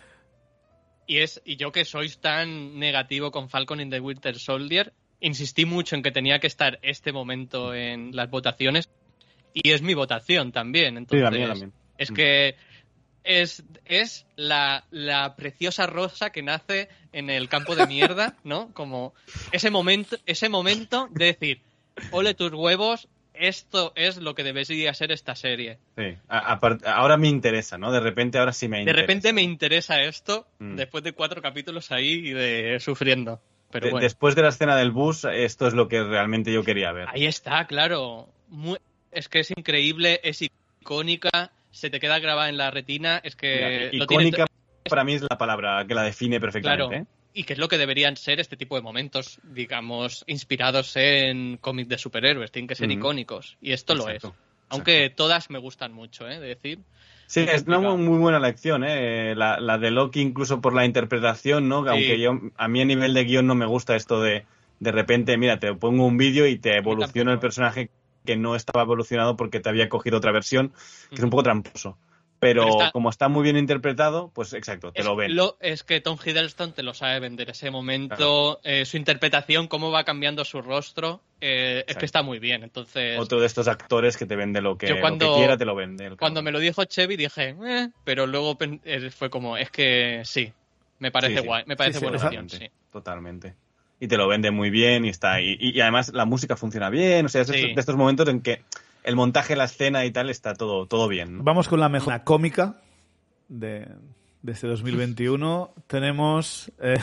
Y, es, y yo que sois tan negativo con Falcon and the Winter Soldier, insistí mucho en que tenía que estar este momento en las votaciones y es mi votación también. Entonces, sí, la mía también. Es que es, es la, la preciosa rosa que nace en el campo de mierda, ¿no? Como ese momento, ese momento de decir, ole tus huevos, esto es lo que debería ser esta serie. Sí, a, a, ahora me interesa, ¿no? De repente ahora sí me interesa. De repente me interesa esto, mm. después de cuatro capítulos ahí de sufriendo. Pero de, bueno. Después de la escena del bus, esto es lo que realmente yo quería ver. Ahí está, claro. Muy, es que es increíble, es icónica, se te queda grabada en la retina, es que... Mira, icónica lo para mí es la palabra que la define perfectamente. Claro. ¿eh? Y que es lo que deberían ser este tipo de momentos, digamos, inspirados en cómics de superhéroes. Tienen que ser mm-hmm. icónicos. Y esto exacto, lo es. Aunque exacto. todas me gustan mucho, ¿eh? De decir. Sí, es una muy buena lección, ¿eh? La, la de Loki, incluso por la interpretación, ¿no? Sí. Aunque yo, a mí a nivel de guión no me gusta esto de, de repente, mira, te pongo un vídeo y te evoluciona el personaje que no estaba evolucionado porque te había cogido otra versión, que mm-hmm. es un poco tramposo. Pero, Pero está, como está muy bien interpretado, pues exacto, te es, lo ven. Lo, es que Tom Hiddleston te lo sabe vender, ese momento, claro. eh, su interpretación, cómo va cambiando su rostro, eh, es que está muy bien. Entonces, otro de estos actores que te vende lo que, cuando, lo que quiera, te lo vende. Cuando me lo dijo Chevy dije, eh, pero luego eh, fue como, es que sí, me parece sí, sí. guay, me parece sí, buena sí, opción, sí. Totalmente. Y te lo vende muy bien y está y, y, y además la música funciona bien, o sea, es sí. de estos momentos en que el montaje, la escena y tal está todo, todo bien, ¿no? Vamos con la mejor cómica de, de este dos mil veintiuno. Tenemos eh,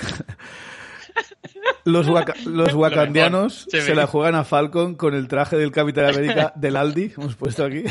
los, waka, los wakandianos se, se la juegan a Falcon con el traje del Capitán América del Aldi, hemos puesto aquí.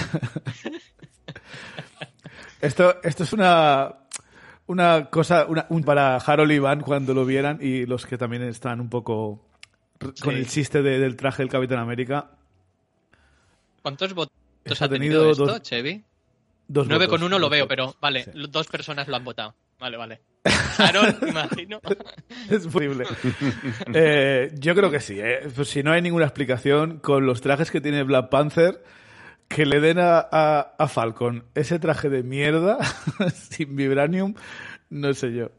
esto, esto es una una cosa una, un, para Harold y Iván cuando lo vieran y los que también están un poco con sí. el chiste de, del traje del Capitán América. ¿Cuántos votos ha tenido, tenido esto, dos, Chevy? Dos nueve votos, con uno lo veo, votos. pero vale, sí. dos personas lo han votado. Vale, vale. Aaron, imagino. Es posible. eh, yo creo que sí. ¿eh? Pues si no hay ninguna explicación, con los trajes que tiene Black Panther, que le den a, a, a Falcon ese traje de mierda, sin vibranium, no sé yo.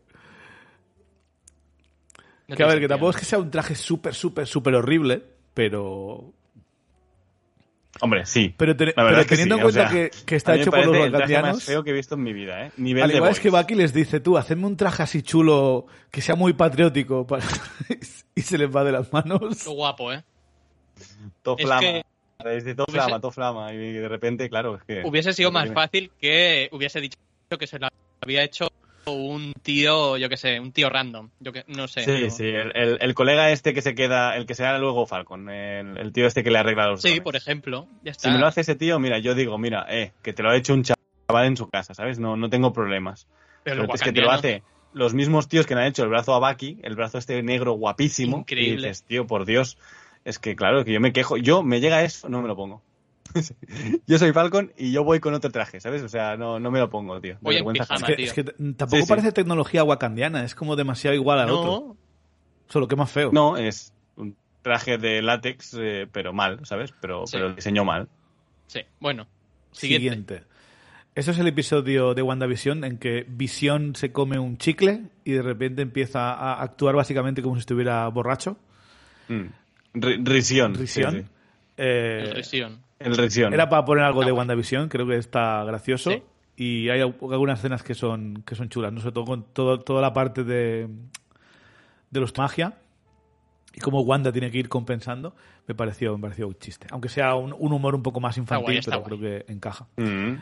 No que a ver, que tampoco es que sea un traje súper, súper, súper horrible, pero... Hombre, sí. Pero, te, pero teniendo sí, en cuenta o sea, que, que está hecho por los wakandianos... el traje más feo que he visto en mi vida, ¿eh? Nivel al de igual boys. Es que Bucky les dice, tú, hacedme un traje así chulo, que sea muy patriótico, para... y se les va de las manos. Qué guapo, ¿eh? Todo flama. Que... Desde todo hubiese... flama, todo flama. Y de repente, claro, es que... Hubiese sido más fácil que hubiese dicho que se lo había hecho un tío, yo qué sé, un tío random, yo que no sé. Sí, yo... sí, el, el, el colega este que se queda, el que será luego Falcon, el, el tío este que le arregla los Sí, dones. por ejemplo, ya está. Si me lo hace ese tío, mira, yo digo, mira, eh, que te lo ha hecho un chaval en su casa, ¿sabes? No, no tengo problemas. Pero, Pero es que te lo hace los mismos tíos que le han hecho el brazo a Bucky, el brazo este negro guapísimo. Increíble. Y dices, tío, por Dios, es que claro, que yo me quejo, yo me llega eso, no me lo pongo. Yo soy Falcon y yo voy con otro traje, ¿sabes? O sea, no, no me lo pongo, tío. Voy en pijama, Es que, tío. es que tampoco Sí, sí. parece tecnología wakandiana, es como demasiado igual al otro. No, Solo que más feo. No, es un traje de látex, eh, pero mal, ¿sabes? Pero, Sí. pero el diseño mal. sí, bueno. Siguiente. Siguiente. Eso es el episodio de WandaVision en que Visión se come un chicle y de repente empieza a actuar básicamente como si estuviera borracho. Mm. R- Risión. Risión. Sí, sí. Eh, El Risión. El Risión. Era para poner algo Está de bueno. WandaVision, creo que está gracioso. Sí. Y hay al- algunas escenas que son, que son chulas, ¿no? Sobre todo con todo, toda la parte de, de los magia y cómo Wanda tiene que ir compensando. Me pareció, me pareció un chiste. Aunque sea un, un humor un poco más infantil, guay, está pero guay. creo que encaja. Mm.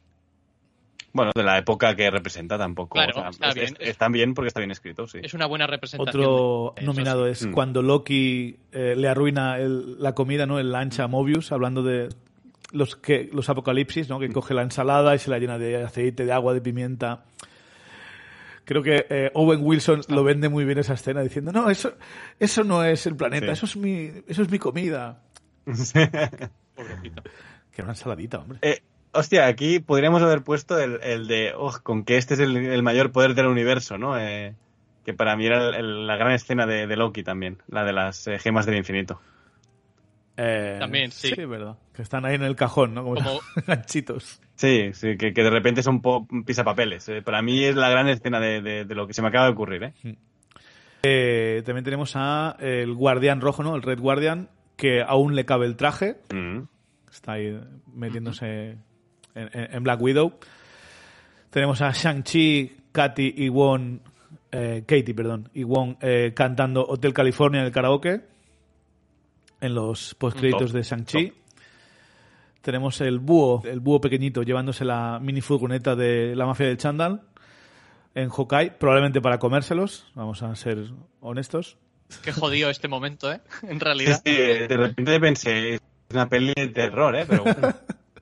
Bueno, de la época que representa tampoco. Claro, o sea, está es- bien. es- Está bien porque está bien escrito, sí. Es una buena representación. Otro de eso, nominado sí. es Mm. cuando Loki eh, le arruina el- la comida, ¿no? El lancha a Mobius, hablando de los que los apocalipsis, ¿no? Que coge la ensalada y se la llena de aceite, de agua, de pimienta. Creo que eh, Owen Wilson lo vende muy bien esa escena diciendo, no, eso, eso no es el planeta, Sí. eso es mi, eso es mi comida. Pobrecito. Que era una ensaladita, hombre. Eh, hostia, aquí podríamos haber puesto el, el de, oh, con que este es el, el mayor poder del universo, ¿no? Eh, que para mí era el- el- la gran escena de, de Loki también, la de las eh, gemas del infinito. Eh, También, sí. Sí, verdad. Que están ahí en el cajón, ¿no? Como, Como- ganchitos. Sí, sí, que, que de repente son po- pisapapeles. Eh, para mí es la gran escena de, de- de lo que se me acaba de ocurrir, ¿eh? Eh, también tenemos a el guardián rojo, ¿no? El Red Guardian, que aún le cabe el traje. Mm. Está ahí metiéndose en, en- en Black Widow. Tenemos a Shang-Chi, Katy y Won, eh, Katie, perdón, y Won eh, cantando Hotel California en el karaoke en los postcréditos Top, de Shang-Chi. Tenemos el búho, el búho pequeñito llevándose la mini furgoneta de la mafia del Chandal en Hawkeye, probablemente para comérselos, vamos a ser honestos. Qué jodido este momento, ¿eh? En Sí, realidad. sí, de repente pensé, es una peli de terror, ¿eh? Pero bueno.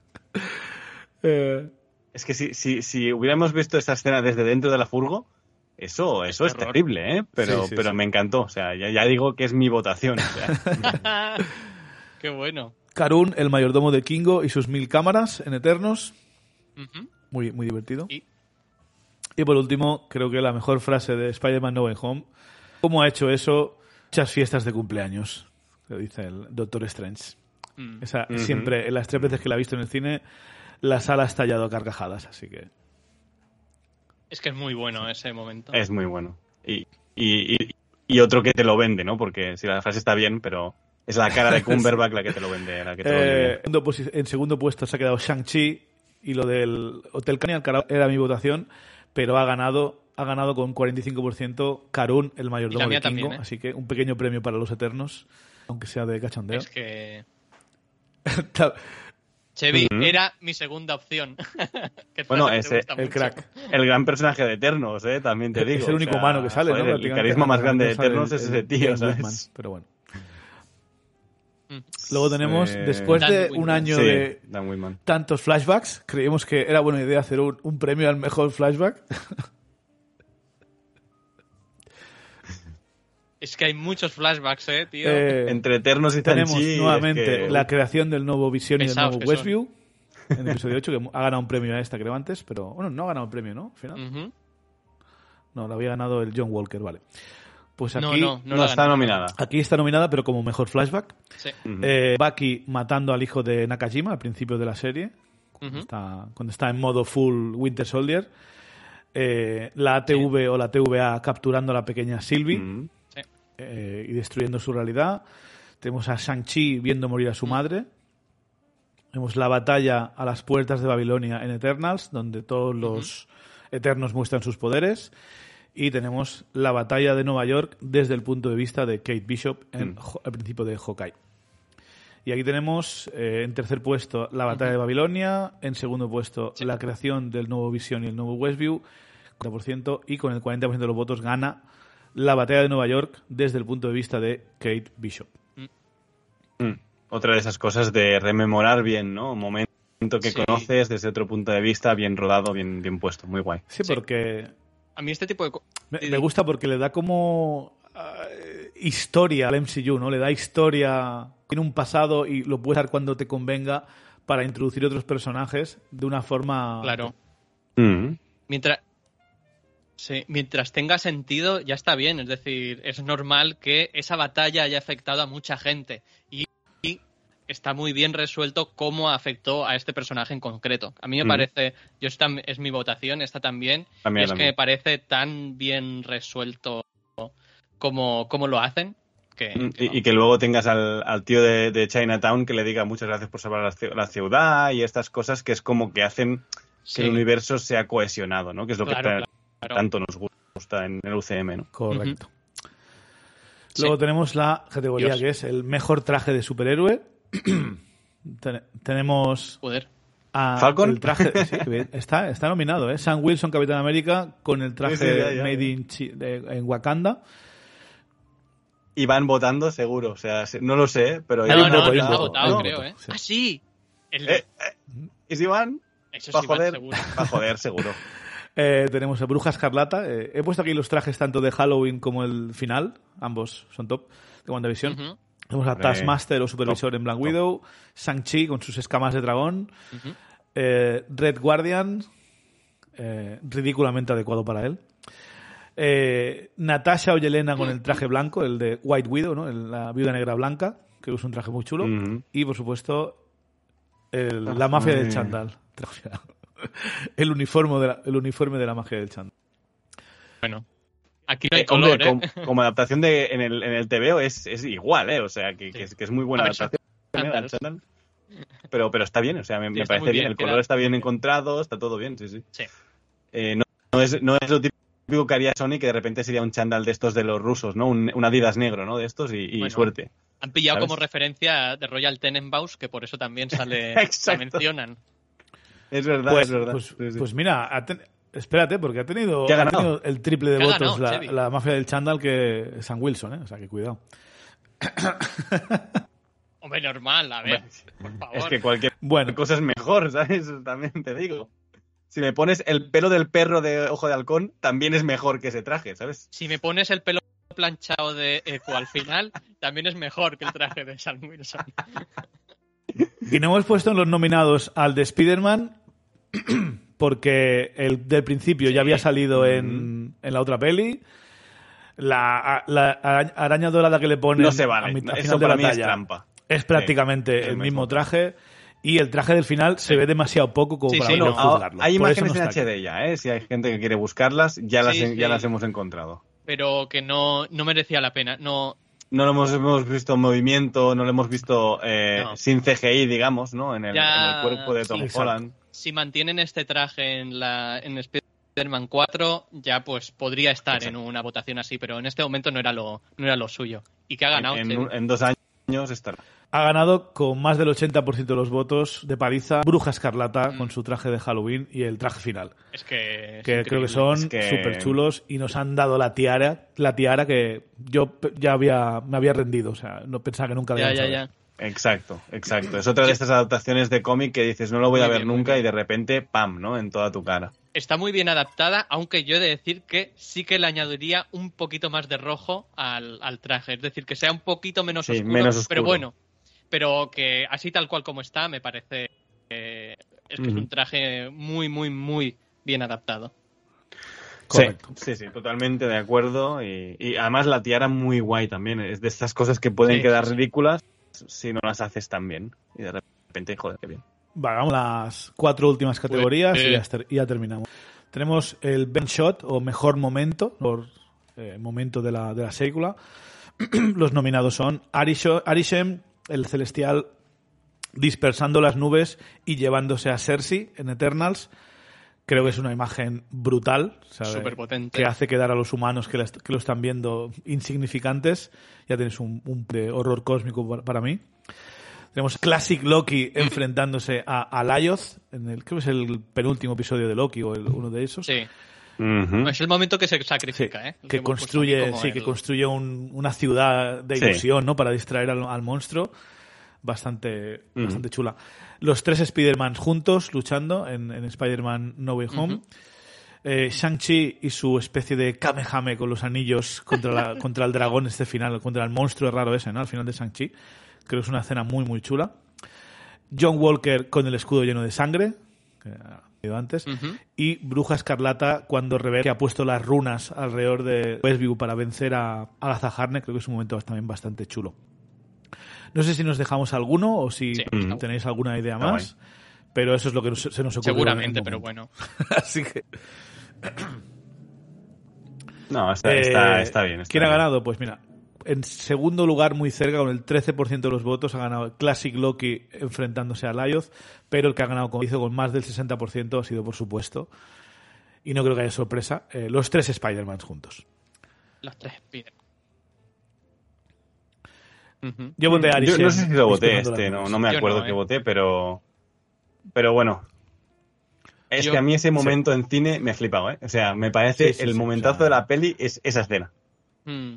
Eh, Es que si, si, si hubiéramos visto esa escena desde dentro de la furgo, eso, eso es, terror. terrible, ¿eh? Pero, Sí, sí, pero sí. me encantó. O sea, ya, ya digo que es mi votación. O sea. Qué bueno. Karun, el mayordomo de Kingo y sus mil cámaras en Eternos. Ujú. Muy, muy divertido. Y Y por último, creo que la mejor frase de Spider-Man No Way Home. ¿Cómo ha hecho eso? Muchas fiestas de cumpleaños, que dice el Doctor Strange. mm, Esa, Ujú. siempre, en las tres veces que la he visto en el cine, la sala ha estallado a carcajadas, así que... es que es muy bueno ese momento. Es muy bueno. Y, y, y, y otro que te lo vende, ¿no? Porque si la frase está bien, pero es la cara de Cumberbatch la que te lo vende. La que te lo vende Eh, bien. en segundo posi- en segundo puesto se ha quedado Shang-Chi y lo del Hotel California era mi votación, pero ha ganado ha ganado con cuarenta y cinco por ciento Karun, el Y mayordomo la de mía Kingo, también, ¿eh? así que un pequeño premio para los Eternos, aunque sea de cachondeo. Es que Tal- Chevy Ujú. era mi segunda opción. Que Bueno, frase te ese- gusta el mucho. crack. El gran personaje de Eternos, ¿eh? También te digo. Es el o único sea, humano que sale, joder, ¿no? El Prácticamente. carisma más grande de Sale Eternos el- es el ese tío, James ¿sabes? Woodman, pero bueno. Mm. Luego tenemos, Eh, después Dan de Whitman. un año Sí, de Dan Whitman. tantos flashbacks, creímos que era buena idea hacer un, un premio al mejor flashback. Es que hay muchos flashbacks, eh, tío. Eh, Entre Eternos y tenemos Shang-Chi, es nuevamente que- la creación del nuevo Visión y del Pesados nuevo que son. Westview en el episodio ocho, que ha ganado un premio a esta, creo antes, pero bueno, no ha ganado el premio, ¿no? Al final. Ujú. No, lo había ganado el John Walker, vale. Pues aquí, No, no, no, No, la está ganó. nominada. aquí está nominada, pero como mejor flashback. Sí. Ujú. Eh, Bucky matando al hijo de Nakajima al principio de la serie, cuando, Ujú. está, cuando está en modo full Winter Soldier. Eh, la A T V o la T V A capturando a la pequeña Sylvie Mm. Sí. eh, y destruyendo su realidad. Tenemos a Shang-Chi viendo morir a su madre. Vemos la batalla a las puertas de Babilonia en Eternals, donde todos los Eternos muestran sus poderes. Y tenemos la batalla de Nueva York desde el punto de vista de Kate Bishop en, Mm. Ho- al principio de Hawkeye. Y aquí tenemos eh, en tercer puesto la batalla de Babilonia, en segundo puesto Sí. la creación del nuevo Vision y el nuevo Westview, cuarenta por ciento, y con el cuarenta por ciento de los votos gana la batalla de Nueva York desde el punto de vista de Kate Bishop. Mm. Otra de esas cosas de rememorar bien, ¿no? Un momento que Sí. conoces desde otro punto de vista, bien rodado, bien, bien puesto. Muy guay. Sí, Sí. porque A mí este tipo de... co- me, Eh, me gusta porque le da como eh, historia al M C U, ¿no? Le da historia, tiene un pasado y lo puedes dar cuando te convenga para introducir otros personajes de una forma... Claro. Mm. Mientras... Sí, mientras tenga sentido, ya está bien. Es decir, es normal que esa batalla haya afectado a mucha gente. Y, y está muy bien resuelto cómo afectó a este personaje en concreto. A mí me mm. parece, yo esta es mi votación, esta también, también es también. que me parece tan bien resuelto como, como lo hacen. Que, mm, que y, y que luego tengas al, al tío de, de Chinatown que le diga muchas gracias por salvar la, la ciudad y estas cosas que es como que hacen que sí. el universo sea cohesionado, ¿no? Que es lo claro, que claro. Claro. tanto nos gusta en el U C M, ¿no? Correcto. Uh-huh. Luego sí. tenemos la categoría Dios. que es el mejor traje de superhéroe. Ten- tenemos Joder. a ¿Falcon? el traje sí, está, está nominado, ¿eh? Sam Wilson, Capitán América, con el traje Sí, sí, ya, ya. made in Chi- de, en Wakanda. Y van votando seguro, o sea, no lo sé, pero... Hay No, un no, voto, hay no un está voto, votado, hay un creo, voto, ¿eh? sí. Ah, sí. El... Eh, eh, ¿Y si van? Eso Va a sí, va joder, seguro. va a joder, seguro. Eh, tenemos a Bruja Escarlata. Eh, he puesto aquí los trajes tanto de Halloween como el final. Ambos son top de WandaVision. Uh-huh. Tenemos a Hombre, Taskmaster o Supervisor top, en Black top. Widow. Shang-Chi con sus escamas de dragón. Uh-huh. Eh, Red Guardian. Eh, ridículamente adecuado para él. Eh, Natasha o Yelena con el traje blanco, el de White Widow, ¿no? El- la viuda negra blanca, que es un traje muy chulo. Ujú. Y, por supuesto, el- la Ay. mafia del chándal. El uniforme de la, el uniforme de la magia del chándal. Bueno, aquí no hay Eh, color, hombre, ¿eh? como, como adaptación de, en, el, en el T V O es, es igual, ¿eh? O sea, que, que, es, que es muy buena A ver, son adaptación. ¿eh? al chándalos. chándal. Pero, pero está bien, o sea, me, Sí, me está parece muy bien. bien, El queda- color está bien encontrado, está todo bien, sí, sí. Sí. Eh, no, no, es, no es lo típico que haría Sony, que de repente sería un chándal de estos de los rusos, ¿no? Un, un Adidas negro, ¿no? De estos y, y Bueno. suerte. Han pillado ¿Sabes? como referencia de Royal Tenenbaums, que por eso también sale, Exacto. la mencionan. Es verdad, Pues, es verdad. pues, Sí, sí. pues mira, ha ten- espérate, porque ha tenido, ¿Qué ha ha ganado? tenido el triple de ¿Qué ha votos ganado, la, Chevy? la mafia del chándal que Sam Wilson, ¿eh? O sea, que cuidado. Hombre, normal, a ver, Hombre, por favor. es que cualquier Bueno, cosa es mejor, ¿sabes? También te digo. Si me pones el pelo del perro de Ojo de Halcón, también es mejor que ese traje, ¿sabes? Si me pones el pelo planchado de Echo al final, también es mejor que el traje de Sam Wilson. y no hemos puesto en los nominados al de Spider-Man porque el del principio ya había salido en, en la otra peli. La, la araña dorada que le ponen No se vale. a mitad- al Eso final de para la mí batalla es trampa. es prácticamente Sí, el el mismo mismo traje. Y el traje del final se ve demasiado poco como Sí, para sí, poder no, juzgarlo. Hay Por eso imágenes no en está H aquí. D ya, ¿eh? Si hay gente que quiere buscarlas, ya, las, Sí, ya sí. las hemos encontrado. Pero que no, no merecía la pena. No, No lo hemos, hemos visto en movimiento, no lo hemos visto eh, No. sin C G I, digamos, ¿no? En el, Ya, en el cuerpo de Tom sí, exacto. Holland. si mantienen este traje en la en Spider-Man cuatro, ya pues podría estar Exacto. en una votación así, pero en este momento no era lo, no era lo suyo. Y que ha ganado. En, sí. en, en dos años estará. Ha ganado con más del ochenta por ciento de los votos de paliza Bruja Escarlata Mm. con su traje de Halloween y el traje final. Es que. es Que creo increíble. que son Es que- súper chulos y nos han dado la tiara, la tiara que yo pe- ya había, me había rendido. O sea, no pensaba que nunca la Ya, íbamos ya, a ver. ya. Exacto, exacto. Es otra de estas adaptaciones de cómic que dices, no lo voy Muy a ver bien, muy nunca bien. y de repente, ¡pam!, ¿no? En toda tu cara. Está muy bien adaptada, aunque yo he de decir que sí que le añadiría un poquito más de rojo al, al traje. Es decir, que sea un poquito menos, Sí, oscuro, menos oscuro. pero bueno. Pero que así tal cual como está, me parece que es que es Ujú. un traje muy, muy, muy bien adaptado. Correcto. Sí, sí, sí, totalmente de acuerdo. Y, y además la tiara muy guay también. Es de estas cosas que pueden Sí, quedar sí, sí. ridículas si no las haces tan bien. Y de repente, joder, qué bien. Vale, vamos a las cuatro últimas categorías Pues, y eh, ya, ter- y ya terminamos. Tenemos el Best Shot o Mejor Momento, por eh, momento de la, de la película. Los nominados son Arisho- Arishem, el celestial dispersando las nubes y llevándose a Cersei en Eternals. Creo que es una imagen brutal, ¿sabe? Superpotente. Que hace quedar a los humanos que, la est- que lo están viendo insignificantes. Ya tienes un, un de horror cósmico para, para mí. Tenemos Classic Loki enfrentándose a, a Lyoth, en el, creo que es el penúltimo episodio de Loki o el- uno de esos. Sí. Ujú. Es el momento que se Sí, sacrifica, ¿eh? El que hemos puesto construye, aquí como sí, que el- construye un- una ciudad de Sí. ilusión, ¿no? Para distraer al, al monstruo. Bastante, Ujú. bastante chula. Los tres Spider-Man juntos luchando en, en Spider-Man No Way Home. Ujú. Eh, Shang-Chi y su especie de Kamehame con los anillos contra, la, contra el dragón este final, contra el monstruo raro ese, ¿no? Al final de Shang-Chi. Creo que es una escena muy, muy chula. John Walker con el escudo lleno de sangre, que ha ido antes, Ujú. y Bruja Escarlata cuando revela que ha puesto las runas alrededor de Westview para vencer a Agatha Harkness. Creo que es un momento también bastante chulo. No sé si nos dejamos alguno o si Sí, tenéis alguna idea Está más, pero eso es lo que nos- se nos ocurre. Seguramente, pero bueno. Así que... No, está, está, Eh, está bien. Está ¿Quién ha bien. ganado? Pues mira, en segundo lugar, muy cerca, con el trece por ciento de los votos, ha ganado Classic Loki enfrentándose a Lyoth, pero el que ha ganado como hizo con más del sesenta por ciento ha sido, por supuesto, y no creo que haya sorpresa, eh, los tres Spider-Man juntos. Los tres Spider. Ujú. Yo voté a Yo Arishem, no sé si lo voté esperando este, las no, nuevas. no me Yo acuerdo no, que ¿eh? voté, pero pero bueno. Es Yo- que a mí ese momento en cine me ha flipado, ¿eh? O sea, me parece Sí, sí, el sí, momentazo o sea- de la peli es esa escena. Mm.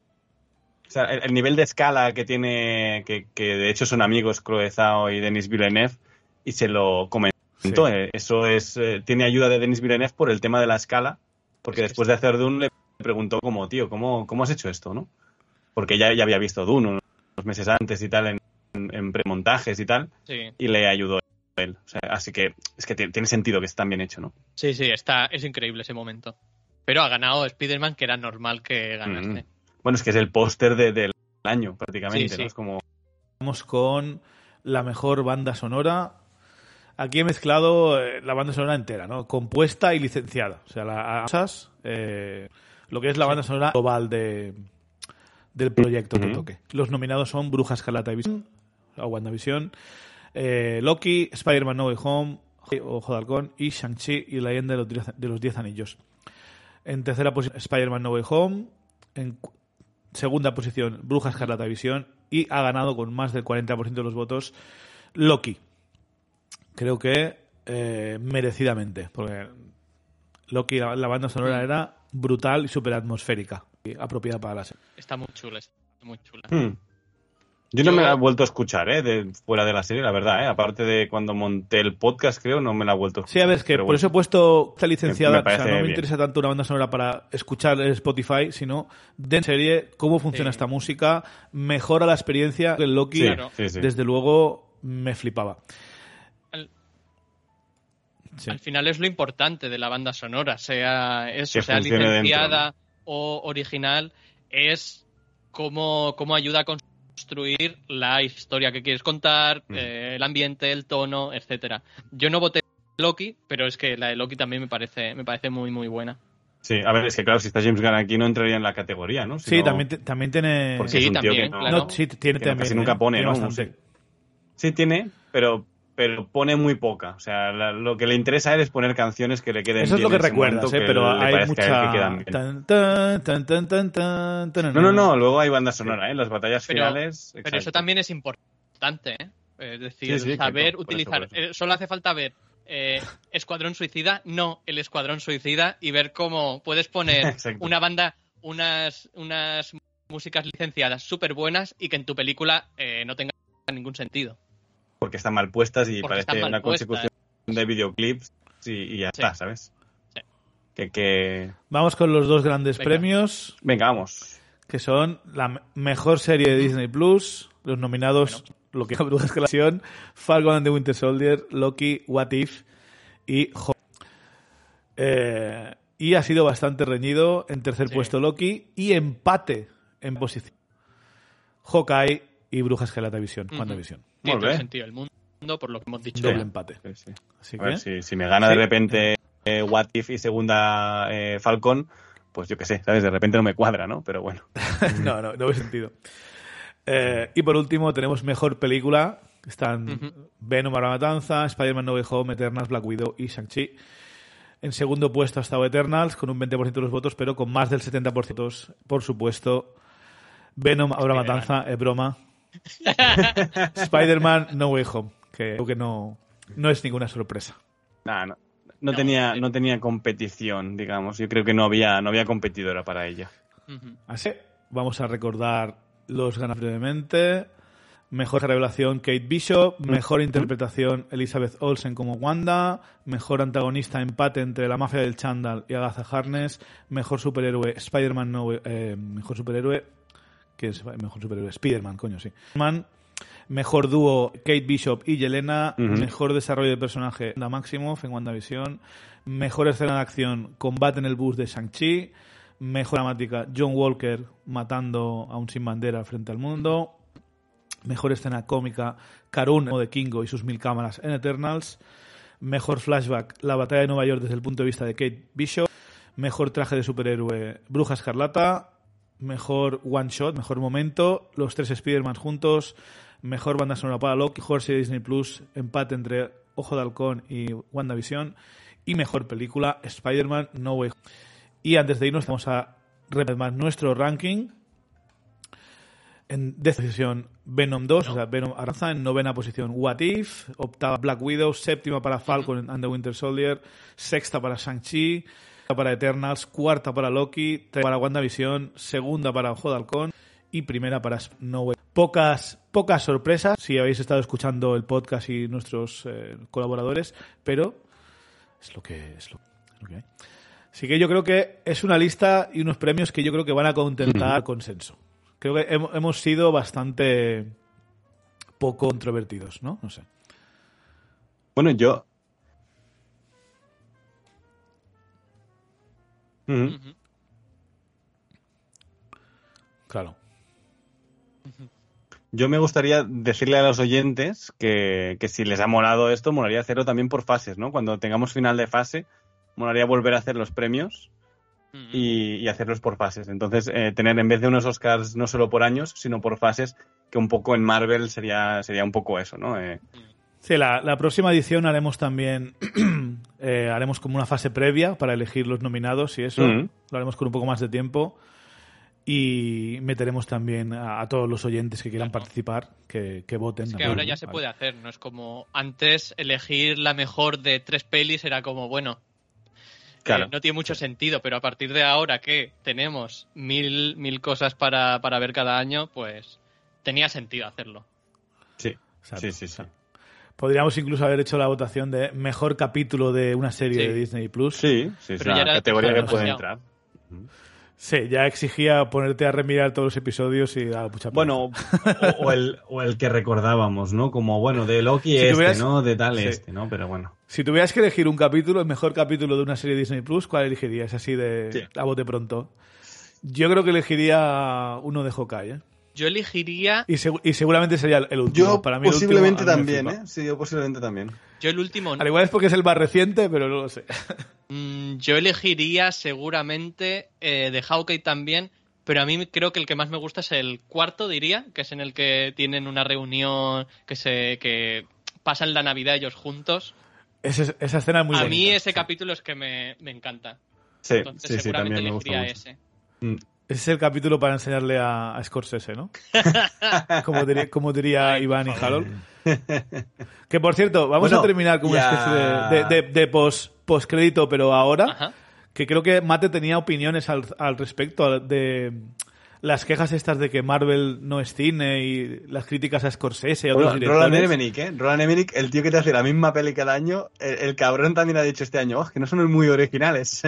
O sea, el, el nivel de escala que tiene, que, que de hecho son amigos Chloe Zhao y Denis Villeneuve, y se lo comentó. Sí. eh, Eso es, eh, tiene ayuda de Denis Villeneuve por el tema de la escala, porque Es que después de hacer Dune le preguntó como, tío, ¿cómo, cómo has hecho esto, no? Porque ya, ya había visto Dune unos meses antes y tal, en, en, en premontajes y tal, Sí. y le ayudó él. O sea, así que es que tiene, tiene sentido que esté tan bien hecho, ¿no? Sí, sí, está, es increíble ese momento. Pero ha ganado Spider-Man, que era normal que ganase. Mm. Bueno, es que es el póster de- del año, prácticamente, Sí, sí. ¿no? Es como... Vamos con la mejor banda sonora. Aquí he mezclado eh, la banda sonora entera, ¿no? Compuesta y licenciada. O sea, la, cosas, eh, lo que es la banda sonora global de, del proyecto que Ujú. toque. Los nominados son Bruja Escarlata y Visión, o WandaVision, eh, Loki, Spider-Man No Way Home, Ojo de Halcón y Shang-Chi y la leyenda de los diez- de los Diez Anillos. En tercera posición, Spider-Man No Way Home. En cu- segunda posición, Bruja Escarlata y Visión. Y ha ganado con más del cuarenta por ciento de los votos Loki. Creo que eh, merecidamente, porque Loki, la, la banda sonora era brutal y súper atmosférica y apropiada para la serie. Está muy chula, está muy chula. Hmm. Yo no Yo- me la he vuelto a escuchar, ¿eh? De, fuera de la serie, la verdad, ¿eh? Aparte de cuando monté el podcast, creo, no me la he vuelto a escuchar. Sí, a ver, es que Pero por bueno. eso he puesto esta licenciada. Me- me O sea, parece no me bien. interesa tanto una banda sonora para escuchar en Spotify, sino de en serie cómo funciona Sí. esta música, mejora la experiencia. El Loki, Sí, Claro. sí, sí. desde luego, me flipaba. Al, Sí. al final es lo importante de la banda sonora, sea eso, Que sea funcione licenciada dentro, o original, es cómo, cómo ayuda a construir la historia que quieres contar, Mm. eh, el ambiente, el tono, etcétera. Yo no voté Loki, pero es que la de Loki también me parece, me parece muy, muy buena. Sí, a ver, es que claro, si está James Gunn aquí no entraría en la categoría, ¿no? Si Sí, no- también, te- también tiene. Porque Sí, es un tío también, que no, claro. No, sí, tiene que no- también. casi nunca ¿eh? pone, Tiene ¿no? bastante. Sí tiene, pero pero pone muy poca. O sea, la- lo que le interesa a él es poner canciones que le queden Eso es bien lo que en ese recuerdas, momento, ¿eh? que Pero le hay parezca a él que mucha. quedan bien. Tan, tan, tan, tan, tan, tan, tan, No, no, no, luego hay banda sonora, ¿eh? Las batallas Pero- finales. Pero eso exacto. también es importante, ¿eh? Es decir, Sí, sí, saber claro, por eso, utilizar. por eso. eh, solo hace falta ver eh, Escuadrón Suicida, no el Escuadrón Suicida, y ver cómo puedes poner Exacto. una banda, unas, unas músicas licenciadas súper buenas y que en tu película eh, no tenga ningún sentido. Porque están mal puestas y Porque están parece mal una puestas. consecución de videoclips y, y ya Sí. está, ¿sabes? Sí. Que, que... Vamos con los dos grandes Venga. premios, Venga, vamos. que son la me- mejor serie de Disney Plus, los nominados, lo que es Bruja Escalación, Falcon and the Winter Soldier, Loki, What If y Ho- eh, y ha sido bastante reñido. En tercer Sí. puesto Loki y empate en posición Hawkeye y Bruja Escarlata Visión, Ujú. WandaVision. Tiene Muy todo el bien. sentido del mundo, por lo que hemos dicho. Doble ya. empate. Sí, sí. Así A ver, que si, si me gana Sí. de repente eh, What If y segunda eh, Falcon, pues yo qué sé, ¿sabes? De repente no me cuadra, ¿no? Pero bueno. no, no, no ve sentido. Eh, y por último tenemos mejor película. Están Ujú. Venom a la matanza, Spider-Man No Way Home, Eternals, Black Widow y Shang-Chi. En segundo puesto ha estado Eternals con un veinte por ciento de los votos, pero con más del setenta por ciento, por supuesto. Venom a la Spider-Man. matanza, es broma. Spider-Man No Way Home, que creo que no, no es ninguna sorpresa. Nah, no, no, No, tenía, eh. no tenía competición, digamos. Yo creo que no había, no había competidora para ella. Ujú. Así, vamos a recordar los ganadores brevemente. Mejor revelación Kate Bishop, mejor interpretación Elizabeth Olsen como Wanda, mejor antagonista empate entre la mafia del chándal y Agatha Harkness, mejor superhéroe Spider-Man no, eh, mejor superhéroe ¿qué es mejor superhéroe? Spider-Man, coño, sí. Man, Mejor dúo, Kate Bishop y Yelena. Uh-huh. Mejor desarrollo de personaje, Wanda Maximoff en WandaVision. Mejor escena de acción, combate en el bus de Shang-Chi. Mejor dramática, John Walker matando a un sin bandera frente al mundo. Mejor escena cómica, Karun de Kingo y sus mil cámaras en Eternals. Mejor flashback, la batalla de Nueva York desde el punto de vista de Kate Bishop. Mejor traje de superhéroe, Bruja Escarlata. Mejor one shot, mejor momento, los tres Spider-Man juntos. Mejor banda sonora para Loki, mejor serie Disney Plus, empate entre Ojo de Halcón y WandaVision. Y mejor película, Spider-Man No Way Home. Y antes de irnos vamos a repasar nuestro ranking. En décima posición Venom dos, no. o sea, Venom arrasa. En novena posición What If, octava Black Widow, séptima para Falcon and the Winter Soldier, sexta para Shang-Chi, para Eternals, cuarta para Loki, tercera para WandaVision, segunda para Ojo de Halcón y primera para No Way. Pocas, pocas sorpresas si habéis estado escuchando el podcast y nuestros eh, colaboradores, pero es lo que es lo, es lo que hay. Así que yo creo que es una lista y unos premios que yo creo que van a contentar mm. consenso. Creo que hemos, hemos sido bastante poco controvertidos, ¿no? No sé. Bueno, yo... Uh-huh. Claro. Yo me gustaría decirle a los oyentes que, que si les ha molado esto, molaría hacerlo también por fases, ¿no? Cuando tengamos final de fase, molaría volver a hacer los premios uh-huh. y, y hacerlos por fases. Entonces, eh, tener en vez de unos Oscars no solo por años, sino por fases, que un poco en Marvel sería, sería un poco eso, ¿no? Eh, Sí, la, la próxima edición haremos también, eh, haremos como una fase previa para elegir los nominados y eso, uh-huh. lo haremos con un poco más de tiempo y meteremos también a, a todos los oyentes que quieran claro. participar, que, que voten. Es que ahora ya se vale. puede hacer, no es como antes elegir la mejor de tres pelis era como, bueno, claro. eh, no tiene mucho sentido, pero a partir de ahora que tenemos mil, mil cosas para, para ver cada año, pues tenía sentido hacerlo. Sí, Exacto. sí, sí, sí. Podríamos incluso haber hecho la votación de mejor capítulo de una serie sí. de Disney Plus. Sí, sí, es una categoría que puede entrar. Sí, ya exigía ponerte a remirar todos los episodios y dar mucha pena. Bueno, o, o, el, o el que recordábamos, ¿no? Como, bueno, de Loki si este, tuvieras... ¿no? De tal sí. este, ¿no? Pero bueno. Si tuvieras que elegir un capítulo, el mejor capítulo de una serie de Disney Plus, ¿cuál elegirías? Así de sí. a bote pronto. Yo creo que elegiría uno de Hawkeye, ¿eh? Yo elegiría... Y, seg- y seguramente sería el último. Yo Para mí posiblemente el último, también, ¿eh? Sí, yo posiblemente también. Yo el último... Al igual es porque es el más reciente, pero no lo sé. Mm, yo elegiría seguramente eh, de Hawkeye también, pero a mí creo que el que más me gusta es el cuarto, diría, que es en el que tienen una reunión, que se que pasan la Navidad ellos juntos. Ese, esa escena es muy a bonita. A mí ese sí. capítulo es que me, me encanta. Sí, Entonces sí, seguramente sí, elegiría ese. Mm. Ese es el capítulo para enseñarle a, a Scorsese, ¿no? Como diría, como diría Ay, Iván y Harold. Que, por cierto, vamos bueno, a terminar con ya... una especie de, de, de, de post, postcrédito, pero ahora, Ajá. que creo que Mate tenía opiniones al, al respecto de las quejas estas de que Marvel no es cine y las críticas a Scorsese y a otros bueno, directores. Roland Emmerich, ¿eh? Roland Emmerich, el tío que te hace la misma peli cada año, el, el cabrón también ha dicho este año, oh, que no son muy originales.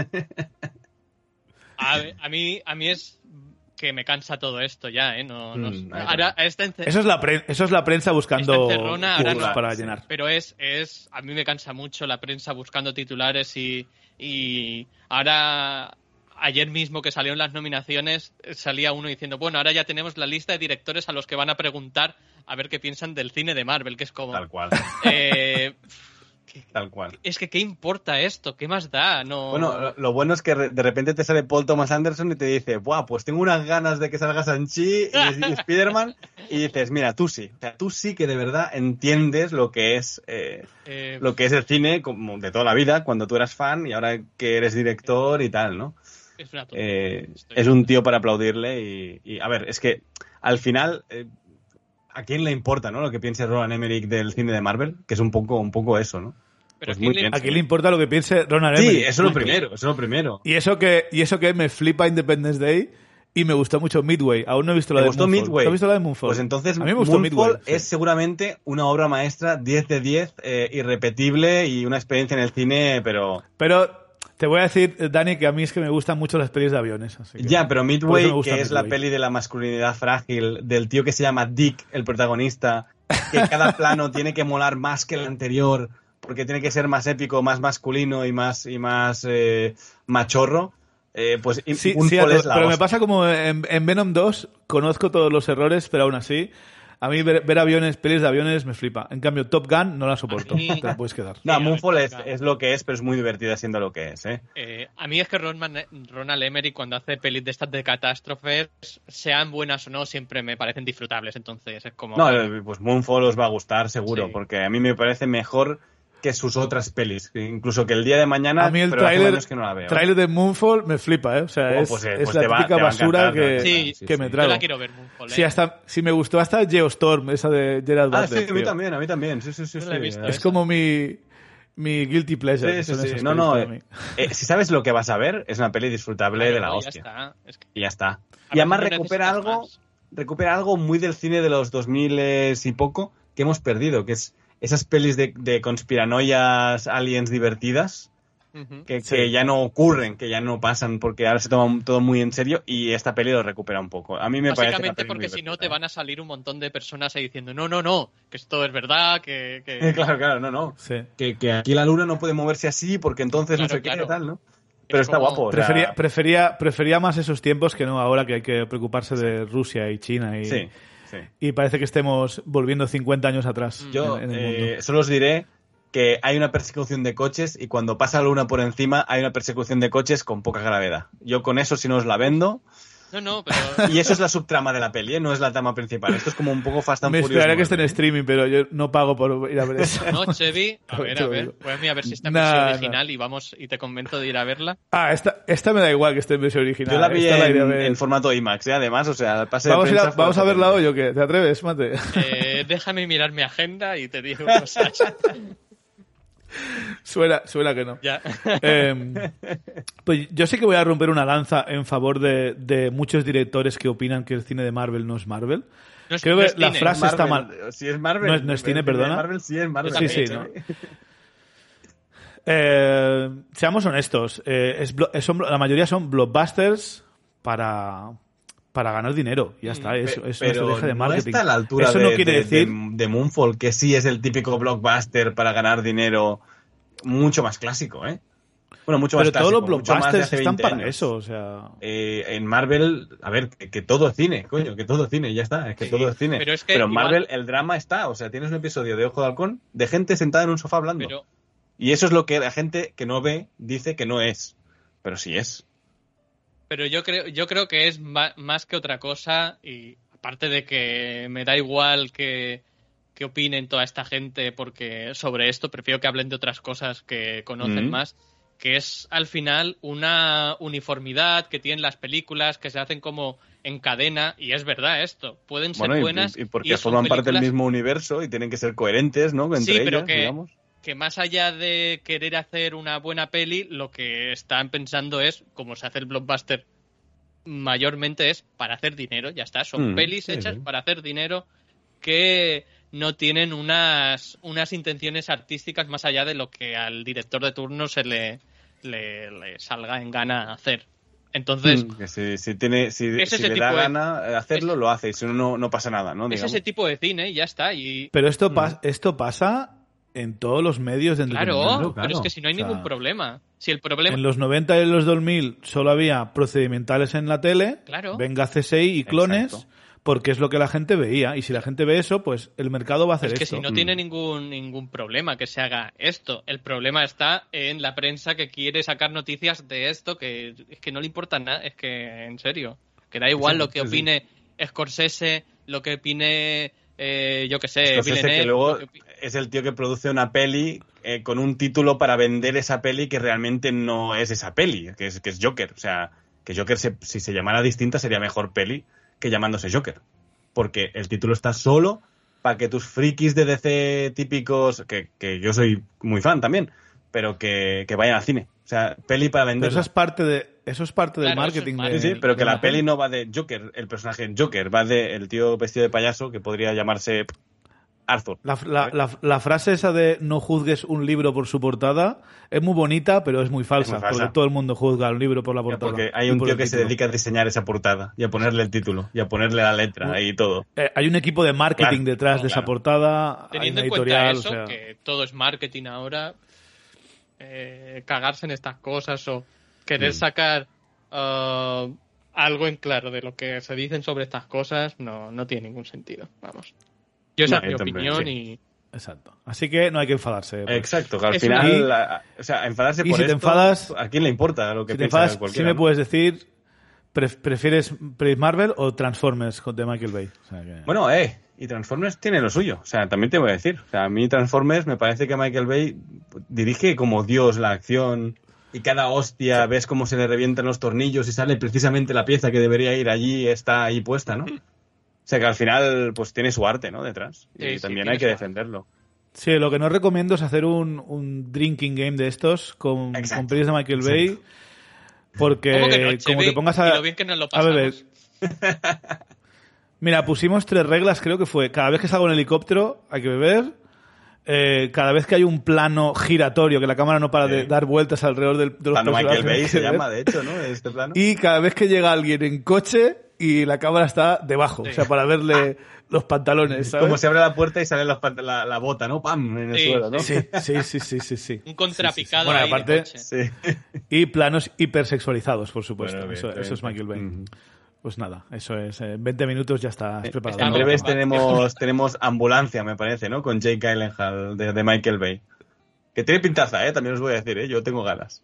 A, a mí a mí es que me cansa todo esto ya, ¿eh? No, no, mm, ahora, esta ence- eso, es la pre- eso es la prensa buscando ahora no, para llenar. Pero es, es... A mí me cansa mucho la prensa buscando titulares y, y ahora... Ayer mismo que salieron las nominaciones, salía uno diciendo, bueno, ahora ya tenemos la lista de directores a los que van a preguntar a ver qué piensan del cine de Marvel, que es como... Tal cual. Eh, Tal cual. Es que, ¿qué importa esto? ¿Qué más da? No... Bueno, lo, lo bueno es que de repente te sale Paul Thomas Anderson y te dice, buah, pues tengo unas ganas de que salga Shang-Chi y, y Spider-Man, y dices, mira, tú sí, o sea, tú sí que de verdad entiendes lo que es eh, eh, lo que es el cine como de toda la vida, cuando tú eras fan y ahora que eres director y tal, ¿no? Es, una eh, es un tío para aplaudirle y, y a ver, es que al final... Eh, ¿a quién le importa, no? Lo que piense Roland Emmerich del cine de Marvel, que es un poco, un poco eso, ¿no? Pero pues muy bien. ¿A quién le importa lo que piense Roland Emmerich? Sí, eso es lo primero, eso es lo primero. Y eso que, y eso que me flipa Independence Day y me gustó mucho Midway. Aún no he visto la ¿Te de gustó Moonfall. Midway? ¿Has visto la de Moonfall? Pues entonces a mí me gustó Moonfall Midway, es sí. seguramente una obra maestra diez de diez, eh, irrepetible y una experiencia en el cine, pero... Pero Te voy a decir, Dani, que a mí es que me gustan mucho las pelis de aviones. Así que ya, pero Midway, que Midway. es la peli de la masculinidad frágil, del tío que se llama Dick, el protagonista, que cada plano tiene que molar más que el anterior, porque tiene que ser más épico, más masculino y más, y más eh, machorro. Eh, pues sí, un sí, pero pero me pasa como en, en Venom dos, conozco todos los errores, pero aún así, a mí ver, ver aviones, pelis de aviones me flipa. En cambio, Top Gun no la soporto, mí... te la puedes quedar. No, Moonfall es, es lo que es, pero es muy divertida siendo lo que es, ¿eh? Eh, a mí es que Ron, Ronald Emmerich, cuando hace pelis de estas de catástrofes, sean buenas o no, siempre me parecen disfrutables, entonces es como... No, pues Moonfall os va a gustar seguro, sí. Porque a mí me parece mejor que sus otras pelis, incluso que el día de mañana, a mí el pero trailer, hace años que no la veo. trailer de Moonfall me flipa, ¿eh? O sea, oh, es, pues, eh, es pues la va, típica basura encantar, que, sí, que sí, me sí. trago. Yo la quiero ver, Moonfall, ¿eh? Sí, hasta, si me gustó hasta Geostorm, esa de Gerard Ah, Butler, sí, a mí tío. también, a mí también, sí, sí, sí. Yo sí la he visto, Es esa. como mi, mi guilty pleasure. Sí, sí, sí. No, no, eh, eh, si sabes lo que vas a ver, es una peli disfrutable claro, de la ya hostia. Está. Es que... Y ya está. A Y además no recupera algo, más. recupera algo muy del cine de los dos mil y poco que hemos perdido, que es esas pelis de, de conspiranoias aliens divertidas, uh-huh. que, sí. que ya no ocurren, que ya no pasan, porque ahora se toma todo muy en serio y esta peli lo recupera un poco. A mí me parece básicamente porque si no te van a salir un montón de personas ahí diciendo no, no, no, que esto es verdad, que... que... Claro, claro, no, no. Sí. Que, que aquí la luna no puede moverse así porque entonces claro, no sé claro. qué tal, ¿no? Pero es está como... guapo. O Prefería, sea... prefería, prefería más esos tiempos que no ahora que hay que preocuparse de Rusia y China y, Sí, sí. y parece que estemos volviendo cincuenta años atrás. Yo en, en el mundo. eh, solo os diré que hay una persecución de coches y cuando pasa la luna por encima hay una persecución de coches con poca gravedad. Yo con eso si no os la vendo. No, no, pero... Y eso es la subtrama de la peli, ¿eh? No es la trama principal. Esto es como un poco Fast and Me Furious. esperaría que esté en nueve. streaming, pero yo no pago por ir a ver eso. No, Chevy, a ver, a ver, pues a ver si está en Nah, versión nah. original y vamos y te convenzo de ir a verla. Ah, esta, esta me da igual que esté en versión original. Yo la vi Esta la iré a en, ver. en formato IMAX, ¿eh? Además, o sea, el pase Vamos, de a, ir a, prensa fue vamos a verla potente. hoy o qué. ¿Te atreves, Mate? Eh, déjame mirar mi agenda y te digo cosas. suena, suena que no. Ya. Eh, pues yo sé que voy a romper una lanza en favor de, de muchos directores que opinan que el cine de Marvel no es Marvel. No es, Creo no que es la cine. frase está mal. Marvel, Si es Marvel. No es- no es cine, el de perdona. Marvel sí es Marvel. Sí, sí, de ¿no? hecho. Eh, seamos honestos. eh, es blo- son, la mayoría son blockbusters para, para ganar dinero. Ya está. Es, Pe- es una pero estrategia de marketing. no está a la altura Eso de, no quiere de- decir. de, de Moonfall, que sí es el típico blockbuster para ganar dinero mucho más clásico, ¿eh? Bueno, mucho más Pero todos clásico, los mucho más de blockbusters hace están veinte para años. eso. O sea. Eh, en Marvel, a ver, que, que todo es cine, coño, que todo es cine, ya está, es que Sí, todo es cine. pero es que en igual- Marvel el drama está, o sea, tienes un episodio de Ojo de Halcón de gente sentada en un sofá hablando. Pero, Y eso es lo que la gente que no ve dice que no es, pero sí es. pero yo creo, yo creo que es ma- más que otra cosa y aparte de que me da igual que, que opinen toda esta gente porque sobre esto prefiero que hablen de otras cosas que conocen Mm. más, que es al final una uniformidad que tienen las películas que se hacen como en cadena y es verdad esto, pueden ser Bueno, y- buenas y, y porque y son forman parte del películas mismo universo y tienen que ser coherentes, ¿no? Entre Sí, pero ellas, que- digamos. que más allá de querer hacer una buena peli, lo que están pensando es, como se hace el blockbuster mayormente es para hacer dinero, ya está, son Mm, pelis sí, hechas sí. para hacer dinero que no tienen unas, unas intenciones artísticas más allá de lo que al director de turno se le, le, le salga en gana hacer. Entonces, Mm, que si, si tiene, si, es si ese le tipo da de- gana eh, hacerlo, es- lo hace, y si no, no, no pasa nada, ¿no? es Digamos. ese tipo de cine y ya está. Y Pero esto, pas- esto pasa en todos los medios de claro, entretenimiento. pero es que si no hay O sea, ningún problema. Si el problema... En los noventa y en los dos mil solo había procedimentales en la tele, Claro. venga C S I y clones, Exacto. porque es lo que la gente veía. Y si la gente ve eso, pues el mercado va a hacer Es que esto. si no tiene ningún ningún problema que se haga esto. El problema está en la prensa que quiere sacar noticias de esto, que es que no le importa nada. Es que, en serio, que da igual Sí, lo que sí, sí. opine Scorsese, lo que opine, eh, yo que sé, Scorsese, Villeneuve, que luego lo que opi- es el tío que produce una peli eh, con un título para vender esa peli que realmente no es esa peli, que es, que es Joker. O sea, que Joker se- si se llamara distinta sería mejor peli que llamándose Joker. Porque el título está solo para que tus frikis de D C típicos, que, que yo soy muy fan también, pero que, que vayan al cine. O sea, peli para Pero vender. eso es parte de eso es parte del Claro, eso es marketing. marketing. de- Sí, sí, pero que de la una peli no va de Joker, el personaje Joker, va de el tío vestido de payaso que podría llamarse Arthur. La, la, la, la frase esa de no juzgues un libro por su portada es muy bonita, pero es muy falsa, Es muy falsa. porque todo el mundo juzga un libro por la portada. Porque hay y un por tío el que se título. dedica a diseñar esa portada y a ponerle el título y a ponerle la letra y todo. Eh, hay un equipo de marketing Claro, detrás no, de esa claro. portada, Teniendo hay en una cuenta editorial, eso, o sea... que todo es marketing ahora, eh, cagarse en estas cosas o querer Mm. sacar uh, algo en claro de lo que se dicen sobre estas cosas no, no tiene ningún sentido. Vamos. Yo esa No, es mi yo también, opinión sí. y... Exacto. Así que no hay que enfadarse. pues. Exacto, que al Es final, una- la- o sea, enfadarse Y por si te esto, enfadas- ¿a quién le importa lo que Si te piensa enfadas, sí cualquiera? me ¿no? puedes decir, pref- ¿prefieres Praise Marvel o Transformers de Michael Bay? O sea que- Bueno, eh, y Transformers tiene lo suyo. O sea, también te voy a decir. O sea, a mí Transformers me parece que Michael Bay dirige como Dios la acción y cada hostia ves cómo se le revientan los tornillos y sale precisamente la pieza que debería ir allí, está ahí puesta, ¿no? O sea, que al final, pues tiene su arte, ¿no? Detrás. Y Sí, sí, también tiene hay que su arte. defenderlo. Sí, lo que no recomiendo es hacer un, un drinking game de estos con, Exacto. con pelis de Michael Bay, porque ¿Cómo que no, como Chevy? te pongas Y a, lo bien que nos lo a pasamos. beber. Mira, pusimos tres reglas, creo que fue, cada vez que salga un helicóptero hay que beber, eh, cada vez que hay un plano giratorio, que la cámara no para de Sí. dar vueltas alrededor del- de los Plano Michael personajes, Bay hay que se beber. llama, de hecho, ¿no? Este plano. Y cada vez que llega alguien en coche y la cámara está debajo, o sea, para verle los pantalones, ¿sabes? Como se abre la puerta y sale la, la, la bota, ¿no? ¡Pam! En el Sí, suelo, ¿no? Sí, sí, sí, sí, sí, sí. Un contrapicado Bueno, ahí de aparte- coche. Sí. Y planos hipersexualizados, por supuesto. Bueno, eso, eso es Michael Bay. evidentemente. Pues nada, eso es. eh, En veinte minutos ya estás preparado. En Estamos breves preparados. tenemos, tenemos Ambulancia, me parece, ¿no? Con Jake Gyllenhaal de, de Michael Bay. Que tiene pintaza, ¿eh? También os voy a decir, ¿eh? Yo tengo ganas.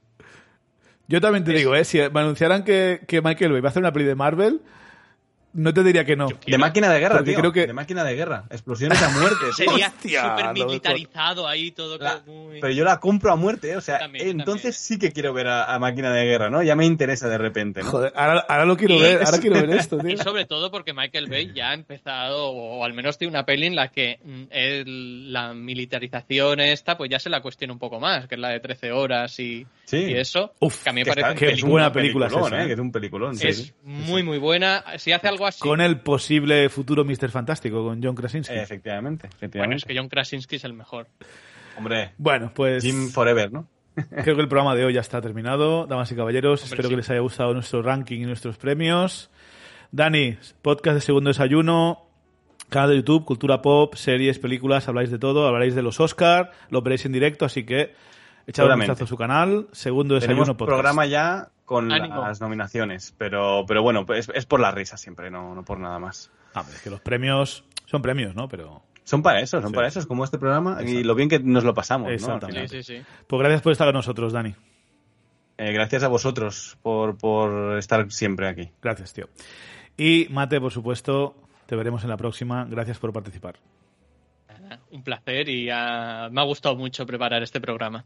Yo también te Es- digo, ¿eh? Si me anunciaran que, que Michael Bay va a hacer una peli de Marvel, no te diría que no. De máquina de guerra, Porque tío. creo que- De máquina de guerra. Explosiones a muerte, tío. Sería Hostia, súper lo militarizado ahí todo. La- como muy... Pero yo la compro a muerte, ¿eh? O sea, También, yo entonces también. sí que quiero ver a, a máquina de guerra, ¿no? Ya me interesa de repente, ¿no? Joder, ahora, ahora lo quiero Y- ver, ahora quiero ver esto, tío. Y sobre todo porque Michael Bay ya ha empezado, o al menos tiene una peli en la que mm, el- la militarización esta, pues ya se la cuestiona un poco más, que es la de trece horas y, Sí. y eso. Uf, que a mí me Que parece está- un qué que es película. un buena película es peliculón, esa, ¿eh? ¿eh? Que es un peliculón, sí. Es muy, muy buena. Si hace algo así... Con el posible futuro mister Fantástico, con John Krasinski. Eh, efectivamente, Bueno, efectivamente. es que John Krasinski es el mejor. Hombre, Bueno, pues Jim Forever, ¿no? creo que el programa de hoy ya está terminado. Damas y caballeros, Hombre, espero sí. que les haya gustado nuestro ranking y nuestros premios. Dani, podcast de Segundo Desayuno, canal de YouTube, cultura pop, series, películas, habláis de todo, hablaréis de los Oscar, lo veréis en directo, así que echad un Seguramente. vistazo a su canal, Segundo Desayuno Tenemos Podcast. programa ya con Ánimo. las nominaciones, pero, pero bueno, es, es por la risa siempre, no, no por nada más. Ah, es que los premios son premios, ¿no? Pero Son para eso, son Sí. para eso, es como este programa y Exacto. lo bien que nos lo pasamos, ¿no? Al Exactamente. final. Sí, sí, sí. pues gracias por estar con nosotros, Dani. Eh, gracias a vosotros por, por estar siempre aquí. Gracias, tío. Y Mate, por supuesto, te veremos en la próxima. Gracias por participar. Nada, un placer y ah, me ha gustado mucho preparar este programa.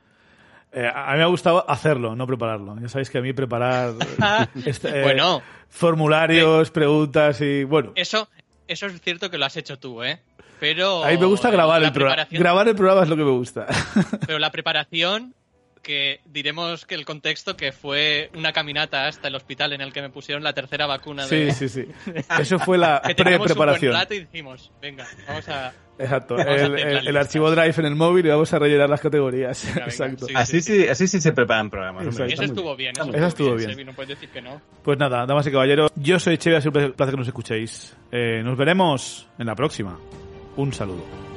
Eh, a a mí me ha gustado hacerlo, no prepararlo. Ya sabéis que a mí preparar este, eh, Bueno. formularios, preguntas y bueno. Eso, eso es cierto que lo has hecho tú, ¿eh? Pero... A mí me gusta grabar la el programa. preparación- Grabar el programa es lo que me gusta. Pero la preparación, que diremos que el contexto que fue una caminata hasta el hospital en el que me pusieron la tercera vacuna de... Sí, sí, sí. Eso fue la Que teníamos un buen pre-preparación. rato y dijimos, venga, vamos a... Exacto. Vamos a El, hacer la el- el lista. archivo Drive en el móvil y vamos a rellenar las categorías. Venga, venga, Exacto. sí. Así sí, así sí se preparan programas. hombre. Exacto. Eso Está muy estuvo bien, eso Esa estuvo bien. Sebi, no puedes decir que no. Pues nada, damas y caballeros, yo soy Cheve, ha sido un placer que nos escuchéis. Eh, nos veremos en la próxima. Un saludo.